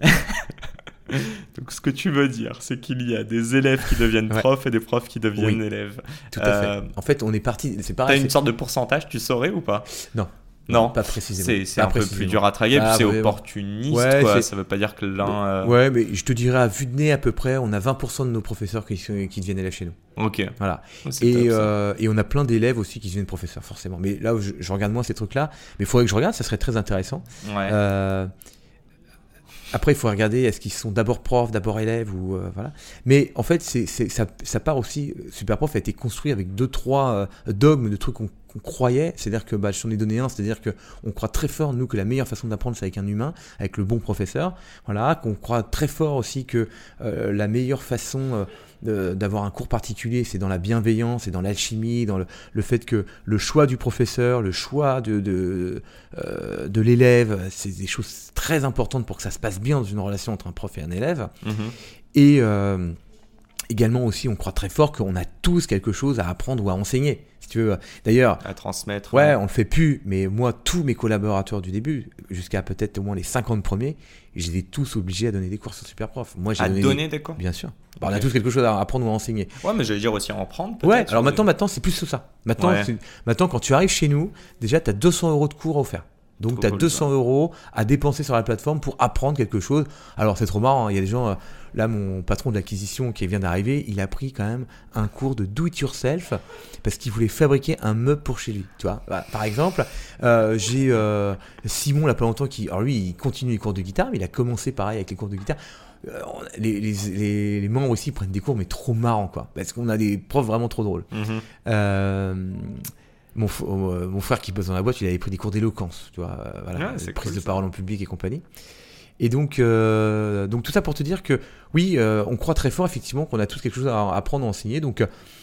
Donc, ce que tu veux dire, c'est qu'il y a des élèves qui deviennent ouais. profs et des profs qui deviennent oui. élèves. Tout à euh, fait. En fait, on est parti. C'est pareil. T'as une c'est... sorte de pourcentage, tu saurais ou pas ? Non. Non, pas précisément. C'est, c'est pas un peu plus dur à travailler, ah, puis c'est ouais, opportuniste, ouais, quoi. C'est... Ça veut pas dire que l'un... Euh... Ouais, mais je te dirais à vue de nez à peu près, on a vingt pour cent de nos professeurs qui, qui deviennent élèves chez nous. Ok. Voilà. C'est et, top, euh, et on a plein d'élèves aussi qui deviennent professeurs, forcément. Mais là, je, je regarde moins ces trucs-là, mais il faudrait que je regarde, ça serait très intéressant. Ouais. Euh... Après, il faut regarder, est-ce qu'ils sont d'abord profs, d'abord élèves, ou euh, voilà. Mais en fait, c'est, c'est, ça, ça part aussi. Superprof a été construit avec deux, trois euh, dogmes de trucs qu'on, qu'on croyait. C'est-à-dire que, bah, je t'en ai donné un, c'est-à-dire que on croit très fort nous que la meilleure façon d'apprendre c'est avec un humain, avec le bon professeur. Voilà, qu'on croit très fort aussi que euh, la meilleure façon euh, de, d'avoir un cours particulier, c'est dans la bienveillance, c'est dans l'alchimie, dans le, le fait que le choix du professeur, le choix de de, euh, de l'élève, c'est des choses très importantes pour que ça se passe bien dans une relation entre un prof et un élève. Mmh. Et euh, également aussi, on croit très fort qu'on a tous quelque chose à apprendre ou à enseigner. Si tu veux, d'ailleurs, à transmettre. Ouais, ouais, on le fait plus. Mais moi, tous mes collaborateurs du début, jusqu'à peut-être au moins les cinquante premiers, j'étais tous obligés à donner des cours sur Superprof. Moi, j'ai à donné donner des, des cours. Bien sûr. Okay. Bah, on a tous quelque chose à apprendre ou à enseigner. Ouais, mais j'allais dire aussi à en prendre. Peut-être, ouais. Alors des... maintenant, maintenant, c'est plus ça. Maintenant, ouais. c'est... maintenant, quand tu arrives chez nous, déjà, tu as deux cents euros de cours à offrir. Donc, tu as deux cents euros à dépenser sur la plateforme pour apprendre quelque chose. Alors, c'est trop marrant. Il hein. y a des gens... Euh, là, mon patron de l'acquisition qui vient d'arriver, il a pris quand même un cours de do-it-yourself parce qu'il voulait fabriquer un meuble pour chez lui. Tu vois, bah, par exemple, euh, j'ai euh, Simon, il n'y a pas longtemps, qui... Alors lui, il continue les cours de guitare, mais il a commencé pareil avec les cours de guitare. Euh, les, les, les, les membres aussi prennent des cours, mais trop marrants, quoi. Parce qu'on a des profs vraiment trop drôles. Mm-hmm. Euh... Mon, euh, mon frère qui bosse dans la boîte, il avait pris des cours d'éloquence, tu vois, euh, voilà, ouais, prise cool, de ça. parole en public et compagnie. Et donc, euh, donc tout ça pour te dire que oui, euh, on croit très fort effectivement qu'on a tous quelque chose à apprendre, à enseigner. Donc, euh,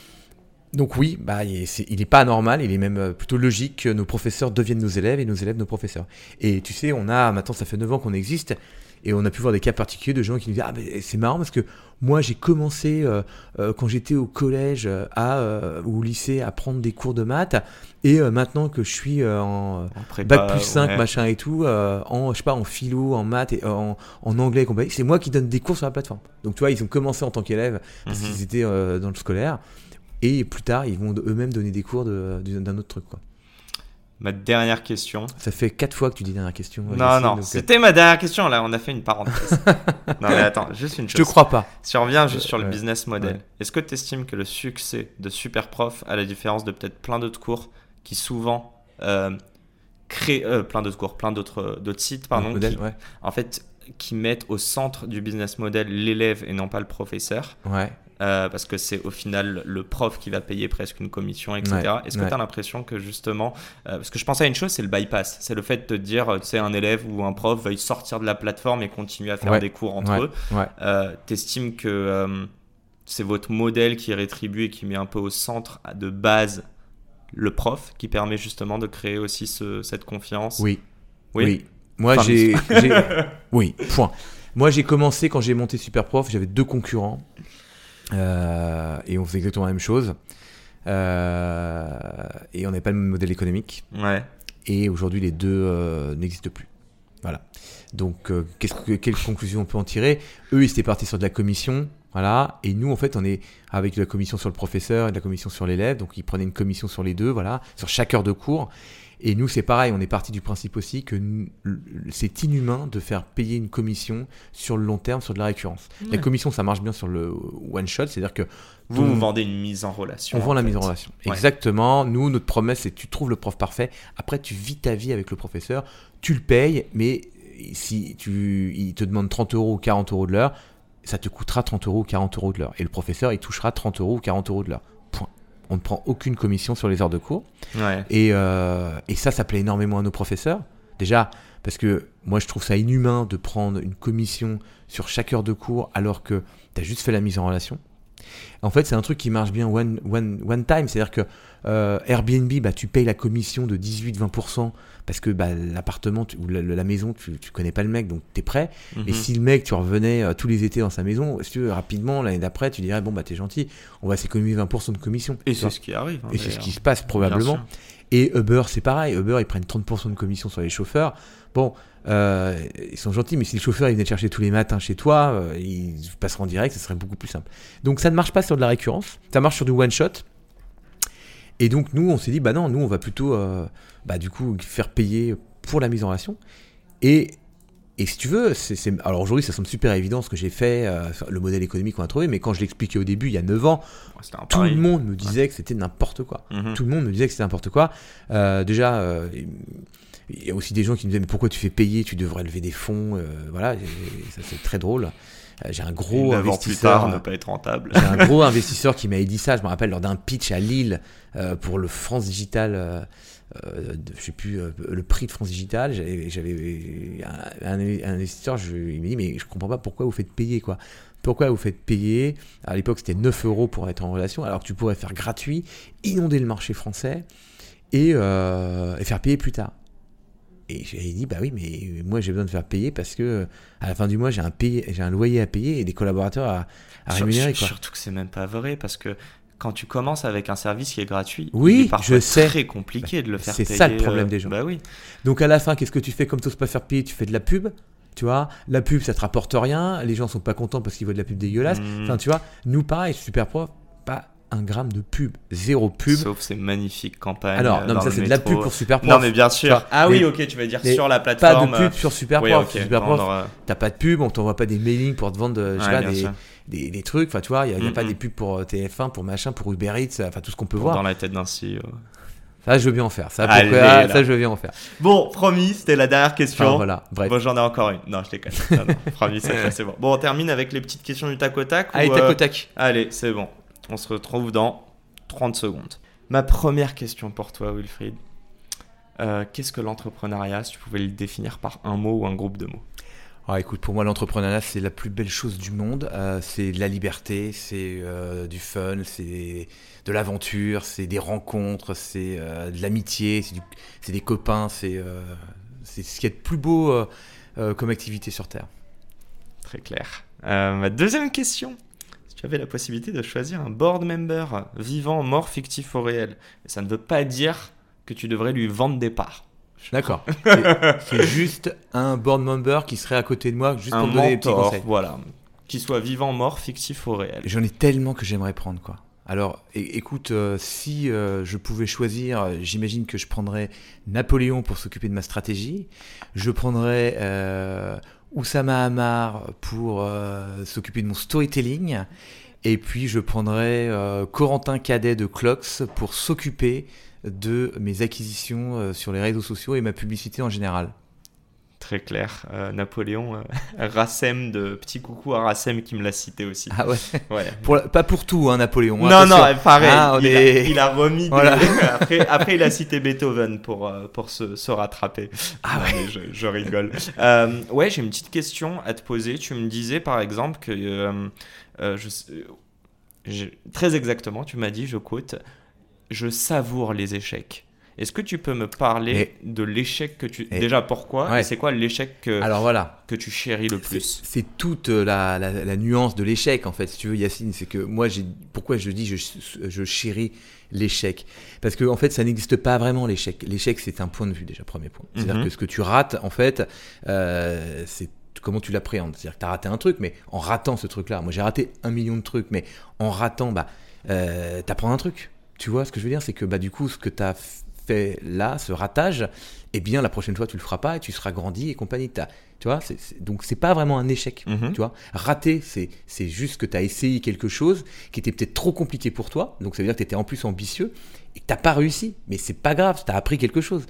donc oui, bah, il n'est pas anormal, il est même plutôt logique que nos professeurs deviennent nos élèves et nos élèves nos professeurs. Et tu sais, on a maintenant, ça fait neuf ans qu'on existe. Et on a pu voir des cas particuliers de gens qui nous disent « Ah, mais c'est marrant parce que moi, j'ai commencé euh, euh, quand j'étais au collège à, euh, ou au lycée à prendre des cours de maths. Et euh, maintenant que je suis euh, en, en prépa, bac plus cinq, ouais. machin et tout, euh, en, je sais pas, en philo, en maths, et, en, en anglais et compagnie, c'est moi qui donne des cours sur la plateforme. » Donc tu vois, ils ont commencé en tant qu'élèves parce mm-hmm. qu'ils étaient euh, dans le scolaire. Et plus tard, ils vont eux-mêmes donner des cours de, de, d'un autre truc, quoi. Ma dernière question. Ça fait quatre fois que tu dis dernière question. Non, Yacine, non, donc, c'était ma dernière question. Là, on a fait une parenthèse. Non, mais attends, juste une chose. Je te crois pas. Si on revient juste sur le Ouais. business model, Ouais. est-ce que tu estimes que le succès de Superprof, à la différence de peut-être plein d'autres cours qui souvent euh, créent, euh, plein d'autres cours, plein d'autres, d'autres sites, pardon, Modèle, qui, ouais. en fait, qui mettent au centre du business model l'élève et non pas le professeur, Ouais. euh, parce que c'est au final le prof qui va payer presque une commission, et cetera. Ouais, Est-ce que ouais. tu as l'impression que justement, euh, parce que je pensais à une chose, c'est le bypass, c'est le fait de te dire, euh, tu sais, un élève ou un prof veuille sortir de la plateforme et continuer à faire Ouais. des cours entre Ouais. eux. Ouais. Euh, t'estimes que euh, c'est votre modèle qui rétribue et qui met un peu au centre de base le prof, qui permet justement de créer aussi ce, cette confiance? Oui. Oui. Oui. Moi, Enfin, j'ai, j'ai- Oui, point. Moi, j'ai commencé quand j'ai monté Superprof, j'avais deux concurrents. Euh, et on faisait exactement la même chose. Euh, et on n'avait pas le même modèle économique. Ouais. Et aujourd'hui, les deux euh, n'existent plus. Voilà. Donc, euh, qu'est-ce que, quelle conclusion on peut en tirer? Eux, ils étaient partis sur de la commission. Voilà. Et nous, en fait, on est avec de la commission sur le professeur et de la commission sur l'élève. Donc, ils prenaient une commission sur les deux, voilà, sur chaque heure de cours. Et nous, c'est pareil. On est parti du principe aussi que nous, c'est inhumain de faire payer une commission sur le long terme, sur de la récurrence. Ouais. La commission, ça marche bien sur le one shot. C'est-à-dire que Vous, ton- vous vendez une mise en relation. on vend en la fait. mise en relation. Ouais. Exactement. Nous, notre promesse, c'est que tu trouves le prof parfait. Après, tu vis ta vie avec le professeur. Tu le payes, mais si tu, il te demande trente euros ou quarante euros de l'heure, ça te coûtera trente euros ou quarante euros de l'heure. Et le professeur, il touchera trente euros ou quarante euros de l'heure. Point. On ne prend aucune commission sur les heures de cours. Ouais. Et, euh, et ça, ça plaît énormément à nos professeurs. Déjà, parce que moi, je trouve ça inhumain de prendre une commission sur chaque heure de cours alors que tu as juste fait la mise en relation. En fait, c'est un truc qui marche bien one, one, one time. C'est-à-dire que euh, Airbnb, bah, tu payes la commission de dix-huit à vingt pour cent parce que bah, l'appartement tu- ou la, la maison, tu ne connais pas le mec, donc tu es prêt. Mhm. Et si le mec, tu revenais euh, tous les étés dans sa maison, si tu veux, rapidement, l'année d'après, tu dirais, bon, bah, t'es gentil, on va s'économiser vingt pour cent de commission. Et Tu c'est vois. ce qui arrive. hein, Et c'est ce d'ailleurs. qui se passe probablement. Bien sûr. Et Uber, c'est pareil. Uber, ils prennent trente pour cent de commission sur les chauffeurs. Bon, euh, ils sont gentils, mais si le chauffeur il venait te chercher tous les matins chez toi, euh, il passerait en direct, ça serait beaucoup plus simple. Donc ça ne marche pas sur de la récurrence, ça marche sur du one shot. Et donc nous, on s'est dit, bah non, nous, on va plutôt, euh, bah du coup, faire payer pour la mise en relation. Et Et si tu veux, c'est, c'est... alors aujourd'hui ça semble super évident ce que j'ai fait, euh, le modèle économique qu'on a trouvé, mais quand je l'expliquais au début, il y a neuf ans, Ouais, c'était un tout pari. le monde me disait que c'était n'importe quoi. Mhm. Tout le monde me disait que c'était n'importe quoi. Euh, déjà, euh, il y a aussi des gens qui me disaient mais pourquoi tu fais payer, tu devrais lever des fonds. Euh, voilà, et ça c'est très drôle. Euh, j'ai un Et gros neuf ans plus investisseur. tard, ne pas être rentable. J'ai un gros investisseur qui m'avait dit ça, je me rappelle, lors d'un pitch à Lille euh, pour le France Digital, euh, euh, de, je sais plus, euh, le prix de France Digital. J'avais, j'avais un, un, un investisseur, je, il m'a dit, mais je comprends pas pourquoi vous faites payer, quoi. Pourquoi vous faites payer? À l'époque, c'était neuf euros pour être en relation, alors que tu pourrais faire gratuit, inonder le marché français et, euh, et faire payer plus tard. Et j'avais dit, bah oui, mais moi j'ai besoin de faire payer parce que à la fin du mois, j'ai un, paye, j'ai un loyer à payer et des collaborateurs à, à Sur- rémunérer, sur- quoi. Surtout que c'est même pas vrai parce que quand tu commences avec un service qui est gratuit, Oui, il est parfois je sais. très compliqué de le faire C'est payer. ça le problème euh, des gens. Bah oui. Donc à la fin, qu'est-ce que tu fais? Comme tu n'oses pas faire payer, tu fais de la pub. Tu vois, la pub, ça te rapporte rien. Les gens sont pas contents parce qu'ils voient de la pub dégueulasse. Mmh. Enfin, tu vois, nous, pareil, Superprof, pas un gramme de pub. Zéro pub. Sauf ces magnifiques campagnes. Alors, euh, non, mais dans ça, le c'est de la métro. pub pour Superprof. Non, mais bien sûr. Enfin, ah mais- oui, ok, tu veux dire mais sur la Pas plateforme. de pub sur Superprof. Oui, ok. Sur Superprof, Non, on aura- t'as pas de pub, on t'envoie pas des mailings pour te vendre je sais Ouais, pas, bien des, sûr. des, des trucs. Enfin, tu vois, il n'y a, y a Mm, pas mm. des pubs pour euh, T F un, pour machin, pour Uber Eats, enfin tout ce qu'on peut Pour voir. dans la tête d'un C E O. Ça, je veux bien en faire. Ça, Allez, pourquoi, là. ça, je veux bien en faire. Bon, promis, c'était la dernière question. Enfin, voilà, bref. Bon, j'en ai encore une. Non, je déconne. Non, non, promis, cette fois, c'est bon. Bon, on termine avec les petites questions du tac au tac. Allez, ou, tac euh, au tac. Allez, c'est bon. On se retrouve dans trente secondes. Ma première question pour toi, Wilfried. Euh, qu'est-ce que l'entrepreneuriat, si tu pouvais le définir par un mot ou un groupe de mots? Ah, écoute, pour moi, l'entrepreneuriat, c'est la plus belle chose du monde. Euh, c'est de la liberté, c'est euh, du fun, c'est de l'aventure, c'est des rencontres, c'est euh, de l'amitié, c'est, du- c'est des copains, c'est, euh, c'est ce qu'il y a de plus beau euh, euh, comme activité sur Terre. Très clair. Euh, ma deuxième question. Si tu avais la possibilité de choisir un board member vivant, mort, fictif ou réel, et ça ne veut pas dire que tu devrais lui vendre des parts. D'accord. c'est, c'est juste un board member qui serait à côté de moi, juste Un pour me donner des petits mentor, conseils. voilà. Qu'il soit vivant, mort, fictif ou réel. J'en ai tellement que j'aimerais prendre, quoi. Alors, é- écoute, euh, si euh, je pouvais choisir, euh, j'imagine que je prendrais Napoléon pour s'occuper de ma stratégie. Je prendrais euh, Oussama Ammar pour euh, s'occuper de mon storytelling. Et puis, je prendrais euh, Corentin Cadet de Clocks pour s'occuper de mes acquisitions euh, sur les réseaux sociaux et ma publicité en général. Très clair. Euh, Napoléon, euh, Rassem, de petit coucou à Rassem qui me l'a cité aussi. Ah ouais, Ouais. pour la- Pas pour tout, hein, Napoléon. Non, attention. non, pareil. Ah, on il, est- a, il a remis. des- Voilà. après, après, il a cité Beethoven pour, euh, pour se, se rattraper. Ah Non, ouais. mais je, je rigole. Euh, ouais, j'ai une petite question à te poser. Tu me disais par exemple que. Euh, euh, je, je- très exactement, tu m'as dit, je quote, je savoure les échecs. Est-ce que tu peux me parler Et- de l'échec que tu. et- Déjà, pourquoi Ouais. et c'est quoi l'échec que, Alors voilà. que tu chéris le C'est- plus? C'est toute la, la, la nuance de l'échec, en fait, si tu veux, Yacine. C'est que moi, j'ai, pourquoi je dis je, je chéris l'échec? Parce que, en fait, ça n'existe pas vraiment, l'échec. L'échec, c'est un point de vue, déjà, premier point. C'est-à-dire Mhm. que ce que tu rates, en fait, euh, c'est comment tu l'appréhendes. C'est-à-dire que tu as raté un truc, mais en ratant ce truc-là, moi, j'ai raté un million de trucs, mais en ratant, bah, euh, tu apprends un truc. Tu vois ce que je veux dire? C'est que, bah, du coup, ce que tu as fait là, ce ratage, eh bien, la prochaine fois, tu le feras pas et tu seras grandi et compagnie. T'as- Tu vois, c'est, c'est- donc c'est pas vraiment un échec. Mhm. Tu vois, rater, c'est, c'est juste que tu as essayé quelque chose qui était peut-être trop compliqué pour toi. Donc ça veut dire que tu étais en plus ambitieux et que tu n'as pas réussi. Mais c'est pas grave, tu as appris quelque chose.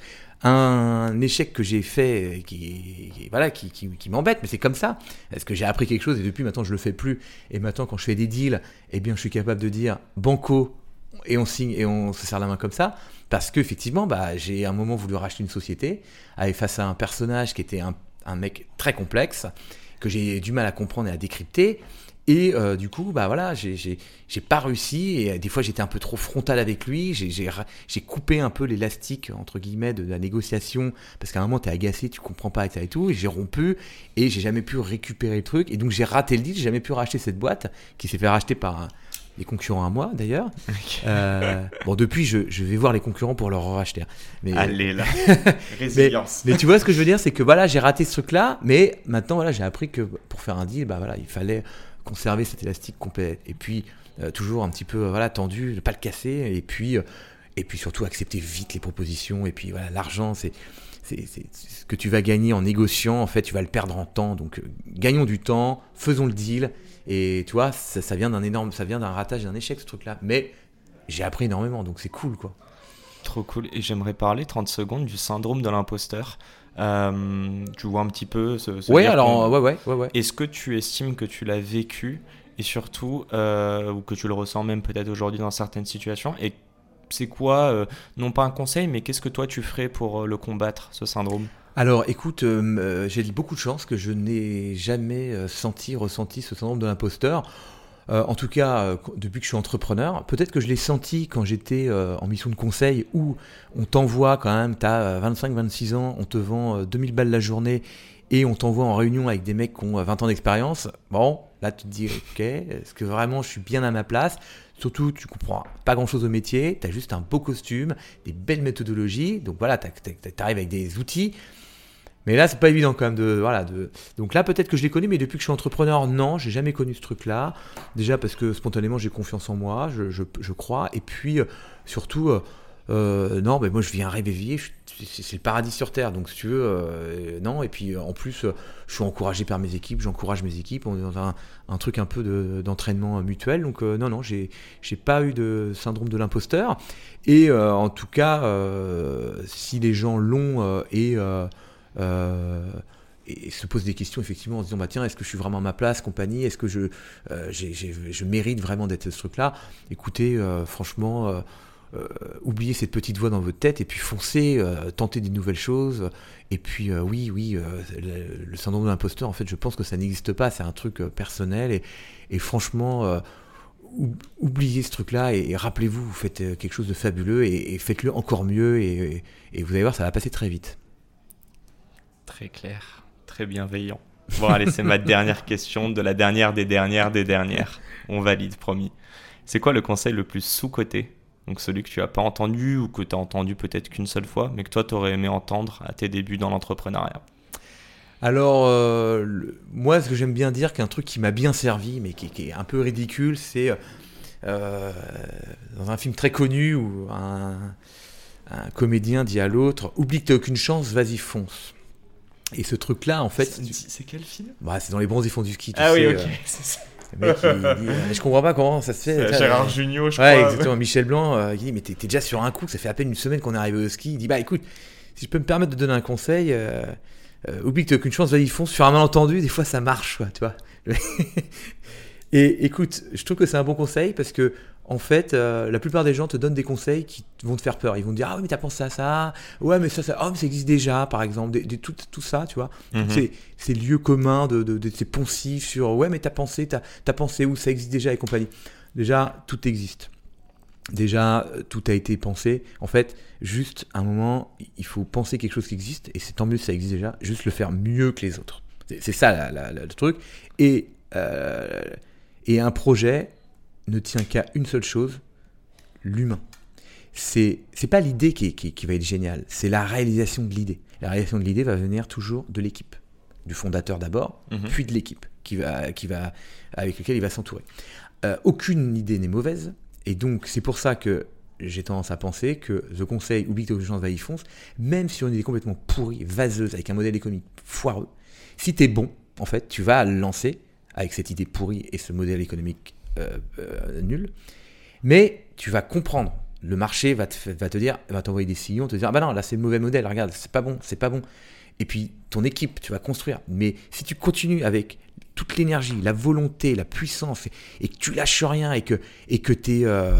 Un échec que j'ai fait qui, qui- voilà, qui, qui, qui m'embête, mais c'est comme ça. Est-ce que j'ai appris quelque chose et depuis maintenant je le fais plus. Et maintenant quand je fais des deals, eh bien je suis capable de dire banco et on signe et on se serre la main comme ça. Parce qu'effectivement, bah, j'ai à un moment voulu racheter une société avec face à un personnage qui était un, un mec très complexe, que j'ai du mal à comprendre et à décrypter. Et euh, du coup, bah voilà, j'ai, j'ai, j'ai pas réussi. Et euh, des fois, j'étais un peu trop frontal avec lui. J'ai, j'ai, ra- j'ai coupé un peu l'élastique, entre guillemets, de la négociation. Parce qu'à un moment, t'es agacé, tu comprends pas et ça et tout. Et j'ai rompu et j'ai jamais pu récupérer le truc. Et donc, j'ai raté le deal. J'ai jamais pu racheter cette boîte qui s'est fait racheter par un, des concurrents à moi, d'ailleurs. Euh, bon, depuis, je, je vais voir les concurrents pour leur racheter. Mais, Allez là, résilience. mais tu vois ce que je veux dire, c'est que voilà, j'ai raté ce truc-là, mais maintenant voilà, j'ai appris que pour faire un deal, bah voilà, il fallait conserver cet élastique complet. Et puis euh, toujours un petit peu euh, voilà tendu, ne pas le casser. Et puis euh, et puis surtout accepter vite les propositions. Et puis voilà, l'argent, c'est c'est, c'est ce que tu vas gagner en négociant. En fait, tu vas le perdre en temps. Donc euh, gagnons du temps, faisons le deal. Et tu vois, ça, ça vient d'un énorme, ça vient d'un ratage, d'un échec, ce truc-là. Mais j'ai appris énormément, donc c'est cool, quoi. Trop cool. Et j'aimerais parler trente secondes du syndrome de l'imposteur. Euh, tu vois un petit peu ce, ce Ouais, dire alors, qu'on- ouais, ouais, ouais, ouais. Est-ce que tu estimes que tu l'as vécu et surtout, euh, ou que tu le ressens même peut-être aujourd'hui dans certaines situations? Et c'est quoi, euh, non pas un conseil, mais qu'est-ce que toi tu ferais pour euh, le combattre, ce syndrome? Alors, écoute, euh, euh, j'ai beaucoup de chance que je n'ai jamais euh, senti, ressenti ce syndrome de l'imposteur. Euh, en tout cas, euh, depuis que je suis entrepreneur, peut-être que je l'ai senti quand j'étais euh, en mission de conseil où on t'envoie quand même, tu as vingt-cinq vingt-six ans, on te vend euh, deux mille balles la journée et on t'envoie en réunion avec des mecs qui ont euh, vingt ans d'expérience. Bon, là tu te dis, ok, est-ce que vraiment je suis bien à ma place? Surtout, tu comprends pas grand-chose au métier, tu as juste un beau costume, des belles méthodologies, donc voilà, tu arrives avec des outils. Mais là, c'est pas évident quand même de, voilà, de. Donc là, peut-être que je l'ai connu, mais depuis que je suis entrepreneur, non, j'ai jamais connu ce truc-là. Déjà parce que spontanément, j'ai confiance en moi, je, je, je crois. Et puis, euh, surtout, euh, euh, non, mais moi, je vis un rêve éveillé. je- C'est c'est le paradis sur terre. Donc, si tu veux, euh, non. Et puis, euh, en plus, euh, je suis encouragé par mes équipes, j'encourage mes équipes. On est dans un, un truc un peu de- d'entraînement mutuel. Donc, euh, non, non, j'ai, j'ai pas eu de syndrome de l'imposteur. Et euh, en tout cas, euh, si les gens l'ont euh, et. Euh, Euh, et se pose des questions effectivement en se disant bah tiens, est-ce que je suis vraiment à ma place, compagnie, est-ce que je, euh, j'ai, j'ai, je mérite vraiment d'être ce truc là? Écoutez, euh, franchement, euh, euh, oubliez cette petite voix dans votre tête et puis foncez, euh, tentez des nouvelles choses. Et puis euh, oui oui euh, le, le syndrome de l'imposteur, en fait, je pense que ça n'existe pas, c'est un truc euh, personnel. Et, et franchement, euh, oubliez ce truc-là et, et rappelez-vous, vous faites quelque chose de fabuleux et, et faites-le encore mieux et, et, et vous allez voir, ça va passer très vite. Très clair, très bienveillant. Bon, allez, c'est ma dernière question, de la dernière des dernières des dernières. On valide, promis. C'est quoi le conseil le plus sous-coté? Donc celui que tu n'as pas entendu ou que tu as entendu peut-être qu'une seule fois, mais que toi, tu aurais aimé entendre à tes débuts dans l'entrepreneuriat. Alors, euh, le, moi, ce que j'aime bien dire, qu'un truc qui m'a bien servi, mais qui, qui est un peu ridicule, c'est euh, dans un film très connu où un, un comédien dit à l'autre « Oublie que t'as aucune chance, vas-y, fonce ». Et ce truc-là, en fait... C'est, c'est quel film ? Bah, c'est dans Les bronzés fonds du ski. Tu ah sais, oui, ok, euh, c'est ça. Le mec, il dit, euh, je comprends pas comment ça se fait. C'est Gérard Jugnot, je ouais, crois. Exactement. Michel Blanc, euh, qui dit, mais t'es, t'es déjà sur un coup, ça fait à peine une semaine qu'on est arrivé au ski. Il dit, bah écoute, si je peux me permettre de donner un conseil, euh, euh, oublie que t'as aucune chance, vas-y, fonce. Sur un malentendu, des fois ça marche, quoi, tu vois. Et écoute, je trouve que c'est un bon conseil parce que, en fait, euh, la plupart des gens te donnent des conseils qui vont te faire peur. Ils vont te dire, ah oui, mais t'as pensé à ça. Ouais, mais ça, ça, oh, mais ça existe déjà, par exemple. Des, des, tout, tout ça, tu vois. Mm-hmm. C'est, c'est le lieu commun de, de, de ces poncifs sur, ouais, mais t'as pensé, t'as, t'as pensé où, ça existe déjà et compagnie. Déjà, tout existe. Déjà, tout a été pensé. En fait, juste à un moment, il faut penser quelque chose qui existe et c'est tant mieux si ça existe déjà. Juste le faire mieux que les autres. C'est, c'est ça la, la, la, le truc. Et, euh, et un projet ne tient qu'à une seule chose, l'humain. C'est, c'est pas l'idée qui, qui, qui va être géniale, c'est la réalisation de l'idée. La réalisation de l'idée va venir toujours de l'équipe, du fondateur d'abord, mmh. puis de l'équipe qui va, qui va, avec laquelle il va s'entourer. Euh, aucune idée n'est mauvaise, et donc c'est pour ça que j'ai tendance à penser que The Conseil, oublie que t'as aucune chance, va-y fonce, même si on est complètement pourri, vaseuse, avec un modèle économique foireux, si t'es bon, en fait, tu vas le lancer avec cette idée pourrie et ce modèle économique Euh, euh, nul, mais tu vas comprendre. Le marché va te, va te dire, va t'envoyer des signaux, te dire ah bah non, là c'est le mauvais modèle, regarde, c'est pas bon, c'est pas bon. Et puis ton équipe, tu vas construire. Mais si tu continues avec toute l'énergie, la volonté, la puissance, et, et que tu lâches rien et que et que t'es euh,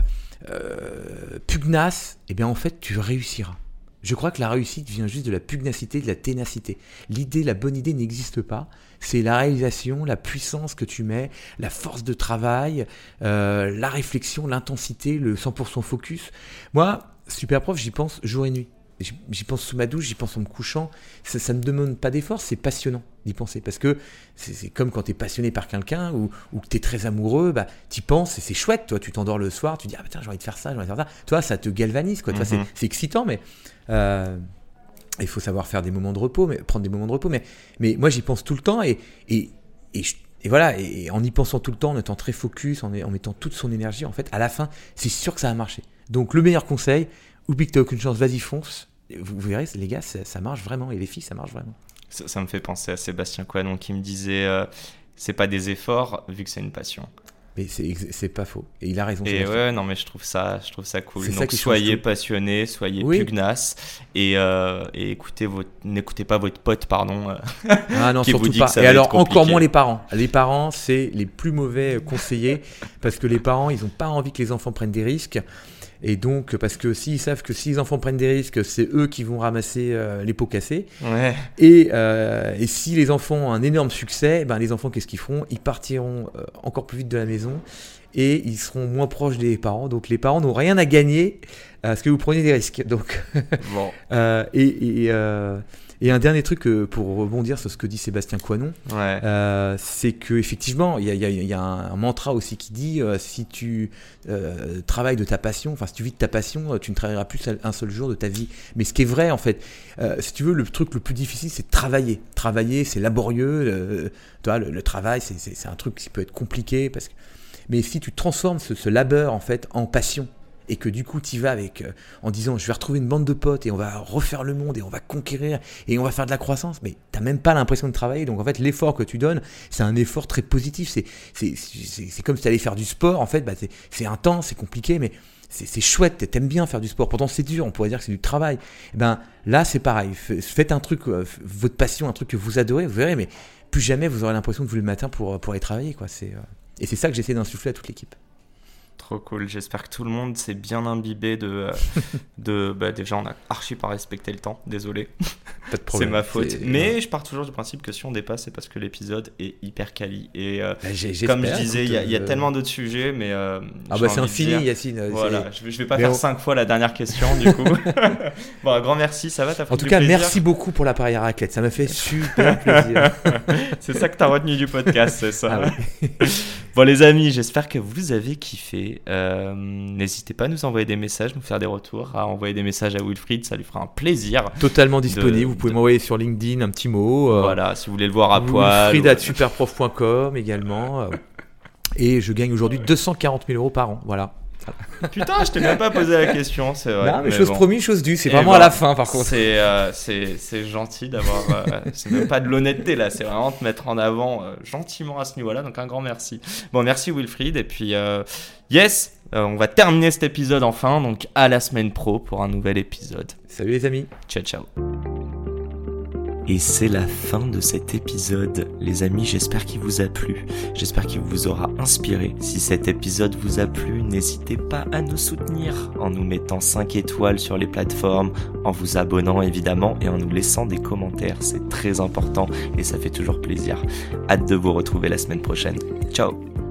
euh, pugnace, et bien en fait tu réussiras. Je crois que la réussite vient juste de la pugnacité, de la ténacité. L'idée, la bonne idée n'existe pas. C'est la réalisation, la puissance que tu mets, la force de travail, euh, la réflexion, l'intensité, le cent pour cent focus. Moi, Superprof, j'y pense jour et nuit. J'y pense sous ma douche, j'y pense en me couchant. Ça, ça ne me demande pas d'effort, c'est passionnant d'y penser. Parce que c'est, c'est comme quand tu es passionné par quelqu'un ou, ou que tu es très amoureux, bah, tu y penses et c'est chouette. Toi, tu t'endors le soir, tu dis ah putain, j'ai envie de faire ça, j'ai envie de faire ça. Toi, ça te galvanise, quoi. Mm-hmm. Toi, c'est, c'est excitant, mais euh, il faut savoir faire des moments de repos, mais prendre des moments de repos. Mais, mais moi, j'y pense tout le temps et, et, et, je, et voilà. Et en y pensant tout le temps, en étant très focus, en, en mettant toute son énergie, en fait, à la fin, c'est sûr que ça va marcher. Donc, le meilleur conseil, oublie que tu n'as aucune chance, vas-y, fonce. Vous, vous verrez, les gars, ça, ça marche vraiment. Et les filles, ça marche vraiment. Ça, ça me fait penser à Sébastien Coinon qui me disait euh, c'est pas des efforts vu que c'est une passion. Mais c'est, c'est pas faux. Et il a raison. Et ouais, non, mais je trouve ça, je trouve ça cool. C'est Donc, ça qui soyez passionné, soyez oui. pugnace et, euh, et écoutez votre, n'écoutez pas votre pote, pardon. Euh, ah non, qui surtout vous dit pas. Que ça et va alors, être compliqué. Encore moins les parents. Les parents, c'est les plus mauvais conseillers parce que les parents, ils ont pas envie que les enfants prennent des risques. Et donc, parce que s'ils savent que si les enfants prennent des risques, c'est eux qui vont ramasser euh, les pots cassés. Ouais. Et, euh, et si les enfants ont un énorme succès, ben les enfants, qu'est-ce qu'ils feront ? Ils partiront euh, encore plus vite de la maison et ils seront moins proches des parents. Donc, les parents n'ont rien à gagner à ce que vous preniez des risques. Donc, bon. euh, et, et, euh, et un dernier truc euh, pour rebondir sur ce que dit Sébastien Coinon, ouais. euh, c'est qu'effectivement, il y a, y a, y a un, un mantra aussi qui dit euh, si tu euh, travailles de ta passion, enfin si tu vis de ta passion, tu ne travailleras plus un seul jour de ta vie. Mais ce qui est vrai en fait, euh, si tu veux, le truc le plus difficile, c'est de travailler. Travailler, c'est laborieux. Euh, tu vois, le, le travail, c'est, c'est, c'est un truc qui peut être compliqué. Parce que... Mais si tu transformes ce, ce labeur en fait en passion, et que du coup tu y vas avec euh, en disant je vais retrouver une bande de potes et on va refaire le monde et on va conquérir et on va faire de la croissance, mais t'as même pas l'impression de travailler. Donc en fait l'effort que tu donnes, c'est un effort très positif. C'est, c'est, c'est, c'est comme si tu allais faire du sport. En fait bah, c'est, c'est intense, c'est compliqué, mais c'est, c'est chouette, t'aimes bien faire du sport. Pourtant c'est dur, on pourrait dire que c'est du travail. Et ben là c'est pareil, faites un truc, euh, votre passion, un truc que vous adorez, vous verrez, mais plus jamais vous aurez l'impression de vous lever le matin pour, pour aller travailler, quoi. C'est, euh... Et c'est ça que j'essaie d'insuffler à toute l'équipe. Trop cool, j'espère que tout le monde s'est bien imbibé de... Euh, de bah déjà, on a archi pas respecté le temps, désolé. Pas de problème. C'est ma faute. C'est... Mais ouais. je pars toujours du principe que si on dépasse, c'est parce que l'épisode est hyper quali. Et euh, bah, comme je disais, il y, y a tellement d'autres sujets, mais... Euh, ah bah c'est infini, dire... Yacine. Voilà, c'est... je vais, je vais pas mais faire on... cinq fois la dernière question, du coup. Bon, un grand merci, ça va, t'as pris En tout du cas, plaisir. merci beaucoup pour l'appareil à raclette, ça m'a fait super plaisir. C'est ça que t'as retenu du podcast, c'est ça. Ah oui. Bon les amis, j'espère que vous avez kiffé. Euh, n'hésitez pas à nous envoyer des messages, nous faire des retours, à envoyer des messages à Wilfried, ça lui fera un plaisir. Totalement disponible, de, vous pouvez de... m'envoyer sur LinkedIn un petit mot. Euh, voilà, si vous voulez le voir à poil. Wilfried arobase superprof point com également. Euh, et je gagne aujourd'hui deux cent quarante mille euros par an. Voilà. Putain, je t'ai même pas posé la question, c'est vrai. Non, mais, mais chose bon. promise, chose due, c'est et vraiment ben, à la fin par contre. C'est, euh, c'est, c'est gentil d'avoir. Euh, c'est même pas de l'honnêteté là, c'est vraiment te mettre en avant euh, gentiment à ce niveau-là, donc un grand merci. Bon, merci Wilfried, et puis euh, yes, euh, on va terminer cet épisode enfin, donc à la semaine pro pour un nouvel épisode. Salut les amis. Ciao, ciao. Et c'est la fin de cet épisode. Les amis, j'espère qu'il vous a plu. J'espère qu'il vous aura inspiré. Si cet épisode vous a plu, n'hésitez pas à nous soutenir en nous mettant cinq étoiles sur les plateformes, en vous abonnant évidemment et en nous laissant des commentaires. C'est très important et ça fait toujours plaisir. Hâte de vous retrouver la semaine prochaine. Ciao!